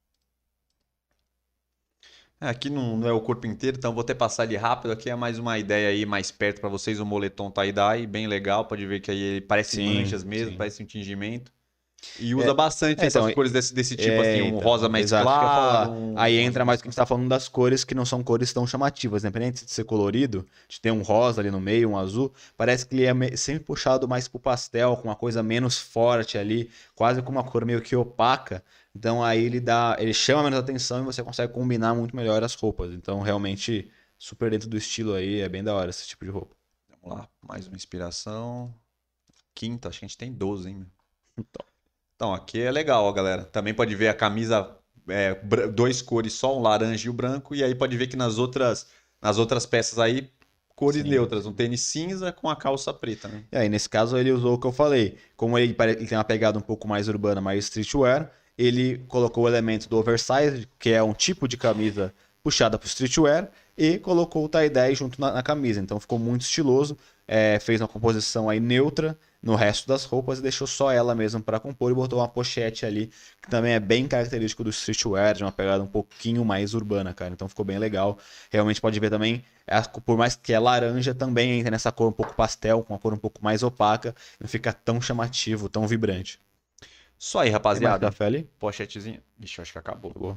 [SPEAKER 1] É, aqui não, não é o corpo inteiro, então vou até passar ele rápido. Aqui é mais uma ideia aí mais perto para vocês. O moletom tie-dye, bem legal. Pode ver que aí ele parece
[SPEAKER 2] Sim,
[SPEAKER 1] manchas mesmo,
[SPEAKER 2] sim.
[SPEAKER 1] parece um tingimento. E usa
[SPEAKER 2] É,
[SPEAKER 1] bastante
[SPEAKER 2] é, então,
[SPEAKER 1] essas cores desse, desse tipo, assim,
[SPEAKER 2] é,
[SPEAKER 1] um rosa
[SPEAKER 2] então,
[SPEAKER 1] mais
[SPEAKER 2] exato, isso que eu ia
[SPEAKER 1] claro,
[SPEAKER 2] falar. Aí
[SPEAKER 1] um, um azul
[SPEAKER 2] entra
[SPEAKER 1] mais
[SPEAKER 2] mais o que a
[SPEAKER 1] claro.
[SPEAKER 2] gente tá falando das cores que não são cores tão chamativas, independente de ser colorido, de ter um rosa ali no meio, um azul, parece que ele é me- sempre puxado mais pro pastel, com uma coisa menos forte ali, quase com uma cor meio que opaca. Então aí ele dá, ele chama menos atenção e você consegue combinar muito melhor as roupas. Então realmente super dentro do estilo aí, é bem da hora esse tipo de roupa.
[SPEAKER 1] Vamos lá, mais uma inspiração. Quinta, acho que a gente tem doze, hein, meu?
[SPEAKER 2] Então,
[SPEAKER 1] Então, aqui é legal, ó, galera. Também pode ver a camisa, é, br- dois cores só, um laranja e o branco. E aí pode ver que nas outras, nas outras peças aí, cores
[SPEAKER 2] sim.
[SPEAKER 1] neutras. Um tênis cinza com a calça preta, né?
[SPEAKER 2] E aí, nesse caso, ele usou o que eu falei. Como ele, pare- ele tem uma pegada um pouco mais urbana, mais streetwear, ele colocou o elemento do oversize, que é um tipo de camisa puxada para o streetwear, e colocou o tie-dye junto na, na camisa. Então ficou muito estiloso, é, fez uma composição aí neutra no resto das roupas e deixou só ela mesmo para compor e botou uma pochete ali, que também é bem característico do streetwear, de uma pegada um pouquinho mais urbana, cara. Então ficou bem legal. Realmente pode ver também, é, por mais que é laranja, também entra nessa cor um pouco pastel, com uma cor um pouco mais opaca, não fica tão chamativo, tão vibrante.
[SPEAKER 1] Só aí,
[SPEAKER 2] Tem mais
[SPEAKER 1] rapaziada.
[SPEAKER 2] café ali?
[SPEAKER 1] Pochetezinha. Ixi, eu acho que acabou.
[SPEAKER 2] Boa.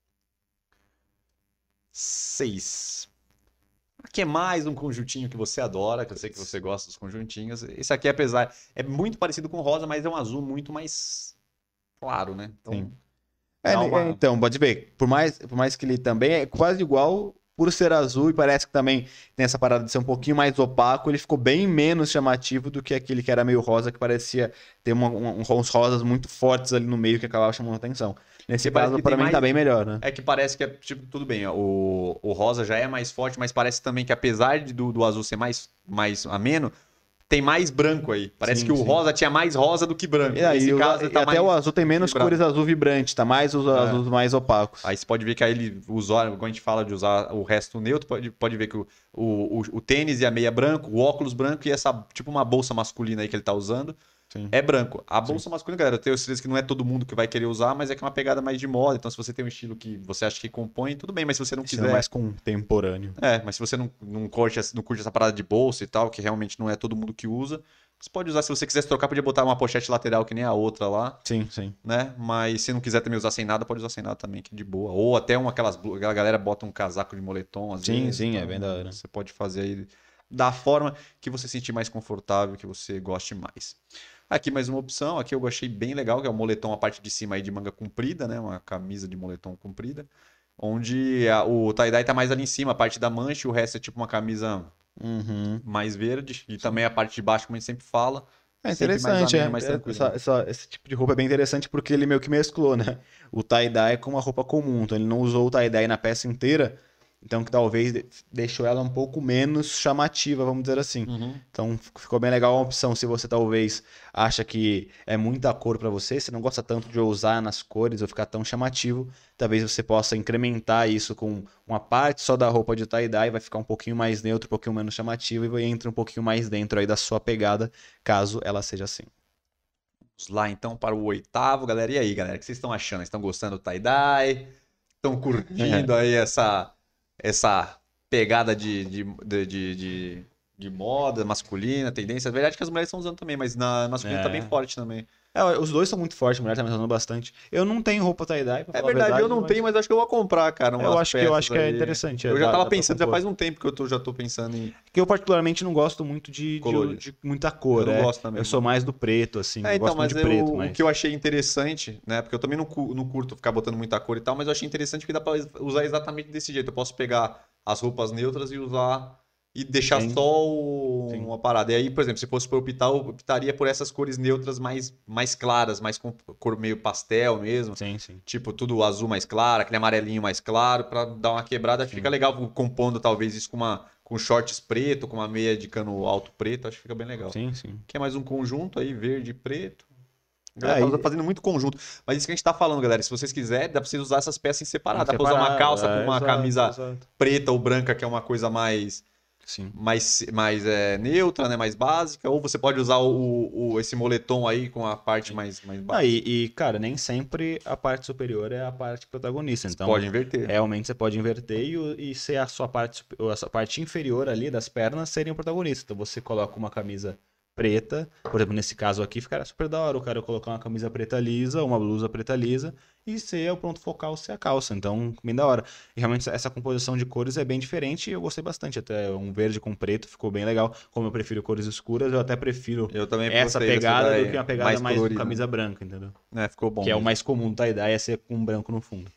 [SPEAKER 1] Seis. Aqui é mais um conjuntinho que você adora, que eu sei que você gosta dos conjuntinhos. Esse aqui, apesar, é muito parecido com rosa, mas é um azul muito mais claro, né? Então,
[SPEAKER 2] Sim. É,
[SPEAKER 1] dá
[SPEAKER 2] é,
[SPEAKER 1] uma...
[SPEAKER 2] então, pode ver, por mais, por mais que ele também é quase igual por ser azul e parece que também tem essa parada de ser um pouquinho mais opaco, ele ficou bem menos chamativo do que aquele que era meio rosa, que parecia ter uma, um, uns rosas muito fortes ali no meio que acabava chamando atenção. Nesse
[SPEAKER 1] E parece
[SPEAKER 2] caso,
[SPEAKER 1] que
[SPEAKER 2] pra
[SPEAKER 1] tem
[SPEAKER 2] mim,
[SPEAKER 1] mais-
[SPEAKER 2] tá bem melhor, né?
[SPEAKER 1] É que parece que é, tipo, tudo bem, ó, o, o rosa já é mais forte, mas parece também que apesar de, do, do azul ser mais, mais ameno, tem mais branco aí. Parece
[SPEAKER 2] Sim,
[SPEAKER 1] que o
[SPEAKER 2] sim.
[SPEAKER 1] rosa tinha mais rosa do que branco.
[SPEAKER 2] E, aí,
[SPEAKER 1] Nesse
[SPEAKER 2] o-
[SPEAKER 1] caso,
[SPEAKER 2] e
[SPEAKER 1] ele tá
[SPEAKER 2] até
[SPEAKER 1] mais
[SPEAKER 2] o azul tem menos
[SPEAKER 1] equilibrado.
[SPEAKER 2] cores azul vibrante, tá mais os
[SPEAKER 1] É.
[SPEAKER 2] azuis mais opacos.
[SPEAKER 1] Aí você pode ver que aí ele usou, quando a gente fala de usar o resto neutro, pode, pode ver que o, o, o, o tênis e a meia branco, o óculos branco e essa, tipo uma bolsa masculina aí que ele tá usando,
[SPEAKER 2] Sim.
[SPEAKER 1] é branco. A bolsa masculina, galera, eu tenho certeza que não é todo mundo que vai querer usar, mas é que é uma pegada mais de moda. Então, se você tem um estilo que você acha que compõe, tudo bem, mas se você não
[SPEAKER 2] Estilo
[SPEAKER 1] quiser.
[SPEAKER 2] mais contemporâneo.
[SPEAKER 1] É, mas se você não, não, curte, essa- não curte essa parada de bolsa e tal, que realmente não é todo mundo que usa, você pode usar. Se você quisesse trocar, podia botar uma pochete lateral que nem a outra lá,
[SPEAKER 2] Sim, sim.
[SPEAKER 1] né? Mas se não quiser também usar sem nada, pode usar sem nada também, que é de boa. Ou até uma aquelas blu- aquela galera bota um casaco de moletom, às
[SPEAKER 2] Sim,
[SPEAKER 1] vezes.
[SPEAKER 2] sim, é
[SPEAKER 1] então,
[SPEAKER 2] bem da hora.
[SPEAKER 1] Você pode fazer aí da forma que você se sentir mais confortável, que você goste mais. Aqui mais uma opção, aqui eu achei bem legal, que é o moletom, a parte de cima aí de manga comprida, né? Uma camisa de moletom comprida. Onde a- o tie-dye tá mais ali em cima, a parte da mancha, e o resto é tipo uma camisa
[SPEAKER 2] Uhum.
[SPEAKER 1] mais verde. E também a parte de baixo, como a gente sempre fala.
[SPEAKER 2] É
[SPEAKER 1] sempre mais
[SPEAKER 2] interessante,
[SPEAKER 1] ameno,
[SPEAKER 2] é.
[SPEAKER 1] mais
[SPEAKER 2] É,
[SPEAKER 1] tranquilo.
[SPEAKER 2] essa- essa- esse tipo de roupa é bem interessante porque ele meio que mesclou, né? O tie-dye com uma roupa comum. Então ele não usou o tie-dye na peça inteira, então que talvez de- deixou ela um pouco menos chamativa, vamos dizer assim.
[SPEAKER 1] Uhum.
[SPEAKER 2] Então f- ficou bem legal a opção. Se você talvez acha que é muita cor pra você, você não gosta tanto de usar nas cores ou ficar tão chamativo, talvez você possa incrementar isso com uma parte só da roupa de tie-dye, vai ficar um pouquinho mais neutro, um pouquinho menos chamativo e vai entrar um pouquinho mais dentro aí da sua pegada, caso ela seja assim.
[SPEAKER 1] Vamos lá então para o oitavo, galera. E aí, galera, o que vocês estão achando? Estão gostando do tie-dye? Estão curtindo aí essa, essa pegada de, de, de, de, de- de moda masculina, tendência? É verdade que as mulheres estão usando também, mas na masculina tá
[SPEAKER 2] É.
[SPEAKER 1] bem forte também.
[SPEAKER 2] É, os dois são muito fortes, a mulher tá me usando bastante. Eu não tenho roupa tie-dye, pra
[SPEAKER 1] É
[SPEAKER 2] falar a
[SPEAKER 1] verdade, eu não
[SPEAKER 2] mas
[SPEAKER 1] tenho, mas acho que eu vou comprar, cara.
[SPEAKER 2] Eu
[SPEAKER 1] umas
[SPEAKER 2] acho que- eu
[SPEAKER 1] peças
[SPEAKER 2] acho que é
[SPEAKER 1] aí.
[SPEAKER 2] interessante, é,
[SPEAKER 1] Eu já
[SPEAKER 2] dá-
[SPEAKER 1] tava
[SPEAKER 2] dá pra
[SPEAKER 1] pensando, já
[SPEAKER 2] compor.
[SPEAKER 1] faz um tempo que eu tô, já tô pensando em.
[SPEAKER 2] Que eu particularmente não gosto muito de, de,
[SPEAKER 1] Colorido.
[SPEAKER 2] de muita cor,
[SPEAKER 1] Eu não
[SPEAKER 2] é.
[SPEAKER 1] gosto também,
[SPEAKER 2] Eu sou mais do preto, assim.
[SPEAKER 1] É,
[SPEAKER 2] eu
[SPEAKER 1] então,
[SPEAKER 2] gosto
[SPEAKER 1] mas
[SPEAKER 2] muito de preto,
[SPEAKER 1] eu-
[SPEAKER 2] mas...
[SPEAKER 1] o que eu achei interessante, né? Porque eu também não, cu- não curto ficar botando muita cor e tal, mas eu achei interessante que dá pra usar exatamente desse jeito. Eu posso pegar as roupas neutras e usar e deixar
[SPEAKER 2] Sim.
[SPEAKER 1] só o-
[SPEAKER 2] Sim.
[SPEAKER 1] uma parada. E aí, por exemplo, se fosse pra eu optar, eu optaria por essas cores neutras mais, mais claras, mais com cor meio pastel mesmo.
[SPEAKER 2] Sim, sim.
[SPEAKER 1] Tipo, tudo azul mais claro, aquele amarelinho mais claro, pra dar uma quebrada. Fica legal compondo, talvez, isso com, uma, com shorts preto, com uma meia de cano alto preto. Acho que fica bem legal.
[SPEAKER 2] Sim, sim.
[SPEAKER 1] Que é mais um conjunto aí, verde e preto. A
[SPEAKER 2] É,
[SPEAKER 1] galera tá
[SPEAKER 2] e-
[SPEAKER 1] fazendo muito conjunto. Mas isso que a gente tá falando, galera. Se vocês quiserem, dá pra vocês usar essas peças em separado. Dá pra usar uma
[SPEAKER 2] Separado,
[SPEAKER 1] calça
[SPEAKER 2] é,
[SPEAKER 1] com uma
[SPEAKER 2] exato,
[SPEAKER 1] camisa
[SPEAKER 2] exato.
[SPEAKER 1] preta ou branca, que é uma coisa mais,
[SPEAKER 2] Sim.
[SPEAKER 1] mais, mais é, neutra, né? Mais básica. Ou você pode usar o, o- esse moletom aí com a parte mais, mais
[SPEAKER 2] Ah,
[SPEAKER 1] básica.
[SPEAKER 2] e, e, cara, nem sempre a parte superior é a parte protagonista. Então,
[SPEAKER 1] Pode inverter.
[SPEAKER 2] realmente você pode inverter e, o- e ser a sua parte, supe- ou a sua parte inferior ali das pernas serem o protagonista. Então você coloca uma camisa preta, por exemplo, nesse caso aqui, ficaria super da hora o cara colocar uma camisa preta lisa, uma blusa preta lisa e ser o ponto focal ser a calça. Então, bem da hora. E realmente essa composição de cores é bem diferente e eu gostei bastante. Até um verde com preto ficou bem legal. Como eu prefiro cores escuras, eu até prefiro
[SPEAKER 1] Eu também
[SPEAKER 2] essa
[SPEAKER 1] gostei dessa
[SPEAKER 2] pegada
[SPEAKER 1] daí,
[SPEAKER 2] do que uma pegada mais,
[SPEAKER 1] mais colorida.
[SPEAKER 2] camisa branca, entendeu?
[SPEAKER 1] É, ficou bom.
[SPEAKER 2] Que é o
[SPEAKER 1] mesmo.
[SPEAKER 2] mais comum do tie-dye, é ser com branco no fundo.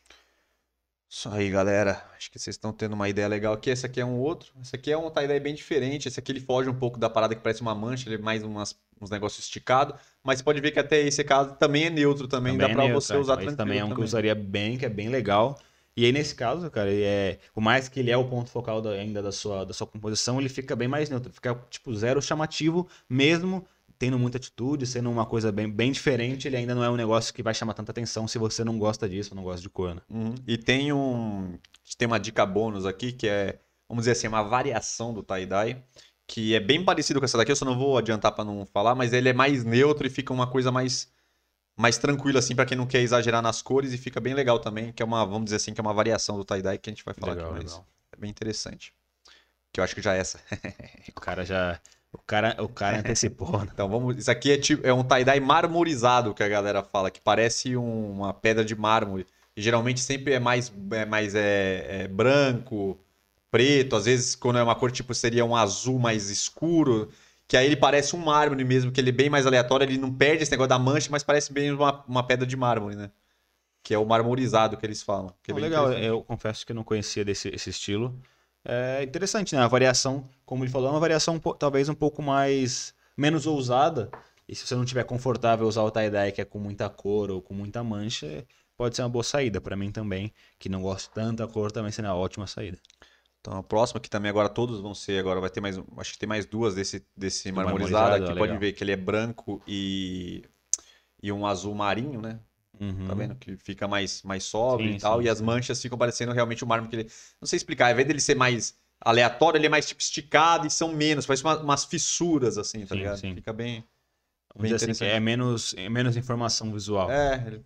[SPEAKER 1] Isso aí, galera. Acho que vocês estão tendo uma ideia legal aqui. Esse aqui é um outro. Esse aqui é um tie-dye bem diferente. Esse aqui ele foge um pouco da parada que parece uma mancha, ele é mais umas, uns negócios esticados. Mas você pode ver que até esse caso também é neutro também.
[SPEAKER 2] Também
[SPEAKER 1] dá
[SPEAKER 2] é
[SPEAKER 1] pra
[SPEAKER 2] neutro,
[SPEAKER 1] você
[SPEAKER 2] é.
[SPEAKER 1] usar
[SPEAKER 2] Então, esse
[SPEAKER 1] tranquilo
[SPEAKER 2] também é um que eu
[SPEAKER 1] também.
[SPEAKER 2] usaria bem, que é bem legal. E aí, nesse caso, cara, ele é, por mais que ele é o ponto focal da- ainda da sua, da sua composição, ele fica bem mais neutro. Fica, tipo, zero chamativo, mesmo tendo muita atitude, sendo uma coisa bem, bem diferente, ele ainda não é um negócio que vai chamar tanta atenção se você não gosta disso, não gosta de cor, né?
[SPEAKER 1] Uhum. E tem um. Tem uma dica bônus aqui que é, vamos dizer assim, uma variação do tie-dye, que é bem parecido com essa daqui, eu só não vou adiantar pra não falar, mas ele é mais neutro e fica uma coisa mais, mais tranquila, assim, pra quem não quer exagerar nas cores, e fica bem legal também, que é uma, vamos dizer assim, que é uma variação do tie-dye que a gente vai falar
[SPEAKER 2] Legal,
[SPEAKER 1] aqui, mas
[SPEAKER 2] legal.
[SPEAKER 1] é bem interessante. Que eu acho que já é essa.
[SPEAKER 2] O cara já... O cara, o cara antecipou, né?
[SPEAKER 1] Então vamos. Isso aqui é, tipo, é um tie-dye marmorizado que a galera fala, que parece um- uma pedra de mármore. E geralmente sempre é mais, é mais é, é branco, preto. Às vezes, quando é uma cor tipo, seria um azul mais escuro. Que aí ele parece um mármore mesmo, que ele é bem mais aleatório. Ele não perde esse negócio da mancha, mas parece bem uma, uma pedra de mármore, né? que é o marmorizado que eles falam. Que é
[SPEAKER 2] Não,
[SPEAKER 1] bem
[SPEAKER 2] legal,
[SPEAKER 1] interessante.
[SPEAKER 2] eu confesso que eu não conhecia desse esse estilo. É interessante, né? A variação, como ele falou, é uma variação um po- talvez um pouco mais menos ousada. E se você não estiver confortável usar o tie-dye que é com muita cor ou com muita mancha, pode ser uma boa saída. Pra mim também, que não gosto tanto da cor, também seria uma ótima saída.
[SPEAKER 1] Então a próxima que também agora todos vão ser, agora vai ter mais, acho que tem mais duas desse, desse
[SPEAKER 2] Do
[SPEAKER 1] marmorizado
[SPEAKER 2] marmorizado,
[SPEAKER 1] aqui,
[SPEAKER 2] ah,
[SPEAKER 1] pode
[SPEAKER 2] legal.
[SPEAKER 1] ver que ele é branco e, e um azul marinho, né? Tá
[SPEAKER 2] Uhum.
[SPEAKER 1] vendo? Que fica mais, mais sóbrio e
[SPEAKER 2] Sim,
[SPEAKER 1] tal,
[SPEAKER 2] sim,
[SPEAKER 1] e as
[SPEAKER 2] sim.
[SPEAKER 1] manchas ficam parecendo realmente o mármore que ele... Não sei explicar, ao invés dele ser mais aleatório, ele é mais tipo esticado e são menos, parece uma- umas fissuras assim, tá
[SPEAKER 2] Sim,
[SPEAKER 1] ligado?
[SPEAKER 2] sim.
[SPEAKER 1] Fica bem,
[SPEAKER 2] Vamos
[SPEAKER 1] bem
[SPEAKER 2] dizer assim, que é
[SPEAKER 1] interessante.
[SPEAKER 2] menos, é menos informação visual.
[SPEAKER 1] É, ele-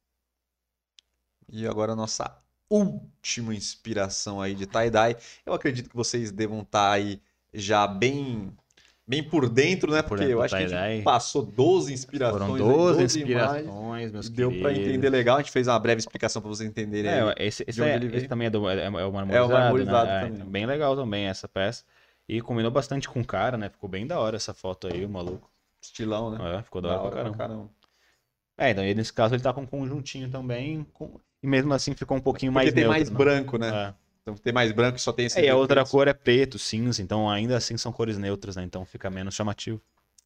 [SPEAKER 1] e agora a nossa última inspiração aí de tie-dye. Eu acredito que vocês devam estar aí já bem, bem por dentro, né?
[SPEAKER 2] Bem por
[SPEAKER 1] Porque
[SPEAKER 2] dentro
[SPEAKER 1] eu
[SPEAKER 2] do
[SPEAKER 1] acho que a gente
[SPEAKER 2] tie-dye.
[SPEAKER 1] passou doze
[SPEAKER 2] Foram
[SPEAKER 1] inspirações aí,
[SPEAKER 2] doze
[SPEAKER 1] doze imagens,
[SPEAKER 2] inspirações,
[SPEAKER 1] e
[SPEAKER 2] meus
[SPEAKER 1] deu para entender
[SPEAKER 2] queridos.
[SPEAKER 1] legal. A gente fez uma breve explicação para vocês entenderem
[SPEAKER 2] É,
[SPEAKER 1] aí
[SPEAKER 2] esse,
[SPEAKER 1] de
[SPEAKER 2] esse,
[SPEAKER 1] onde
[SPEAKER 2] é,
[SPEAKER 1] ele
[SPEAKER 2] esse
[SPEAKER 1] veio.
[SPEAKER 2] também é, do, é, é o
[SPEAKER 1] É o
[SPEAKER 2] marmorizado,
[SPEAKER 1] marmorizado
[SPEAKER 2] né? É, então,
[SPEAKER 1] também.
[SPEAKER 2] bem legal também essa peça. E combinou bastante com o cara, né? Ficou bem da hora essa foto aí, o maluco.
[SPEAKER 1] Estilão, né?
[SPEAKER 2] É, ficou da
[SPEAKER 1] Da
[SPEAKER 2] hora pra
[SPEAKER 1] hora pra
[SPEAKER 2] caramba.
[SPEAKER 1] caramba.
[SPEAKER 2] É, então, e nesse caso ele tá com um conjuntinho também. com- E mesmo assim ficou um pouquinho
[SPEAKER 1] Porque
[SPEAKER 2] mais
[SPEAKER 1] tem mais
[SPEAKER 2] neutro, né?
[SPEAKER 1] branco, né?
[SPEAKER 2] É.
[SPEAKER 1] Então tem mais branco e só tem esses
[SPEAKER 2] É, e a outra
[SPEAKER 1] defeitos.
[SPEAKER 2] cor é preto, cinza, então ainda assim são cores neutras, né? Então fica menos chamativo.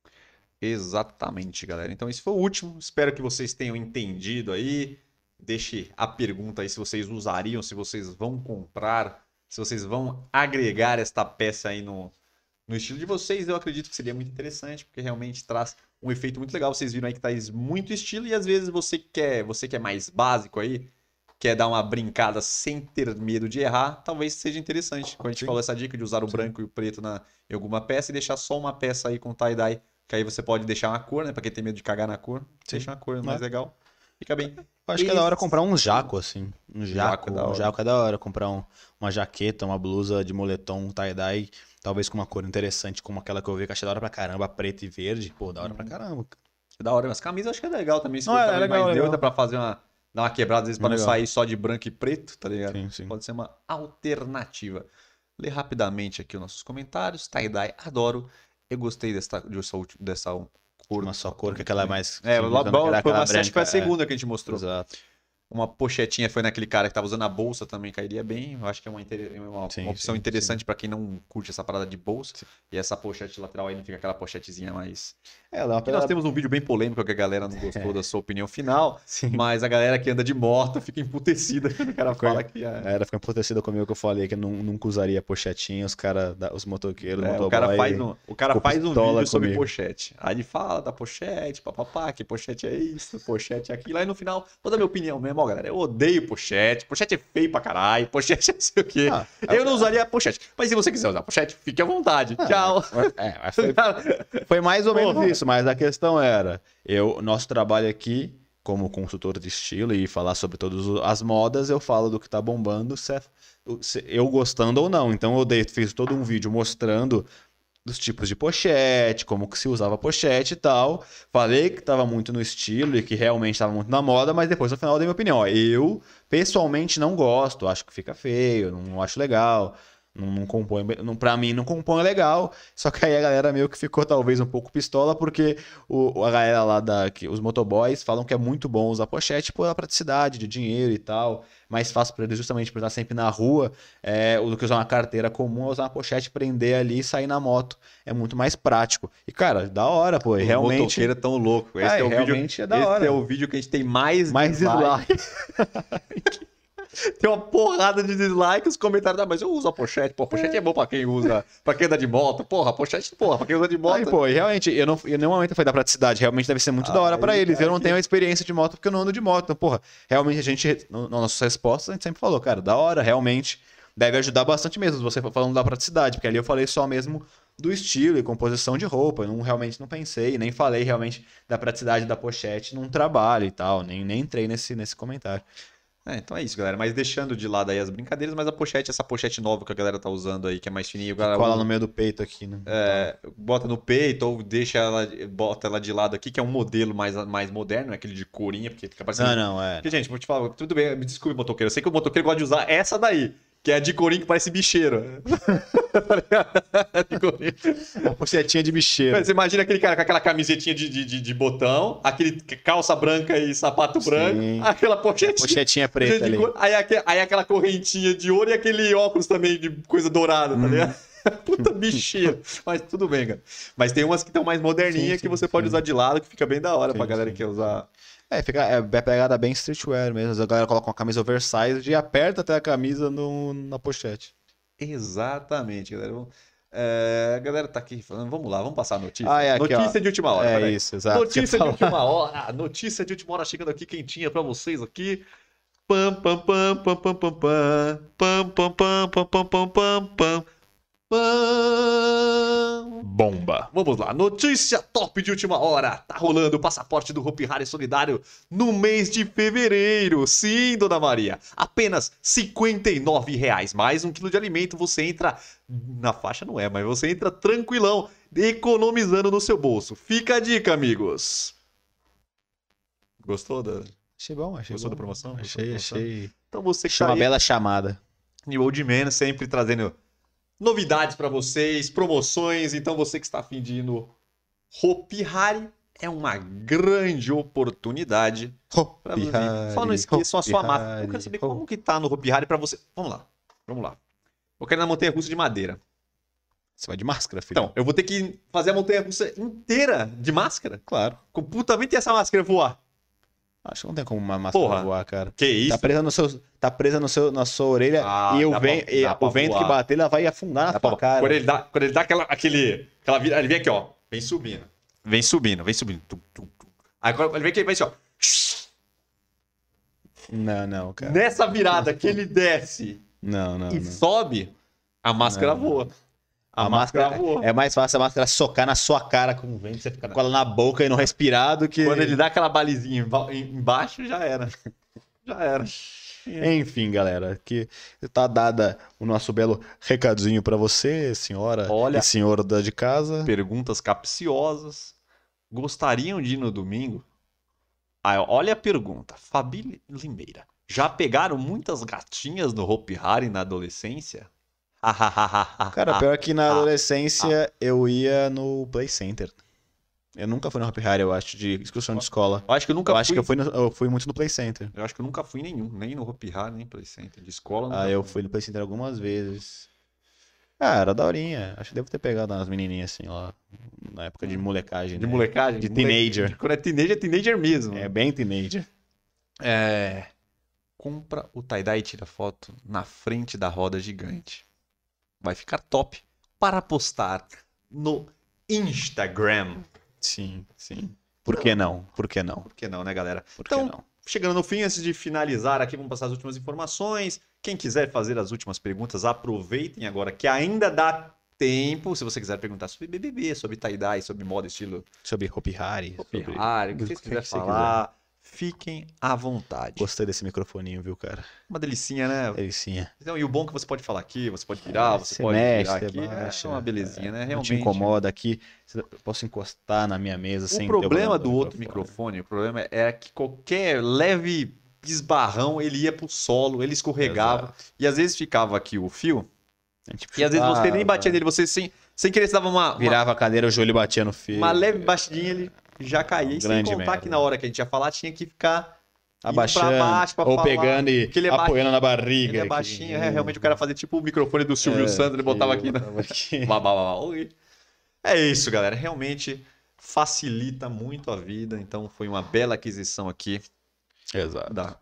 [SPEAKER 1] Exatamente, galera. Então esse foi o último. Espero que vocês tenham entendido aí. Deixe a pergunta aí se vocês usariam, se vocês vão comprar, se vocês vão agregar esta peça aí no, no estilo de vocês. Eu acredito que seria muito interessante, porque realmente traz um efeito muito legal. Vocês viram aí que traz muito estilo e às vezes você quer, você que é mais básico aí, quer dar uma brincada sem ter medo de errar, talvez seja interessante. Quando a gente
[SPEAKER 2] Sim.
[SPEAKER 1] falou essa dica de usar o
[SPEAKER 2] Sim.
[SPEAKER 1] branco e o preto na, em alguma peça e deixar só uma peça aí com tie-dye, que aí você pode deixar uma cor, né? Pra quem tem medo de cagar na cor,
[SPEAKER 2] Sim.
[SPEAKER 1] deixa uma cor mais
[SPEAKER 2] É.
[SPEAKER 1] legal. Fica bem.
[SPEAKER 2] Eu acho que é da hora comprar um
[SPEAKER 1] Esse-
[SPEAKER 2] jaco, assim. Um
[SPEAKER 1] Jaco
[SPEAKER 2] jaco.
[SPEAKER 1] é da
[SPEAKER 2] Um
[SPEAKER 1] hora.
[SPEAKER 2] jaco é da hora. Comprar um- uma jaqueta, uma blusa de moletom, um tie-dye, talvez com uma cor interessante, como aquela que eu vi, que eu achei da hora pra caramba, preta e verde. Pô, da hora pra caramba.
[SPEAKER 1] É da hora. Mas camisa eu acho que é legal também. Se
[SPEAKER 2] Não,
[SPEAKER 1] for
[SPEAKER 2] é,
[SPEAKER 1] também
[SPEAKER 2] é legal,
[SPEAKER 1] mais
[SPEAKER 2] legal.
[SPEAKER 1] neutra pra fazer uma. Dar uma quebrada, às vezes, pra
[SPEAKER 2] É
[SPEAKER 1] não
[SPEAKER 2] legal.
[SPEAKER 1] sair só de branco e preto, tá ligado?
[SPEAKER 2] Sim, sim.
[SPEAKER 1] Pode ser uma alternativa. Ler rapidamente aqui os nossos comentários. Tie-dye, adoro. Eu gostei dessa, dessa, ulti- dessa cor.
[SPEAKER 2] Uma só cor, que aquela é mais.
[SPEAKER 1] É,
[SPEAKER 2] simplesão,
[SPEAKER 1] logo,
[SPEAKER 2] que era
[SPEAKER 1] foi uma,
[SPEAKER 2] aquela
[SPEAKER 1] acho que foi a
[SPEAKER 2] branca, é.
[SPEAKER 1] segunda que a gente mostrou.
[SPEAKER 2] Exato.
[SPEAKER 1] Uma pochetinha foi naquele cara que tava usando a bolsa também, cairia bem. Eu acho que é uma, inter- uma-
[SPEAKER 2] Sim,
[SPEAKER 1] uma opção
[SPEAKER 2] sim,
[SPEAKER 1] interessante pra quem não curte essa parada de bolsa. E essa pochete lateral aí não fica aquela pochetezinha mais.
[SPEAKER 2] É, dá uma
[SPEAKER 1] Que nós
[SPEAKER 2] pegada.
[SPEAKER 1] temos um vídeo bem polêmico que a galera não gostou da sua opinião final,
[SPEAKER 2] Sim.
[SPEAKER 1] mas a galera que anda de moto fica emputecida quando o cara fala que
[SPEAKER 2] A
[SPEAKER 1] é.
[SPEAKER 2] galera fica emputecida comigo que eu falei que eu nu- nunca usaria pochetinha, os caras, os motoqueiros,
[SPEAKER 1] É,
[SPEAKER 2] motoboy.
[SPEAKER 1] o cara faz um, o cara
[SPEAKER 2] ficou
[SPEAKER 1] faz um
[SPEAKER 2] pistola
[SPEAKER 1] vídeo sobre
[SPEAKER 2] comigo.
[SPEAKER 1] pochete. Aí ele fala da pochete, papapá, que pochete é isso, pochete é aquilo. Aí no final, vou dar minha opinião mesmo, ó, galera. Eu odeio pochete, pochete é feio pra caralho, pochete é não sei o quê.
[SPEAKER 2] Ah,
[SPEAKER 1] eu não usaria pochete. Mas se você quiser usar pochete, fique à vontade. Tchau.
[SPEAKER 2] É, mas foi, foi mais ou menos
[SPEAKER 1] Porra.
[SPEAKER 2] isso, mas a questão era, eu, nosso trabalho aqui, como consultor de estilo e falar sobre todas as modas, eu falo do que tá bombando, se é- se- eu gostando ou não. Então eu dei, fiz todo um vídeo mostrando dos tipos de pochete, como que se usava pochete e tal. Falei que tava muito no estilo e que realmente tava muito na moda, mas depois no final eu dei minha opinião. Ó, eu pessoalmente não gosto, acho que fica feio, não acho legal. Não, não compõe, não, pra mim não compõe legal, só que aí a galera meio que ficou talvez um pouco pistola, porque o, a galera lá, da, que, os motoboys falam que é muito bom usar pochete por praticidade de dinheiro e tal, mais fácil pra eles justamente por estar sempre na rua, é, do que usar uma carteira comum, é usar uma pochete, prender ali e sair na moto, é muito mais prático. E cara, da hora, pô, e
[SPEAKER 1] Os
[SPEAKER 2] realmente...
[SPEAKER 1] motoqueiros é tão louco. Esse,
[SPEAKER 2] É,
[SPEAKER 1] é, o vídeo,
[SPEAKER 2] realmente é da
[SPEAKER 1] esse
[SPEAKER 2] hora.
[SPEAKER 1] é o vídeo que a gente tem mais,
[SPEAKER 2] Mais dislike.
[SPEAKER 1] Tem uma porrada de dislike, os comentários, ah, mas eu uso a pochete. Pô, a pochete é, bom pra quem usa, pra quem anda de moto. Porra, a pochete, porra, pra quem anda de moto.
[SPEAKER 2] Aí, pô, e realmente, eu não, em nenhum momento foi da praticidade, realmente deve ser muito da hora
[SPEAKER 1] Aí,
[SPEAKER 2] pra eles. Eu
[SPEAKER 1] cara,
[SPEAKER 2] não
[SPEAKER 1] que-
[SPEAKER 2] tenho a experiência de moto porque eu não ando de moto. Então, porra, realmente a gente, no- nas nossas respostas, a gente sempre falou, cara, da hora, realmente deve ajudar bastante mesmo, você falando da praticidade, porque ali eu falei só mesmo do estilo e composição de roupa, eu não, realmente não pensei, nem falei realmente da praticidade da pochete num trabalho e tal, nem, nem entrei nesse, nesse comentário.
[SPEAKER 1] É, então é isso, galera. Mas deixando de lado aí as brincadeiras, mas a pochete, essa pochete nova que a galera tá usando aí, que é mais fininha, o cara
[SPEAKER 2] Cola
[SPEAKER 1] usa-
[SPEAKER 2] no meio do peito aqui, né?
[SPEAKER 1] é, bota no peito ou deixa ela, bota ela de lado aqui, que é um modelo mais, mais moderno, é aquele de corinha, porque fica parecendo.
[SPEAKER 2] Não, não, é.
[SPEAKER 1] Porque, gente, vou te falar, tudo bem, me desculpe, motoqueiro. Eu sei que o motoqueiro gosta de usar essa daí, Que é a de corinho que parece bicheiro. De corinho.
[SPEAKER 2] Uma pochetinha de bicheiro.
[SPEAKER 1] Você imagina aquele cara com aquela camisetinha de, de, de, de botão, aquele calça branca e sapato
[SPEAKER 2] Sim.
[SPEAKER 1] branco, aquela pochetinha.
[SPEAKER 2] Pochetinha preta ali.
[SPEAKER 1] cor- Aí, aque- aí aquela correntinha de ouro e aquele óculos também de coisa dourada, tá
[SPEAKER 2] Hum.
[SPEAKER 1] ligado? Puta bicheiro. Mas tudo bem, cara. Mas tem umas que estão mais moderninhas
[SPEAKER 2] Sim,
[SPEAKER 1] que
[SPEAKER 2] sim,
[SPEAKER 1] você pode
[SPEAKER 2] sim.
[SPEAKER 1] usar de lado, que fica bem da hora
[SPEAKER 2] Sim,
[SPEAKER 1] pra galera
[SPEAKER 2] sim.
[SPEAKER 1] que quer usar.
[SPEAKER 2] É, fica, é é pegada bem streetwear mesmo. A galera coloca uma camisa oversized e aperta até a camisa no, na pochete.
[SPEAKER 1] Exatamente, galera. Vamos- é, a galera tá aqui falando. Vamos lá, vamos passar a notícia.
[SPEAKER 2] Ah, é aqui,
[SPEAKER 1] notícia
[SPEAKER 2] ó.
[SPEAKER 1] de última hora.
[SPEAKER 2] É
[SPEAKER 1] peraí.
[SPEAKER 2] isso, exato.
[SPEAKER 1] Notícia
[SPEAKER 2] Quer
[SPEAKER 1] de
[SPEAKER 2] falar?
[SPEAKER 1] última hora. Notícia de última hora chegando aqui quentinha pra vocês aqui. Pam, pam, pam, pam, pam, pam, pam. Pam, pam, pam, pam, pam, pam, pam, pam. Pam.
[SPEAKER 2] Bomba.
[SPEAKER 1] Vamos lá, notícia top de última hora. Tá rolando o passaporte do Hopi Hari Solidário no mês de fevereiro. Sim, Dona Maria. Apenas cinquenta e nove reais mais um quilo de alimento. Você entra, na faixa não é, mas você entra tranquilão, economizando no seu bolso. Fica a dica, amigos. Gostou da...
[SPEAKER 2] Achei bom, achei
[SPEAKER 1] Gostou
[SPEAKER 2] bom.
[SPEAKER 1] da promoção? Gostou
[SPEAKER 2] Achei,
[SPEAKER 1] da promoção?
[SPEAKER 2] achei.
[SPEAKER 1] Então você que
[SPEAKER 2] Achei
[SPEAKER 1] tá
[SPEAKER 2] uma
[SPEAKER 1] aí,
[SPEAKER 2] bela chamada.
[SPEAKER 1] New Old Man, sempre trazendo novidades pra vocês, promoções. Então você que está a fim de ir no Hopi Hari, é uma grande oportunidade pra
[SPEAKER 2] Hopi
[SPEAKER 1] você vir.
[SPEAKER 2] Hari,
[SPEAKER 1] Só não esqueçam a
[SPEAKER 2] Hopi
[SPEAKER 1] sua máscara. Eu
[SPEAKER 2] Hari,
[SPEAKER 1] quero saber
[SPEAKER 2] Hopi-
[SPEAKER 1] como que tá no Hopi Hari pra você. Vamos lá, vamos lá. Eu quero ir na montanha-russa de madeira.
[SPEAKER 2] Você vai de máscara, filho?
[SPEAKER 1] Então, eu vou ter que fazer a montanha-russa inteira de máscara?
[SPEAKER 2] Claro.
[SPEAKER 1] Com puta vento e essa máscara voar.
[SPEAKER 2] Acho que não tem como uma máscara
[SPEAKER 1] Porra.
[SPEAKER 2] voar, cara.
[SPEAKER 1] Que isso?
[SPEAKER 2] Tá presa, no seu, tá presa no seu, na sua orelha
[SPEAKER 1] Ah,
[SPEAKER 2] e, o,
[SPEAKER 1] dá
[SPEAKER 2] ven-
[SPEAKER 1] pra-
[SPEAKER 2] e
[SPEAKER 1] dá pra
[SPEAKER 2] o vento
[SPEAKER 1] voar.
[SPEAKER 2] que bater, ela vai afundar na
[SPEAKER 1] Dá
[SPEAKER 2] tua
[SPEAKER 1] pra-
[SPEAKER 2] cara.
[SPEAKER 1] Quando ele dá, quando ele dá aquela, aquele, aquela vira, ele vem aqui, ó. Vem subindo. Vem subindo, vem subindo. Tum, tum, tum. Aí quando ele vem aqui, ele vai assim, ó.
[SPEAKER 2] Não, não, cara.
[SPEAKER 1] Nessa virada que ele desce
[SPEAKER 2] Não, não,
[SPEAKER 1] e
[SPEAKER 2] não.
[SPEAKER 1] sobe, a máscara
[SPEAKER 2] Não,
[SPEAKER 1] voa. A,
[SPEAKER 2] A
[SPEAKER 1] máscara,
[SPEAKER 2] máscara
[SPEAKER 1] voa.
[SPEAKER 2] é mais fácil a máscara socar na sua cara com o vento, você fica com ela na boca e não respirar do que.
[SPEAKER 1] Quando ele dá aquela balizinha emba- embaixo, já era. Já era.
[SPEAKER 2] Enfim, galera, que tá dada o nosso belo recadinho pra você, senhora
[SPEAKER 1] Olha-
[SPEAKER 2] e senhor da de casa.
[SPEAKER 1] Perguntas capciosas. Gostariam de ir no domingo? Ah, olha a pergunta. Fabi Limeira. Já pegaram muitas gatinhas no Hopi Hari na adolescência?
[SPEAKER 2] Cara, pior que na
[SPEAKER 1] ah,
[SPEAKER 2] adolescência eu ia no Play Center. Eu nunca fui no Hopi Hari, eu acho, de excursão de escola.
[SPEAKER 1] Eu acho que eu nunca
[SPEAKER 2] Eu
[SPEAKER 1] fui.
[SPEAKER 2] acho que eu fui, no- eu fui muito no Play Center.
[SPEAKER 1] Eu acho que eu nunca fui nenhum, nem no Hopi Hari, nem Play Center. De escola, nunca
[SPEAKER 2] Ah, eu fui no Play Center algumas vezes. Ah, era daorinha. Acho que devo ter pegado umas menininhas assim lá. Na época de molecagem.
[SPEAKER 1] De
[SPEAKER 2] né?
[SPEAKER 1] molecagem?
[SPEAKER 2] De
[SPEAKER 1] mole-
[SPEAKER 2] teenager.
[SPEAKER 1] de- Quando é teenager, é teenager mesmo.
[SPEAKER 2] É bem teenager.
[SPEAKER 1] É. Compra o tie-dye e tira foto na frente da roda gigante. Vai ficar top para postar no Instagram.
[SPEAKER 2] Sim, sim. Por que não? Por que não?
[SPEAKER 1] Por que não, né, galera?
[SPEAKER 2] Por que
[SPEAKER 1] Então,
[SPEAKER 2] não?
[SPEAKER 1] chegando no fim, antes de finalizar aqui, vamos passar as últimas informações. Quem quiser fazer as últimas perguntas, aproveitem agora que ainda dá tempo. Se você quiser perguntar sobre B B B, sobre tie-dye, sobre moda, estilo
[SPEAKER 2] Sobre Hopi Hari.
[SPEAKER 1] Hopi
[SPEAKER 2] sobre-
[SPEAKER 1] Hari, o que
[SPEAKER 2] o
[SPEAKER 1] vocês
[SPEAKER 2] que
[SPEAKER 1] quiserem
[SPEAKER 2] você
[SPEAKER 1] falar, fiquem à vontade.
[SPEAKER 2] Gostei desse microfoninho, viu, cara?
[SPEAKER 1] Uma delicinha, né?
[SPEAKER 2] Delicinha.
[SPEAKER 1] Então, e o bom é que você pode falar aqui, você pode virar, você
[SPEAKER 2] Você
[SPEAKER 1] pode
[SPEAKER 2] mexe,
[SPEAKER 1] virar
[SPEAKER 2] você
[SPEAKER 1] aqui.
[SPEAKER 2] baixa,
[SPEAKER 1] É uma belezinha, né?
[SPEAKER 2] Não
[SPEAKER 1] Realmente.
[SPEAKER 2] te incomoda aqui. Eu posso encostar na minha mesa sem
[SPEAKER 1] O problema
[SPEAKER 2] derrubar
[SPEAKER 1] do
[SPEAKER 2] o
[SPEAKER 1] outro microfone, o problema é que qualquer leve esbarrão, ele ia pro solo, ele escorregava.
[SPEAKER 2] Exato.
[SPEAKER 1] E às vezes ficava aqui o fio,
[SPEAKER 2] A gente
[SPEAKER 1] e às vezes você nem
[SPEAKER 2] chutava,
[SPEAKER 1] batia nele, você sem, sem querer, você dava uma, uma,
[SPEAKER 2] Virava a cadeira, o joelho batia no fio.
[SPEAKER 1] uma leve batidinha, ele já caía. E sem
[SPEAKER 2] Grande
[SPEAKER 1] contar
[SPEAKER 2] merda.
[SPEAKER 1] que na hora que a gente ia falar, tinha que ficar indo
[SPEAKER 2] Abaixando,
[SPEAKER 1] pra baixo pra
[SPEAKER 2] ou
[SPEAKER 1] falar,
[SPEAKER 2] pegando e
[SPEAKER 1] porque ele é
[SPEAKER 2] apoiando na
[SPEAKER 1] baixinho,
[SPEAKER 2] barriga.
[SPEAKER 1] Ele é
[SPEAKER 2] aqui.
[SPEAKER 1] baixinho, é, realmente o cara fazia tipo o microfone do Silvio
[SPEAKER 2] É,
[SPEAKER 1] Santos, ele botava aqui, né?
[SPEAKER 2] botava aqui.
[SPEAKER 1] Blá, blá, blá, blá. Oi. É isso, galera. Realmente facilita muito a vida. Então foi uma bela aquisição aqui
[SPEAKER 2] Exato.
[SPEAKER 1] da.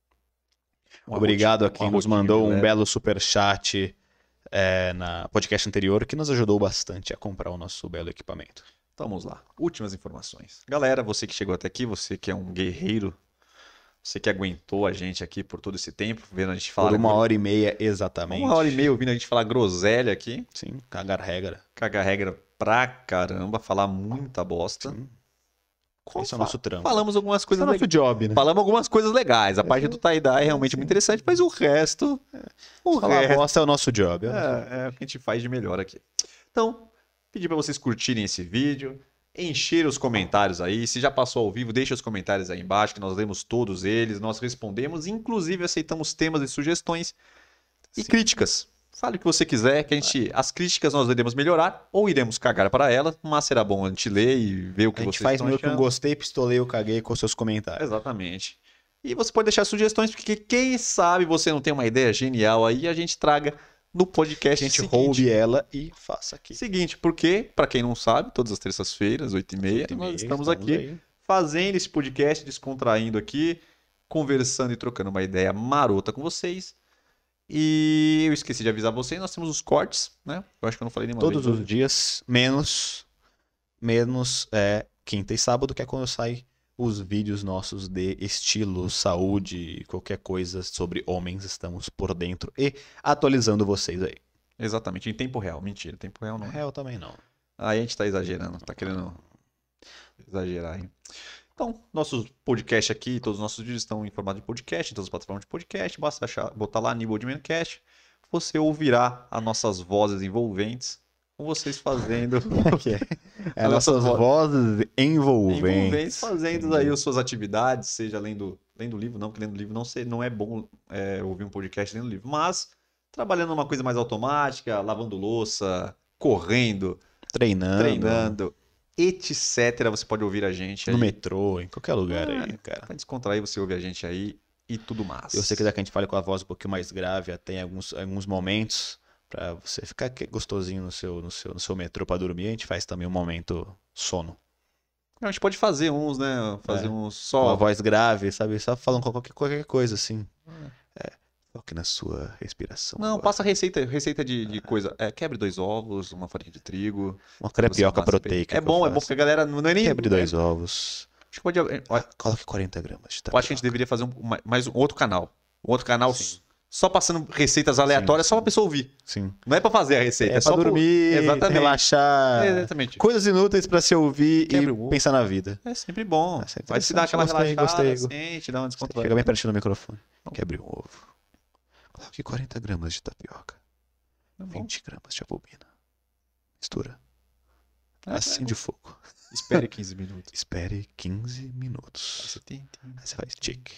[SPEAKER 1] uma
[SPEAKER 2] Obrigado
[SPEAKER 1] rotina-
[SPEAKER 2] a quem
[SPEAKER 1] uma
[SPEAKER 2] nos
[SPEAKER 1] rotina
[SPEAKER 2] mandou um
[SPEAKER 1] leve.
[SPEAKER 2] belo superchat é, na podcast anterior, que nos ajudou bastante a comprar o nosso belo equipamento.
[SPEAKER 1] Então vamos lá. Últimas informações. Galera, você que chegou até aqui, você que é um guerreiro, você que aguentou a gente aqui por todo esse tempo, vendo a gente falar.
[SPEAKER 2] Por uma hora e meia exatamente.
[SPEAKER 1] Uma hora e meia ouvindo a gente falar groselha aqui.
[SPEAKER 2] Sim, cagar regra.
[SPEAKER 1] Cagar regra pra caramba, falar muita bosta.
[SPEAKER 2] Sim.
[SPEAKER 1] Com-
[SPEAKER 2] Esse é o nosso trampo.
[SPEAKER 1] Falamos algumas
[SPEAKER 2] Esse é
[SPEAKER 1] coisas
[SPEAKER 2] o nosso
[SPEAKER 1] legais.
[SPEAKER 2] job, né?
[SPEAKER 1] Falamos algumas coisas legais. A parte do tie-dye é realmente muito interessante, mas o resto. O
[SPEAKER 2] Falar
[SPEAKER 1] resto
[SPEAKER 2] bosta é o nosso job. é o nosso-
[SPEAKER 1] é, é o que a gente faz de melhor aqui. Então, pedir para vocês curtirem esse vídeo, encher os comentários aí. Se já passou ao vivo, deixa os comentários aí embaixo, que nós lemos todos eles, nós respondemos, inclusive aceitamos temas e sugestões. E
[SPEAKER 2] Sim.
[SPEAKER 1] críticas. Fale o que você quiser, que a gente, as críticas nós iremos melhorar ou iremos cagar para elas, mas será bom a gente ler e ver o que
[SPEAKER 2] A gente
[SPEAKER 1] vocês
[SPEAKER 2] faz
[SPEAKER 1] estão
[SPEAKER 2] meio que um
[SPEAKER 1] achando.
[SPEAKER 2] gostei, pistolei, eu caguei com seus comentários.
[SPEAKER 1] Exatamente. E você pode deixar sugestões, porque quem sabe você não tem uma ideia genial aí, a gente traga no
[SPEAKER 2] A
[SPEAKER 1] podcast
[SPEAKER 2] gente
[SPEAKER 1] seguinte.
[SPEAKER 2] roube ela e faça aqui.
[SPEAKER 1] Seguinte, porque, para quem não sabe, todas as terças-feiras, oito e meia,
[SPEAKER 2] oito e meia,
[SPEAKER 1] nós estamos,
[SPEAKER 2] estamos
[SPEAKER 1] aqui
[SPEAKER 2] aí.
[SPEAKER 1] fazendo esse podcast, descontraindo aqui, conversando e trocando uma ideia marota com vocês. E eu esqueci de avisar vocês, nós temos os cortes, né? Eu acho que eu não falei nenhuma
[SPEAKER 2] Todos
[SPEAKER 1] vez.
[SPEAKER 2] os dias, menos, menos é, quinta e sábado, que é quando sai os vídeos nossos de estilo, saúde, qualquer coisa sobre homens, estamos por dentro e atualizando vocês aí.
[SPEAKER 1] Exatamente, em tempo real. Mentira, tempo real não é.
[SPEAKER 2] Real também não.
[SPEAKER 1] Aí a gente tá exagerando, tá querendo exagerar aí. Então, nossos podcasts aqui, todos os nossos vídeos estão em formato de podcast, em todas as plataformas de podcast. Basta achar, botar lá New Old Man Cast. Você ouvirá as nossas vozes envolventes com vocês fazendo.
[SPEAKER 2] Que é, é
[SPEAKER 1] As
[SPEAKER 2] nossas
[SPEAKER 1] nossas
[SPEAKER 2] vozes envolventes.
[SPEAKER 1] envolventes fazendo aí as suas atividades, seja lendo, lendo livro, não, porque lendo livro não, sei, não é bom é, ouvir um podcast lendo livro, mas trabalhando numa coisa mais automática, lavando louça, correndo,
[SPEAKER 2] Treinando.
[SPEAKER 1] treinando, etcétera. Você pode ouvir a gente aí.
[SPEAKER 2] No metrô, em qualquer lugar
[SPEAKER 1] É,
[SPEAKER 2] aí, cara.
[SPEAKER 1] Pra descontrair, você ouve a gente aí e tudo mais.
[SPEAKER 2] Se você quiser que a gente fale com a voz um pouquinho mais grave, até em alguns, alguns momentos, pra você ficar que- gostosinho no seu, no, seu, no seu metrô pra dormir, a gente faz também um momento sono.
[SPEAKER 1] A gente pode fazer uns, né? Fazer
[SPEAKER 2] É.
[SPEAKER 1] uns
[SPEAKER 2] Uma
[SPEAKER 1] só.
[SPEAKER 2] voz grave, sabe? Só falando qualquer, qualquer coisa assim. É. Foque na sua respiração.
[SPEAKER 1] Não,
[SPEAKER 2] agora.
[SPEAKER 1] passa receita, receita de, de coisa. É, quebre dois ovos, uma farinha de trigo.
[SPEAKER 2] Uma
[SPEAKER 1] Você
[SPEAKER 2] crepioca
[SPEAKER 1] passa bem.
[SPEAKER 2] proteica.
[SPEAKER 1] É
[SPEAKER 2] que
[SPEAKER 1] bom,
[SPEAKER 2] eu
[SPEAKER 1] é bom,
[SPEAKER 2] faço.
[SPEAKER 1] porque a galera não é nem.
[SPEAKER 2] Quebre dois ovos.
[SPEAKER 1] Acho que pode. Eu
[SPEAKER 2] Ah, coloque quarenta gramas de
[SPEAKER 1] acho que a gente
[SPEAKER 2] tapioca.
[SPEAKER 1] deveria fazer um, uma- mais um outro canal. Um outro canal
[SPEAKER 2] Sim.
[SPEAKER 1] só passando receitas aleatórias,
[SPEAKER 2] Sim,
[SPEAKER 1] só
[SPEAKER 2] sim.
[SPEAKER 1] pra pessoa ouvir.
[SPEAKER 2] Sim.
[SPEAKER 1] Não é pra fazer a receita, é,
[SPEAKER 2] É,
[SPEAKER 1] só
[SPEAKER 2] pra
[SPEAKER 1] pro-
[SPEAKER 2] dormir,
[SPEAKER 1] Exatamente.
[SPEAKER 2] relaxar.
[SPEAKER 1] É, exatamente.
[SPEAKER 2] Coisas inúteis pra se ouvir
[SPEAKER 1] Quebre
[SPEAKER 2] e
[SPEAKER 1] o ovo.
[SPEAKER 2] pensar na vida.
[SPEAKER 1] É sempre bom.
[SPEAKER 2] É sempre
[SPEAKER 1] Vai te dar aquela
[SPEAKER 2] interessante.
[SPEAKER 1] relaxada,
[SPEAKER 2] Gostei, gostei.
[SPEAKER 1] sente, dá uma
[SPEAKER 2] Você
[SPEAKER 1] descontraída.
[SPEAKER 2] chega bem pertinho do microfone. Quebre um ovo. Coloque quarenta gramas de tapioca.
[SPEAKER 1] Tá bom.
[SPEAKER 2] vinte gramas de albumina. Mistura.
[SPEAKER 1] É,
[SPEAKER 2] Assim
[SPEAKER 1] é.
[SPEAKER 2] de fogo.
[SPEAKER 1] Espere quinze minutos.
[SPEAKER 2] Espere quinze minutos.
[SPEAKER 1] Você tem, tem.
[SPEAKER 2] Aí você faz tic.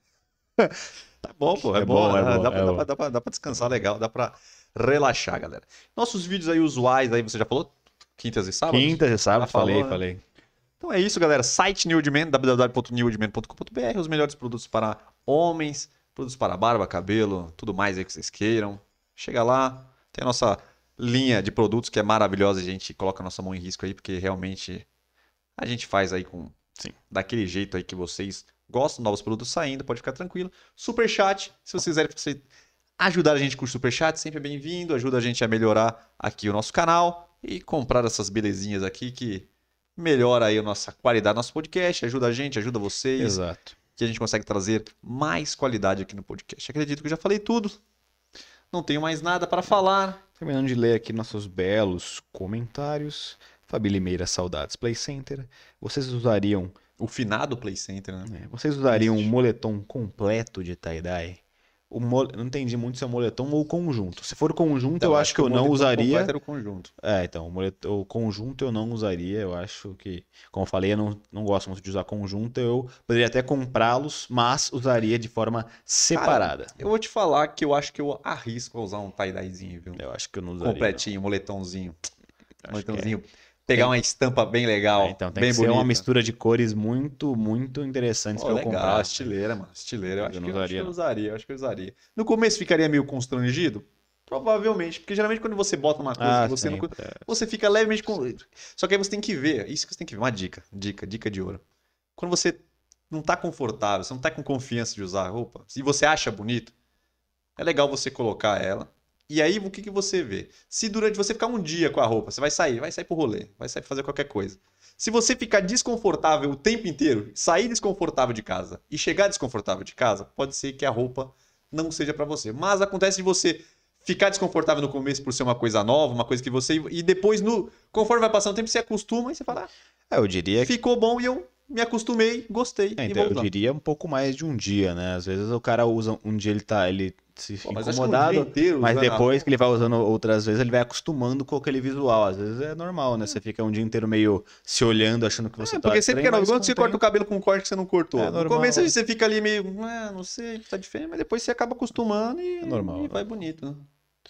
[SPEAKER 1] Tá bom, pô. É,
[SPEAKER 2] É
[SPEAKER 1] bom,
[SPEAKER 2] bom, é
[SPEAKER 1] dá,
[SPEAKER 2] bom,
[SPEAKER 1] dá pra,
[SPEAKER 2] é
[SPEAKER 1] dá
[SPEAKER 2] bom.
[SPEAKER 1] pra- dá pra- dá pra descansar legal, dá pra relaxar, galera. Nossos vídeos aí usuais aí, você já falou? Quintas e sábados?
[SPEAKER 2] Quinta, você sabe?
[SPEAKER 1] Já falou,
[SPEAKER 2] falei,
[SPEAKER 1] né?
[SPEAKER 2] falei.
[SPEAKER 1] Então é isso, galera. Site New Old Man, w w w ponto new old man ponto com ponto b r, os melhores produtos para homens, produtos para barba, cabelo, tudo mais aí que vocês queiram. Chega lá, tem a nossa linha de produtos que é maravilhosa, a gente coloca a nossa mão em risco aí, porque realmente a gente faz aí com
[SPEAKER 2] Sim.
[SPEAKER 1] daquele jeito aí que vocês gostam, novos produtos saindo, pode ficar tranquilo. Superchat, se vocês quiserem você ajudar a gente com o Superchat, sempre é bem-vindo, ajuda a gente a melhorar aqui o nosso canal e comprar essas belezinhas aqui que melhora aí a nossa qualidade do nosso podcast, ajuda a gente, ajuda vocês,
[SPEAKER 2] Exato.
[SPEAKER 1] que a gente consegue trazer mais qualidade aqui no podcast. Acredito que eu já falei tudo, não tenho mais nada para falar.
[SPEAKER 2] Terminando de ler aqui nossos belos comentários. Fabi Limeira, saudades Play Center. Vocês usariam,
[SPEAKER 1] O finado Play Center, né?
[SPEAKER 2] né, vocês usariam um
[SPEAKER 1] Existe.
[SPEAKER 2] moletom completo de tie-dye? O mole... Não entendi muito se é moletom ou conjunto. Se for conjunto,
[SPEAKER 1] Então,
[SPEAKER 2] eu acho que eu
[SPEAKER 1] o
[SPEAKER 2] não
[SPEAKER 1] moletom
[SPEAKER 2] usaria.
[SPEAKER 1] completo era o conjunto.
[SPEAKER 2] É, então, o, moletom... o conjunto eu não usaria. Eu acho que, como eu falei, eu não, não gosto muito de usar conjunto. Eu poderia até comprá-los, mas usaria de forma separada.
[SPEAKER 1] Eu vou te falar que eu acho que eu arrisco a usar um tie-dyezinho, viu?
[SPEAKER 2] Eu acho que eu não usaria.
[SPEAKER 1] Completinho, moletomzinho.
[SPEAKER 2] Acho
[SPEAKER 1] Moletomzinho. Pegar uma estampa bem legal,
[SPEAKER 2] É, então, tem
[SPEAKER 1] bem
[SPEAKER 2] que ser
[SPEAKER 1] bonita.
[SPEAKER 2] uma mistura de cores muito, muito interessantes
[SPEAKER 1] Pô,
[SPEAKER 2] pra eu
[SPEAKER 1] legal,
[SPEAKER 2] comprar.
[SPEAKER 1] estileira, mano. Estileira, eu
[SPEAKER 2] Mas
[SPEAKER 1] acho,
[SPEAKER 2] eu
[SPEAKER 1] que,
[SPEAKER 2] não
[SPEAKER 1] eu acho que
[SPEAKER 2] usaria,
[SPEAKER 1] eu
[SPEAKER 2] não.
[SPEAKER 1] usaria, eu acho que eu usaria. No começo ficaria meio constrangido? Provavelmente, porque geralmente quando você bota uma coisa
[SPEAKER 2] Ah,
[SPEAKER 1] que você não...
[SPEAKER 2] sempre, é.
[SPEAKER 1] Você fica levemente... com- Só que aí você tem que ver, isso que você tem que ver, uma dica, dica, dica de ouro. Quando você não tá confortável, você não tá com confiança de usar a roupa, se você acha bonito, é legal você colocar ela. E aí, o que, que você vê? Se durante você ficar um dia com a roupa, você vai sair, vai sair pro rolê, vai sair pra fazer qualquer coisa. Se você ficar desconfortável o tempo inteiro, sair desconfortável de casa e chegar desconfortável de casa, pode ser que a roupa não seja pra você. Mas acontece de você ficar desconfortável no começo por ser uma coisa nova, uma coisa que você... E depois, no, conforme vai passando o tempo, você acostuma e você fala,
[SPEAKER 2] É, eu diria
[SPEAKER 1] ah,
[SPEAKER 2] que
[SPEAKER 1] ficou bom e eu me acostumei, gostei
[SPEAKER 2] É,
[SPEAKER 1] e
[SPEAKER 2] então, eu
[SPEAKER 1] voltando.
[SPEAKER 2] diria um pouco mais de um dia, né? Às vezes o cara usa um dia ele tá, ele se
[SPEAKER 1] Pô,
[SPEAKER 2] fica
[SPEAKER 1] mas acho que um dia
[SPEAKER 2] incomodado,
[SPEAKER 1] inteiro
[SPEAKER 2] mas
[SPEAKER 1] usando a
[SPEAKER 2] depois que ele
[SPEAKER 1] roupa.
[SPEAKER 2] vai usando outras vezes, ele vai acostumando com aquele visual. Às vezes é normal, né? Você fica um dia inteiro meio se olhando, achando que você
[SPEAKER 1] É,
[SPEAKER 2] tá
[SPEAKER 1] porque sempre que
[SPEAKER 2] estranho,
[SPEAKER 1] é novo,
[SPEAKER 2] mas
[SPEAKER 1] quando
[SPEAKER 2] com
[SPEAKER 1] você
[SPEAKER 2] o
[SPEAKER 1] corta o
[SPEAKER 2] tempo
[SPEAKER 1] cabelo com um corte que você não cortou.
[SPEAKER 2] é
[SPEAKER 1] No começo
[SPEAKER 2] normal,
[SPEAKER 1] você fica ali meio, ah, não sei, tá diferente, mas depois você acaba acostumando e,
[SPEAKER 2] é normal,
[SPEAKER 1] e vai
[SPEAKER 2] normal.
[SPEAKER 1] bonito, né?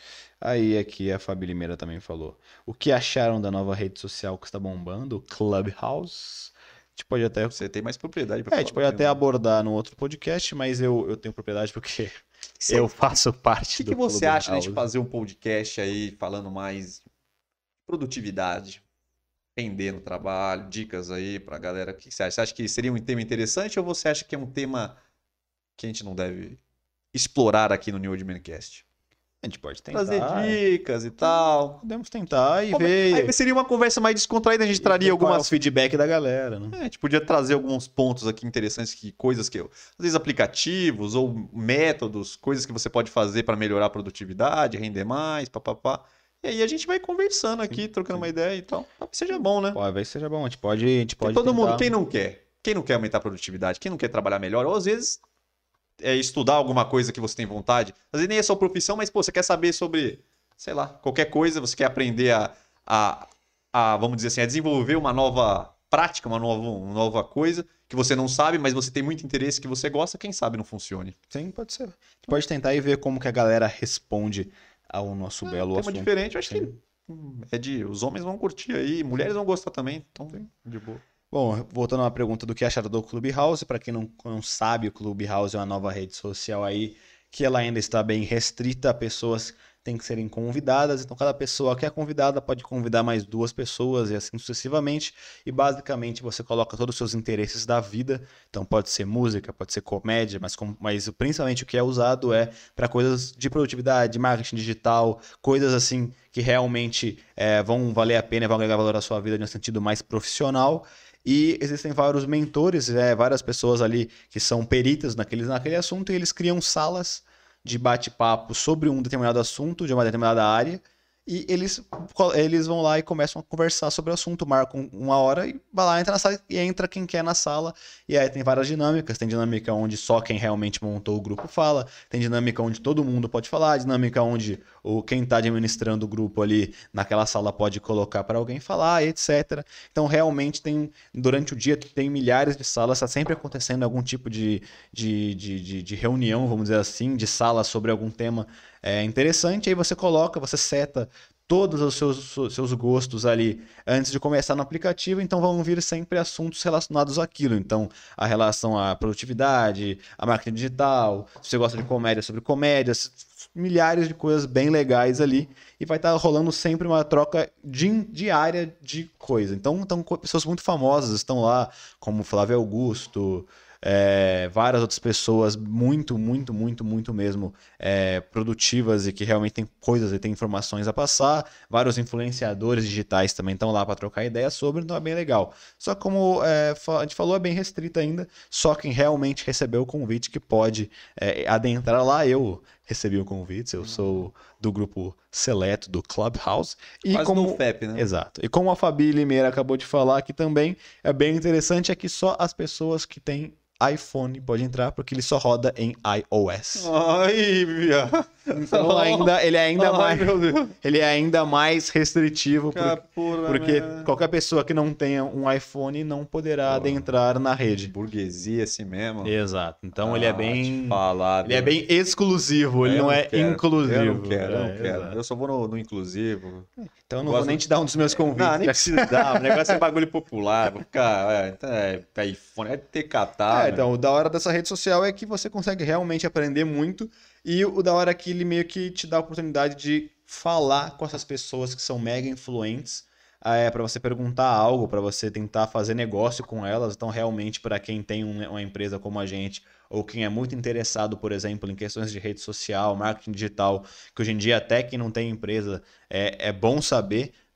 [SPEAKER 2] Aí aqui a Fabi Limeira também falou. O que acharam da nova rede social que está bombando, o Clubhouse? A gente pode até,
[SPEAKER 1] Você tem mais propriedade pra
[SPEAKER 2] é, a
[SPEAKER 1] falar
[SPEAKER 2] gente
[SPEAKER 1] do
[SPEAKER 2] pode
[SPEAKER 1] que eu,
[SPEAKER 2] até
[SPEAKER 1] né?
[SPEAKER 2] abordar no outro podcast, mas eu, eu tenho propriedade porque
[SPEAKER 1] Cê-
[SPEAKER 2] eu faço
[SPEAKER 1] O
[SPEAKER 2] parte
[SPEAKER 1] que, que
[SPEAKER 2] do
[SPEAKER 1] você acha de a gente
[SPEAKER 2] Clubhouse.
[SPEAKER 1] fazer um podcast aí falando mais de produtividade, render no trabalho, dicas aí pra galera? O que que você acha? Você acha que seria um tema interessante ou você acha que é um tema que a gente não deve explorar aqui no New Old Mancast?
[SPEAKER 2] A gente pode
[SPEAKER 1] Trazer
[SPEAKER 2] tentar,
[SPEAKER 1] dicas e tal.
[SPEAKER 2] podemos tentar e
[SPEAKER 1] Conver- Aí
[SPEAKER 2] ver,
[SPEAKER 1] seria uma conversa mais descontraída, a gente
[SPEAKER 2] e
[SPEAKER 1] traria
[SPEAKER 2] ver qual é o
[SPEAKER 1] algumas.
[SPEAKER 2] feedback da galera, né?
[SPEAKER 1] É, a gente podia trazer alguns pontos aqui interessantes, que coisas que eu. Às vezes aplicativos ou métodos, coisas que você pode fazer para melhorar a produtividade, render mais, papapá. E aí a gente vai conversando aqui,
[SPEAKER 2] Sim,
[SPEAKER 1] trocando
[SPEAKER 2] sim.
[SPEAKER 1] uma ideia e tal. Talvez seja bom, né?
[SPEAKER 2] Talvez seja bom, a gente pode, a gente
[SPEAKER 1] Porque
[SPEAKER 2] pode
[SPEAKER 1] todo mundo,
[SPEAKER 2] tentar.
[SPEAKER 1] quem não quer? Quem não quer aumentar a produtividade? Quem não quer trabalhar melhor? Ou às vezes é estudar alguma coisa que você tem vontade. Às vezes nem é sua profissão, mas pô, você quer saber sobre, sei lá, qualquer coisa, você quer aprender a, a, a vamos dizer assim, a desenvolver uma nova prática, uma nova, uma nova coisa que você não sabe, mas você tem muito interesse que você gosta, quem sabe não funcione.
[SPEAKER 2] Sim, pode ser. A gente pode tentar e ver como que a galera responde ao nosso
[SPEAKER 1] É, um
[SPEAKER 2] belo
[SPEAKER 1] tema
[SPEAKER 2] assunto.
[SPEAKER 1] diferente, eu acho
[SPEAKER 2] Sim.
[SPEAKER 1] que hum, é de. Os homens vão curtir aí, mulheres vão gostar também, então, de boa.
[SPEAKER 2] Bom, voltando à pergunta do que acharam do Clubhouse, para quem não, não sabe, o Clubhouse é uma nova rede social aí que ela ainda está bem restrita a pessoas que têm que serem convidadas, então cada pessoa que é convidada pode convidar mais duas pessoas e assim sucessivamente, e basicamente você coloca todos os seus interesses da vida, então pode ser música, pode ser comédia, mas, com, mas principalmente o que é usado é para coisas de produtividade, marketing digital, coisas assim que realmente é, vão valer a pena, vão agregar valor à sua vida de um sentido mais profissional. E existem vários mentores, é, várias pessoas ali que são peritas naquele, naquele assunto, e eles criam salas de bate-papo sobre um determinado assunto, de uma determinada área, e eles, eles vão lá e começam a conversar sobre o assunto, marcam uma hora e vai lá, entra na sala e entra quem quer na sala. E aí tem várias dinâmicas, tem dinâmica onde só quem realmente montou o grupo fala, tem dinâmica onde todo mundo pode falar, dinâmica onde o, quem está administrando o grupo ali naquela sala pode colocar para alguém falar, etcétera. Então realmente tem, durante o dia tem milhares de salas, está sempre acontecendo algum tipo de, de, de, de, de reunião, vamos dizer assim, de sala sobre algum tema é, interessante, aí você coloca, você seta todos os seus, seus gostos ali antes de começar no aplicativo, então vão vir sempre assuntos relacionados àquilo. Então, a relação à produtividade, à marketing digital, se você gosta de comédia, sobre comédia, milhares de coisas bem legais ali, e vai estar rolando sempre uma troca di diária de coisa. Então, então, pessoas muito famosas estão lá, como Flávio Augusto, É, várias outras pessoas muito, muito, muito, muito mesmo é, produtivas e que realmente tem coisas e tem informações a passar. Vários influenciadores digitais também estão lá para trocar ideias sobre, então é bem legal. Só que como é, a gente falou, é bem restrita ainda, só quem realmente recebeu o convite que pode é, adentrar lá. Eu recebi o convite, eu sou do grupo seleto do Clubhouse. E
[SPEAKER 1] Quase
[SPEAKER 2] como...
[SPEAKER 1] no F E P, né?
[SPEAKER 2] Exato. E como a Fabi Limeira acabou de falar aqui também, é bem interessante é que só as pessoas que têm iPhone pode entrar, porque ele só roda em iOS.
[SPEAKER 1] Ai, viado.
[SPEAKER 2] Então ainda, ele é ainda
[SPEAKER 1] Ai,
[SPEAKER 2] mais,
[SPEAKER 1] meu Deus.
[SPEAKER 2] ele é ainda mais restritivo, por-
[SPEAKER 1] Capura,
[SPEAKER 2] porque
[SPEAKER 1] né?
[SPEAKER 2] qualquer pessoa que não tenha um iPhone não poderá adentrar na rede.
[SPEAKER 1] Burguesia assim mesmo.
[SPEAKER 2] Exato. Então ele é
[SPEAKER 1] Ah,
[SPEAKER 2] bem,
[SPEAKER 1] te falar,
[SPEAKER 2] ele é
[SPEAKER 1] viu?
[SPEAKER 2] bem exclusivo, ele
[SPEAKER 1] Eu
[SPEAKER 2] não é
[SPEAKER 1] quero.
[SPEAKER 2] inclusivo.
[SPEAKER 1] Eu não quero, eu
[SPEAKER 2] É,
[SPEAKER 1] não quero.
[SPEAKER 2] exato.
[SPEAKER 1] Eu só vou no, no inclusivo.
[SPEAKER 2] Então eu não
[SPEAKER 1] Gosto-
[SPEAKER 2] vou nem te dar um dos meus convites.
[SPEAKER 1] Não, nem precisa dar. O negócio é bagulho popular. Vou ficar. É, então é, é iPhone, é ter catar.
[SPEAKER 2] É, então, o da hora dessa rede social é que você consegue realmente aprender muito, e o da hora é que ele meio que te dá a oportunidade de falar com essas pessoas que são mega influentes, é, para você perguntar algo, para você tentar fazer negócio com elas. Então, realmente, para quem tem um- uma empresa como a gente, ou quem é muito interessado, por exemplo, em questões de rede social, marketing digital, que hoje em dia até quem não tem empresa é, é bom saber.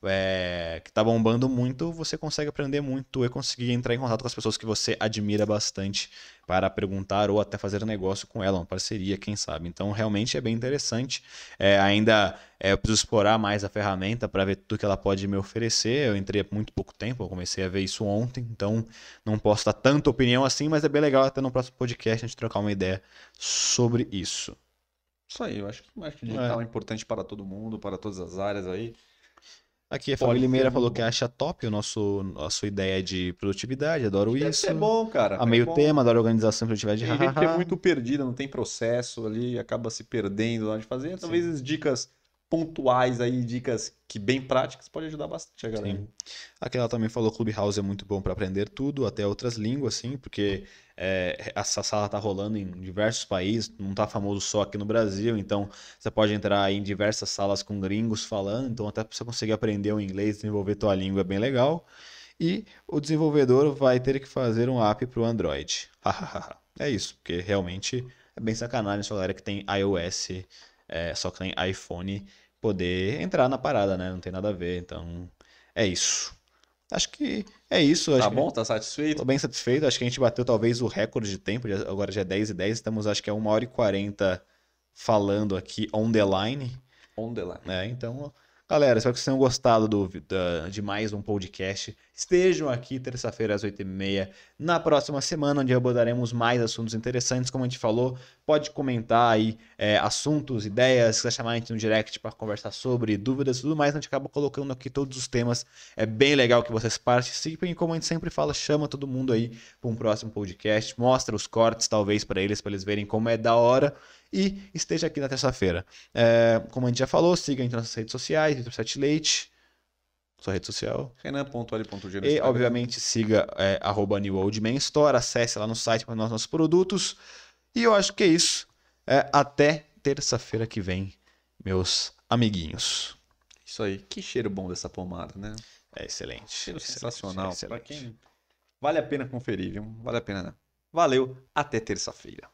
[SPEAKER 2] é, que tá bombando muito, você consegue aprender muito e conseguir entrar em contato com as pessoas que você admira bastante para perguntar ou até fazer um negócio com ela, uma parceria, quem sabe. Então, realmente é bem interessante. É, ainda é, eu preciso explorar mais a ferramenta para ver tudo que ela pode me oferecer. Eu entrei há muito pouco tempo, eu comecei a ver isso ontem, então não posso dar tanta opinião assim, mas é bem legal até no próximo podcast a gente trocar uma ideia sobre isso.
[SPEAKER 1] Isso aí, eu acho que o marketing
[SPEAKER 2] É.
[SPEAKER 1] digital é importante para todo mundo, para todas as áreas aí.
[SPEAKER 2] Aqui a
[SPEAKER 1] Pode
[SPEAKER 2] família
[SPEAKER 1] ser
[SPEAKER 2] Meira
[SPEAKER 1] muito
[SPEAKER 2] falou que
[SPEAKER 1] bom.
[SPEAKER 2] acha top o nosso, a sua ideia de produtividade, adoro
[SPEAKER 1] Deve
[SPEAKER 2] isso.
[SPEAKER 1] ser bom, cara.
[SPEAKER 2] A
[SPEAKER 1] É
[SPEAKER 2] meio
[SPEAKER 1] bom.
[SPEAKER 2] tema, adoro organização e produtividade,
[SPEAKER 1] Tem gente que é
[SPEAKER 2] hahaha.
[SPEAKER 1] muito perdida, não tem processo ali, acaba se perdendo lá de fazer. Talvez
[SPEAKER 2] Sim,
[SPEAKER 1] as dicas pontuais aí, dicas que bem práticas, pode ajudar bastante a galera.
[SPEAKER 2] sim. Aqui ela também falou que o Clubhouse é muito bom para aprender tudo, até outras línguas, sim, porque é, essa sala tá rolando em diversos países, não tá famoso só aqui no Brasil, então você pode entrar em diversas salas com gringos falando, então até para você conseguir aprender o inglês, desenvolver tua língua é bem legal. E o desenvolvedor vai ter que fazer um app para o Android. É isso, porque realmente é bem sacanagem só a galera que tem iOS, é, só que tem iPhone, poder entrar na parada, né? Não tem nada a ver, então é isso. Acho que é isso, acho
[SPEAKER 1] Tá
[SPEAKER 2] que
[SPEAKER 1] bom? Tá
[SPEAKER 2] estou
[SPEAKER 1] satisfeito?
[SPEAKER 2] bem satisfeito. Acho que a gente bateu talvez o recorde de tempo, já- agora já é dez e dez, estamos acho que é uma hora e quarenta falando aqui on the line.
[SPEAKER 1] On the line.
[SPEAKER 2] É, então, galera, espero que vocês tenham gostado do, da- de mais um podcast. Estejam aqui terça-feira às oito e meia na próxima semana, onde abordaremos mais assuntos interessantes. Como a gente falou, pode comentar aí é, assuntos, ideias, quiser chamar a gente no direct para conversar sobre dúvidas e tudo mais. A gente acaba colocando aqui todos os temas. É bem legal que vocês participem. E como a gente sempre fala, chama todo mundo aí para um próximo podcast. Mostra os cortes, talvez, para eles, para eles verem como é da hora. E esteja aqui na terça-feira. É, como a gente já falou, siga em nossas redes sociais, Vitor Sete Leite, sua rede social.
[SPEAKER 1] renan ponto l ponto g no
[SPEAKER 2] E,
[SPEAKER 1] Instagram.
[SPEAKER 2] obviamente, siga é, arroba New Old Man Store, acesse lá no site para nossos produtos. E eu acho que é isso. É, até terça-feira que vem, meus amiguinhos.
[SPEAKER 1] Isso aí. Que cheiro bom dessa pomada, né?
[SPEAKER 2] É excelente.
[SPEAKER 1] Cheiro
[SPEAKER 2] excelente,
[SPEAKER 1] sensacional. Pra
[SPEAKER 2] excelente.
[SPEAKER 1] quem vale a pena conferir, viu? Vale a pena, né? Valeu. Até terça-feira.